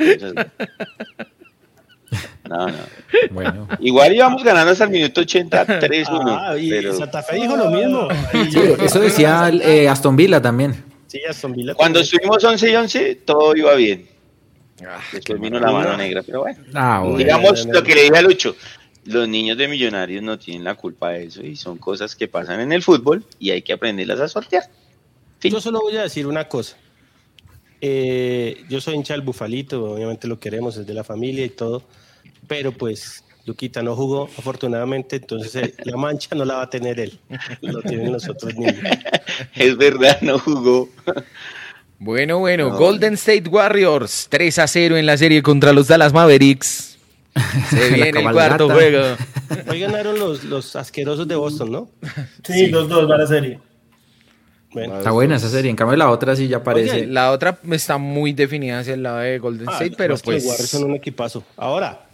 No, no. Bueno. Igual íbamos ganando hasta el minuto ochenta, tres uno. Ah, y pero Santa Fe dijo lo mismo. Sí, eso decía eh, Aston Villa también. Sí, Aston Villa cuando también. estuvimos once y once, todo iba bien. Ah, Después vino la mano negra, pero bueno. Ah, bueno. Digamos lo que le dije a Lucho. Los niños de Millonarios no tienen la culpa de eso y son cosas que pasan en el fútbol y hay que aprenderlas a sortear. Fin. Yo solo voy a decir una cosa. Eh, yo soy hincha del Bufalito, obviamente lo queremos, es de la familia y todo, pero pues Luquita no jugó, afortunadamente, entonces eh, la mancha no la va a tener él, lo tienen los otros niños. Es verdad, no jugó. Bueno, bueno, No. Golden State Warriors tres a cero en la serie contra los Dallas Mavericks. Se La viene el cabalgata. cuarto juego. Hoy ganaron los, los asquerosos de Boston, ¿no? Sí, los dos van a serie. Bueno, Está buena esa serie. En cambio, la otra sí ya parece. Oye, La otra está muy definida hacia el lado de Golden ah, State, pero es que los Warriors pues son un equipazo. Ahora,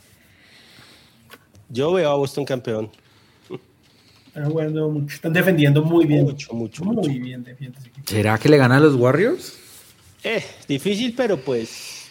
yo veo a Boston campeón. Están jugando mucho. Están defendiendo muy bien. Mucho, mucho, Muy mucho. bien defienden ese equipo. ¿Será que le ganan a los Warriors? Eh, difícil, pero pues...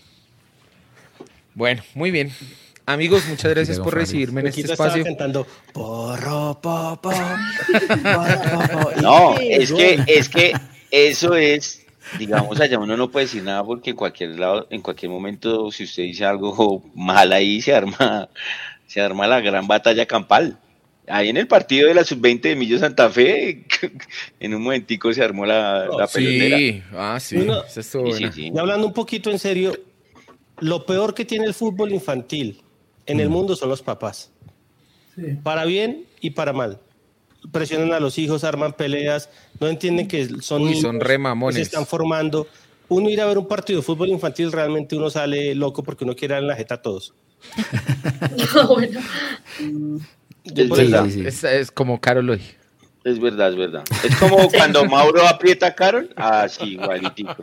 bueno, muy bien. Amigos, muchas gracias Llegó por Fabi. recibirme en este Luquita estaba espacio. cantando porro, po, po, porro, po, po. No, Y es gol. que, es que eso es, digamos, allá uno no puede decir nada porque en cualquier lado, en cualquier momento, si usted dice algo mal ahí, se arma, se arma la gran batalla campal. Ahí en el partido de la sub veinte de Millo Santa Fe, en un momentico se armó la, la pelotera. Sí, ah, sí, Uno- esa estuvo Sí, sí, buena. sí. Y hablando un poquito en serio, lo peor que tiene el fútbol infantil en el mundo son los papás. Sí. Para bien y para mal. Presionan a los hijos, arman peleas, no entienden que son Uy, niños son re que mamones. se están formando. Uno ir a ver un partido de fútbol infantil, realmente uno sale loco porque uno quiere dar en la jeta a todos. Bueno, Yo Es por Sí, eso- verdad. sí, sí. Es, es como Carol hoy. Es verdad, es verdad. Es como cuando Mauro aprieta a Carol, así, igualitico.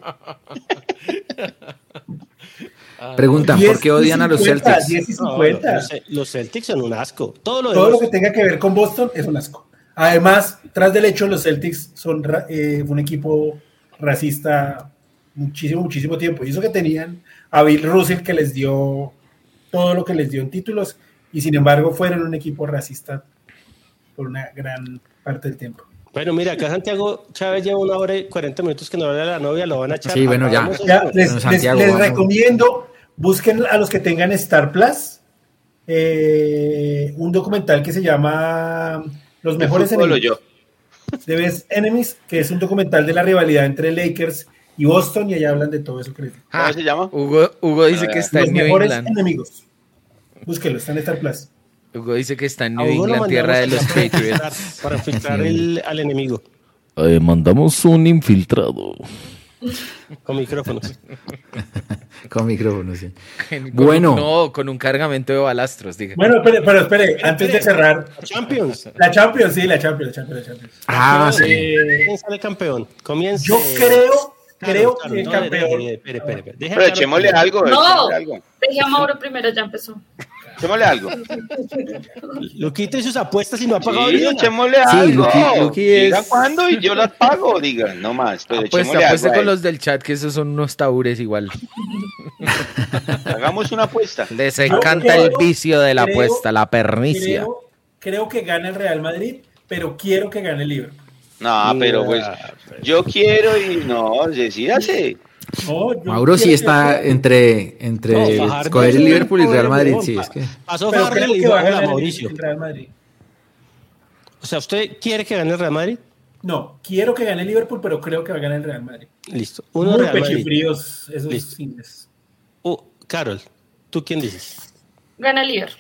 Preguntan, diez ¿por qué odian a los cincuenta, Celtics? diez y No, cincuenta. los, los Celtics son un asco. Todo lo Todo demás. lo que tenga que ver con Boston es un asco. Además, tras del hecho, los Celtics son ra- eh, un equipo racista muchísimo, muchísimo tiempo. Y eso que tenían a Bill Russell, que les dio todo lo que les dio en títulos, y sin embargo fueron un equipo racista por una gran parte del tiempo. Bueno, mira, acá Santiago Chávez lleva una hora y cuarenta minutos que no habla de la novia, lo van a echar. Sí, bueno, ya. Acabamos Ya, esto. les, Bueno, les- Santiago, les vamos. recomiendo, busquen a los que tengan Star Plus, eh, un documental que se llama Los Mejores Fútbol o Enemigos. yo. The Best Enemies, que es un documental de la rivalidad entre Lakers y Boston, y allá hablan de todo eso que les digo. ¿Cómo se llama? Hugo, Hugo dice Ah, que está Los en New Mejores England. Enemigos. Búsquelo, está en Star Plus. Hugo dice que está en A New Hugo lo England, tierra de los mandamos allá para Patriots. filtrar- Para filtrar el- al enemigo Eh, mandamos un infiltrado. con micrófonos. Con micrófono, sí. Con- Bueno. No, con un cargamento de balastros, diga. Bueno, pero, pero espere, antes de cerrar, Champions. la Champions, sí, la Champions, la Champions, la Champions. Ah, sí. Eh, ¿Quién sale campeón? Comienza. yo creo, creo Claro, que el no, campeón. Espere, espere, espere, espere. Deja Pero claro echémosle primero. algo, no, echémosle algo. dejé a Mauro primero, ya empezó. Echémosle algo. Lo quite sus apuestas y no ha pagado Sí, ni una. echémosle Sí, algo. Luqui- Luqui Diga es- cuándo y yo las pago, digan, no más. Pero Apuesta, echémosle apuesta algo. con a los del chat, que esos son unos taures igual. él. Hagamos una apuesta. Les encanta el vicio de la creo- apuesta, la pernicia. Creo, creo que gana el Real Madrid, pero quiero que gane el Liverpool. No, pero pues yo quiero y no, decídase. No, yo Mauro sí quiero está que- entre, entre No, Fajardo escoger es el un Liverpool y el Real pobre Madrid. huevón, Sí, pa- es que... Pasó pero Fajardo creo y que va a dijo, ganar hola, el- Mauricio. el Real Madrid. O sea, ¿usted quiere que gane el Real Madrid? No, quiero que gane el Liverpool, pero creo que va a ganar el Real Madrid. Listo. Uno Muy Real Madrid. pechifríos esos Listo. fines. Oh, Carol, ¿tú quién dices? Gana el Liverpool.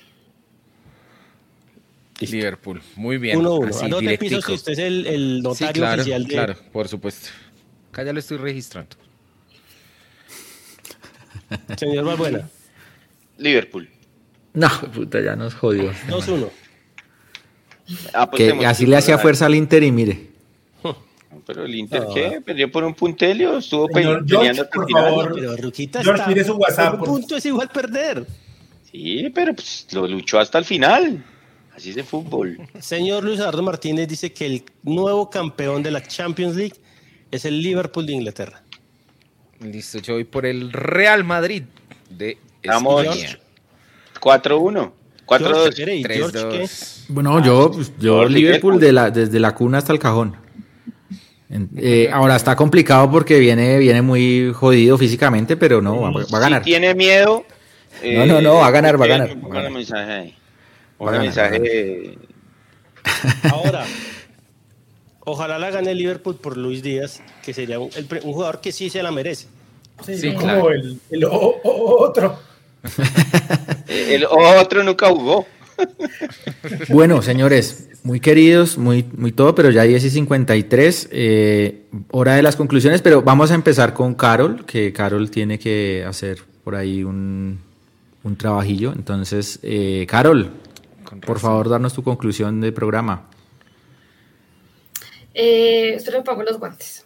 Listo. Liverpool, muy bien. Uno, uno. Así, Anote directico. pisos que usted es el, el notario Sí, claro, oficial de... claro, por supuesto. Acá ya lo estoy registrando. Señor Balbuena, Liverpool. No, puta, ya nos jodió. dos uno. Apostemos Que así que le va a hacía ganar. fuerza al Inter y mire. No, pero el Inter, No. ¿qué? Perdió por un puntelio, estuvo pe- Señor peleando George, hasta por el final. favor. Pero Ruquita George, está... mire su WhatsApp, Un por- punto es igual perder. Sí, pero pues, lo luchó hasta el final. Así es el fútbol. Señor Luis Eduardo Martínez dice que el nuevo campeón de la Champions League es el Liverpool de Inglaterra. Listo, yo voy por el Real Madrid de Vamos. España. cuatro uno. cuatro George, dos. ¿quiere? ¿Y tres George qué? dos. Bueno, yo, pues, yo Por Liverpool Liverpool. de la, desde la cuna hasta el cajón. En- eh, ahora está complicado porque viene, viene muy jodido físicamente, pero no, va, va a ganar. Si tiene miedo. No, no, no, va a ganar, va a ganar, va a Ponga ganar. el mensaje ahí. Va Ponga a el ganar, va a mensaje. Ahora, ojalá la gane el Liverpool por Luis Díaz, que sería un, el pre- un jugador que sí se la merece. Sí, Sí, no claro. como el, el o- o- otro. El otro nunca jugó. Bueno, señores, muy queridos, muy, muy todo, pero ya diez y cincuenta y tres, eh, hora de las conclusiones, pero vamos a empezar con Carol, que Carol tiene que hacer por ahí un, un trabajillo. Entonces, eh, Carol, Con por razón. favor, darnos tu conclusión del programa. Eh, esto le pongo los guantes.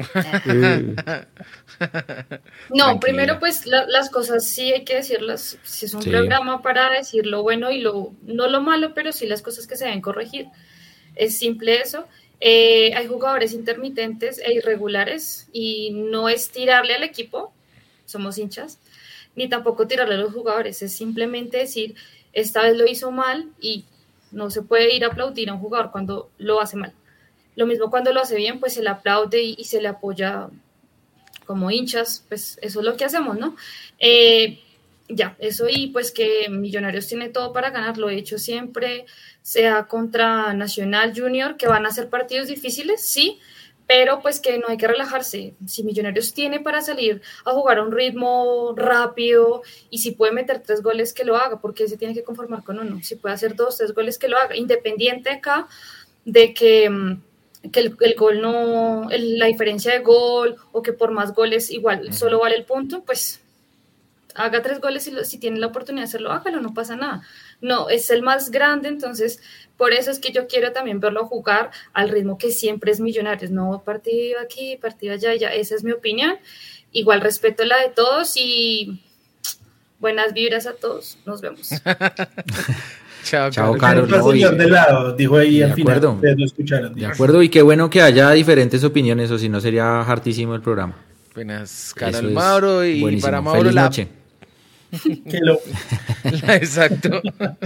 No, Tranquila. primero pues la- las cosas sí hay que decirlas, si es un Sí. programa para decir lo bueno y lo, no lo malo, pero sí las cosas que se deben corregir. Es simple eso. Eh, hay jugadores intermitentes e irregulares y no es tirarle al equipo, somos hinchas, ni tampoco tirarle a los jugadores, es simplemente decir, esta vez lo hizo mal y no se puede ir a aplaudir a un jugador cuando lo hace mal. Lo mismo cuando lo hace bien, pues se le aplaude y, y se le apoya como hinchas, pues eso es lo que hacemos, ¿no? Eh, ya, eso y pues que Millonarios tiene todo para ganar, lo he hecho siempre, sea contra Nacional Junior, que van a ser partidos difíciles, sí, pero pues que no hay que relajarse. Si Millonarios tiene para salir a jugar a un ritmo rápido y si puede meter tres goles, que lo haga, porque se tiene que conformar con uno. Si puede hacer dos, tres goles, que lo haga, independiente acá de que... mm, que el, el gol no, el- la diferencia de gol o que por más goles igual solo vale el punto, pues haga tres goles y lo- si tiene la oportunidad de hacerlo, hágalo, no pasa nada. No, es el más grande, entonces por eso es que yo quiero también verlo jugar al ritmo que siempre es Millonarios, no partido aquí, partido allá, ya, esa es mi opinión. Igual respeto la de todos y buenas vibras a todos, nos vemos. Chao, Chao, Carol. Carol. Entró el no, señor y- de lado, dijo ahí de al final. acuerdo. Ustedes lo escucharon. De dijo. acuerdo, y qué bueno que haya diferentes opiniones, o si no sería hartísimo el programa. Buenas, Eso Carol es Mauro y buenísimo. para Mauro Feliz la, noche. Que lo- la- exacto.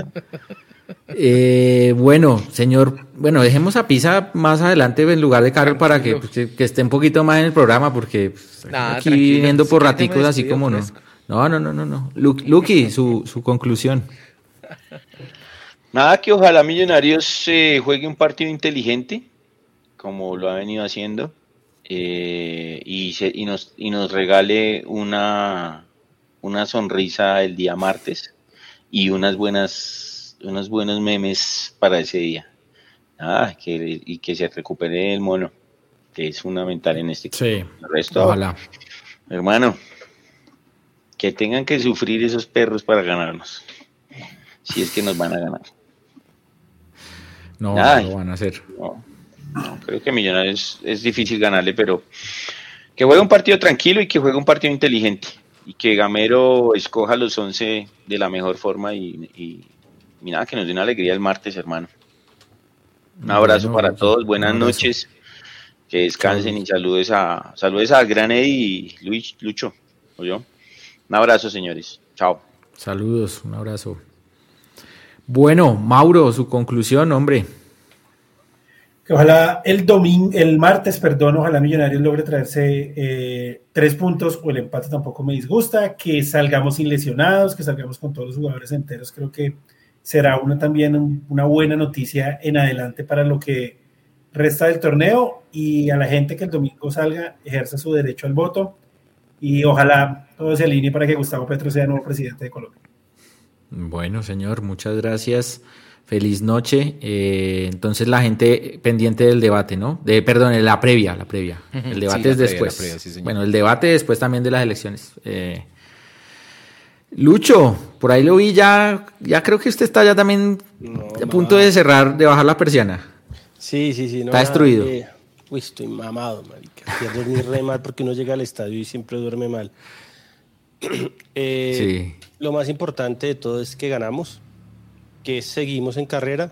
Eh, bueno, señor, bueno, dejemos a Pisa más adelante en lugar de Carol para que, pues, que, que esté un poquito más en el programa, porque pues, Nah, aquí tranquilo, viniendo si por quieres yo me raticos así despido, como no. fresco. No, no, no, no, no. Lu- Lucky, su, su conclusión. Nada, que ojalá Millonarios eh, juegue un partido inteligente, como lo ha venido haciendo, eh, y, se- y, nos, y nos regale una, una sonrisa el día martes y unas buenas, unos buenos memes para ese día. Nada, que, y que se recupere el mono, que es fundamental en este. Sí, El resto, ojalá. hermano, que tengan que sufrir esos perros para ganarnos, si es que nos van a ganar. No, Ay. no lo van a hacer. No, no, creo que Millonarios es difícil ganarle, pero que juegue un partido tranquilo y que juegue un partido inteligente. Y que Gamero escoja los once de la mejor forma y, y, y nada, que nos dé una alegría el martes, hermano. Un abrazo Bueno, para un todos, buenas abrazo. noches, que descansen y saludes a saludes a Gran Eddie y Luis, Lucho, ¿o yo? Un abrazo, señores. Chao. Saludos, un abrazo. Bueno, Mauro, su conclusión, hombre. que ojalá el domingo, el martes, perdón, ojalá Millonarios logre traerse eh, tres puntos o el empate tampoco me disgusta, que salgamos sin lesionados, que salgamos con todos los jugadores enteros, creo que será una también un, una buena noticia en adelante para lo que resta del torneo, y a la gente que el domingo salga, ejerza su derecho al voto, y ojalá todo se alinee para que Gustavo Petro sea nuevo presidente de Colombia. Bueno, señor, muchas gracias. Feliz noche. Eh, entonces la gente pendiente del debate, ¿no? De, perdón, la previa, la previa. El debate sí, es previa, después. Previa, sí, bueno, el debate después también de las elecciones. Eh, Lucho, por ahí lo vi ya, ya creo que usted está ya también no, a punto mamá. de cerrar, de bajar la persiana. Sí, sí, sí. No, está destruido. Eh, uy, estoy mamado, marica. Voy a dormir re mal porque uno llega al estadio y siempre duerme mal. eh, sí. Lo más importante de todo es que ganamos, que seguimos en carrera,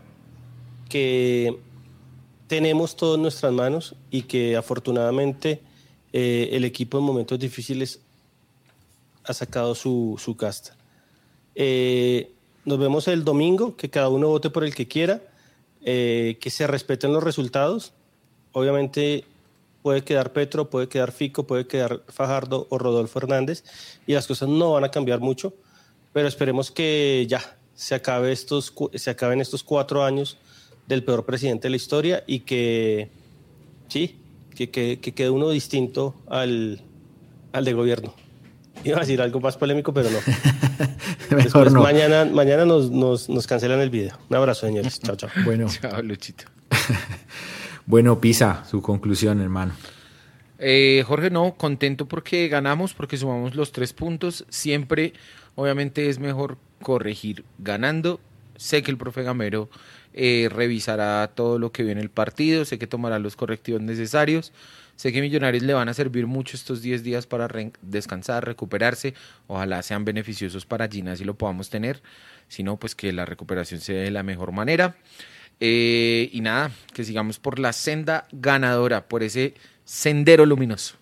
que tenemos todo en nuestras manos y que afortunadamente eh, el equipo en momentos difíciles ha sacado su, su casta. Eh, nos vemos el domingo, que cada uno vote por el que quiera, eh, que se respeten los resultados. Obviamente puede quedar Petro, puede quedar Fico, puede quedar Fajardo o Rodolfo Hernández y las cosas no van a cambiar mucho, pero esperemos que ya se acabe estos, se acaben estos cuatro años del peor presidente de la historia y que sí, que, que, que quede uno distinto al, al de gobierno. Iba a decir algo más polémico, pero no. Después, no. Mañana, mañana nos, nos, nos cancelan el video. Un abrazo, señores. Chao, chao. Bueno. Chao, Luchito. Bueno, Pisa, su conclusión, hermano. Eh, Jorge, no, contento porque ganamos, porque sumamos los tres puntos. Siempre, obviamente, es mejor corregir ganando. Sé que el profe Gamero eh, revisará todo lo que viene el partido, sé que tomará los correctivos necesarios, sé que Millonarios le van a servir mucho estos diez días para re- descansar, recuperarse, ojalá sean beneficiosos para Gina si lo podamos tener, si no, pues que la recuperación sea de la mejor manera, eh, y nada, que sigamos por la senda ganadora, por ese sendero luminoso.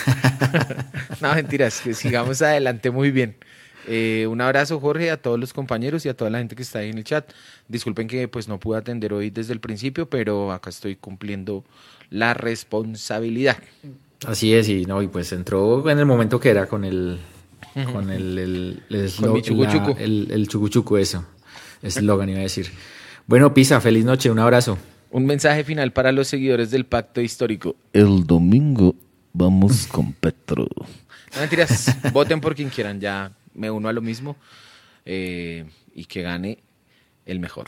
No, mentiras, que sigamos adelante muy bien. Eh, un abrazo, Jorge, a todos los compañeros y a toda la gente que está ahí en el chat. Disculpen que pues no pude atender hoy desde el principio, pero acá estoy cumpliendo la responsabilidad. Así es, y no, y pues entró en el momento que era con el con el el, el, el, con mi chucuchuco. La, el, el chucuchuco, eso, eslogan iba a decir. Bueno, Pisa, feliz noche, un abrazo. Un mensaje final para los seguidores del Pacto Histórico. El domingo vamos con Petro. No mentiras, voten por quien quieran, ya me uno a lo mismo, eh, y que gane el mejor.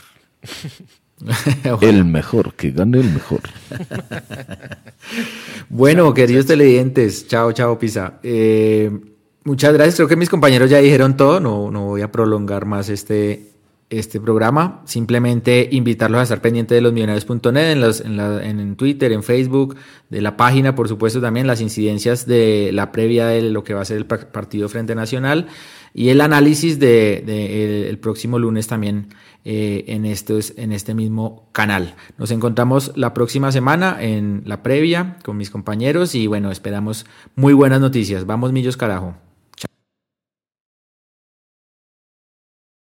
El mejor, que gane el mejor. Bueno, chao, queridos televidentes, chao, chao, Pisa. Eh, muchas gracias, creo que mis compañeros ya dijeron todo, no, no voy a prolongar más este, este programa, simplemente invitarlos a estar pendientes de los millonarios punto net, en, los, en, la, en Twitter, en Facebook, de la página, por supuesto también las incidencias de la previa de lo que va a ser el partido Frente Nacional y el análisis de, de el, el próximo lunes también eh, en, estos, en este mismo canal. Nos encontramos la próxima semana en la previa con mis compañeros y bueno, esperamos muy buenas noticias. Vamos, Millos, carajo.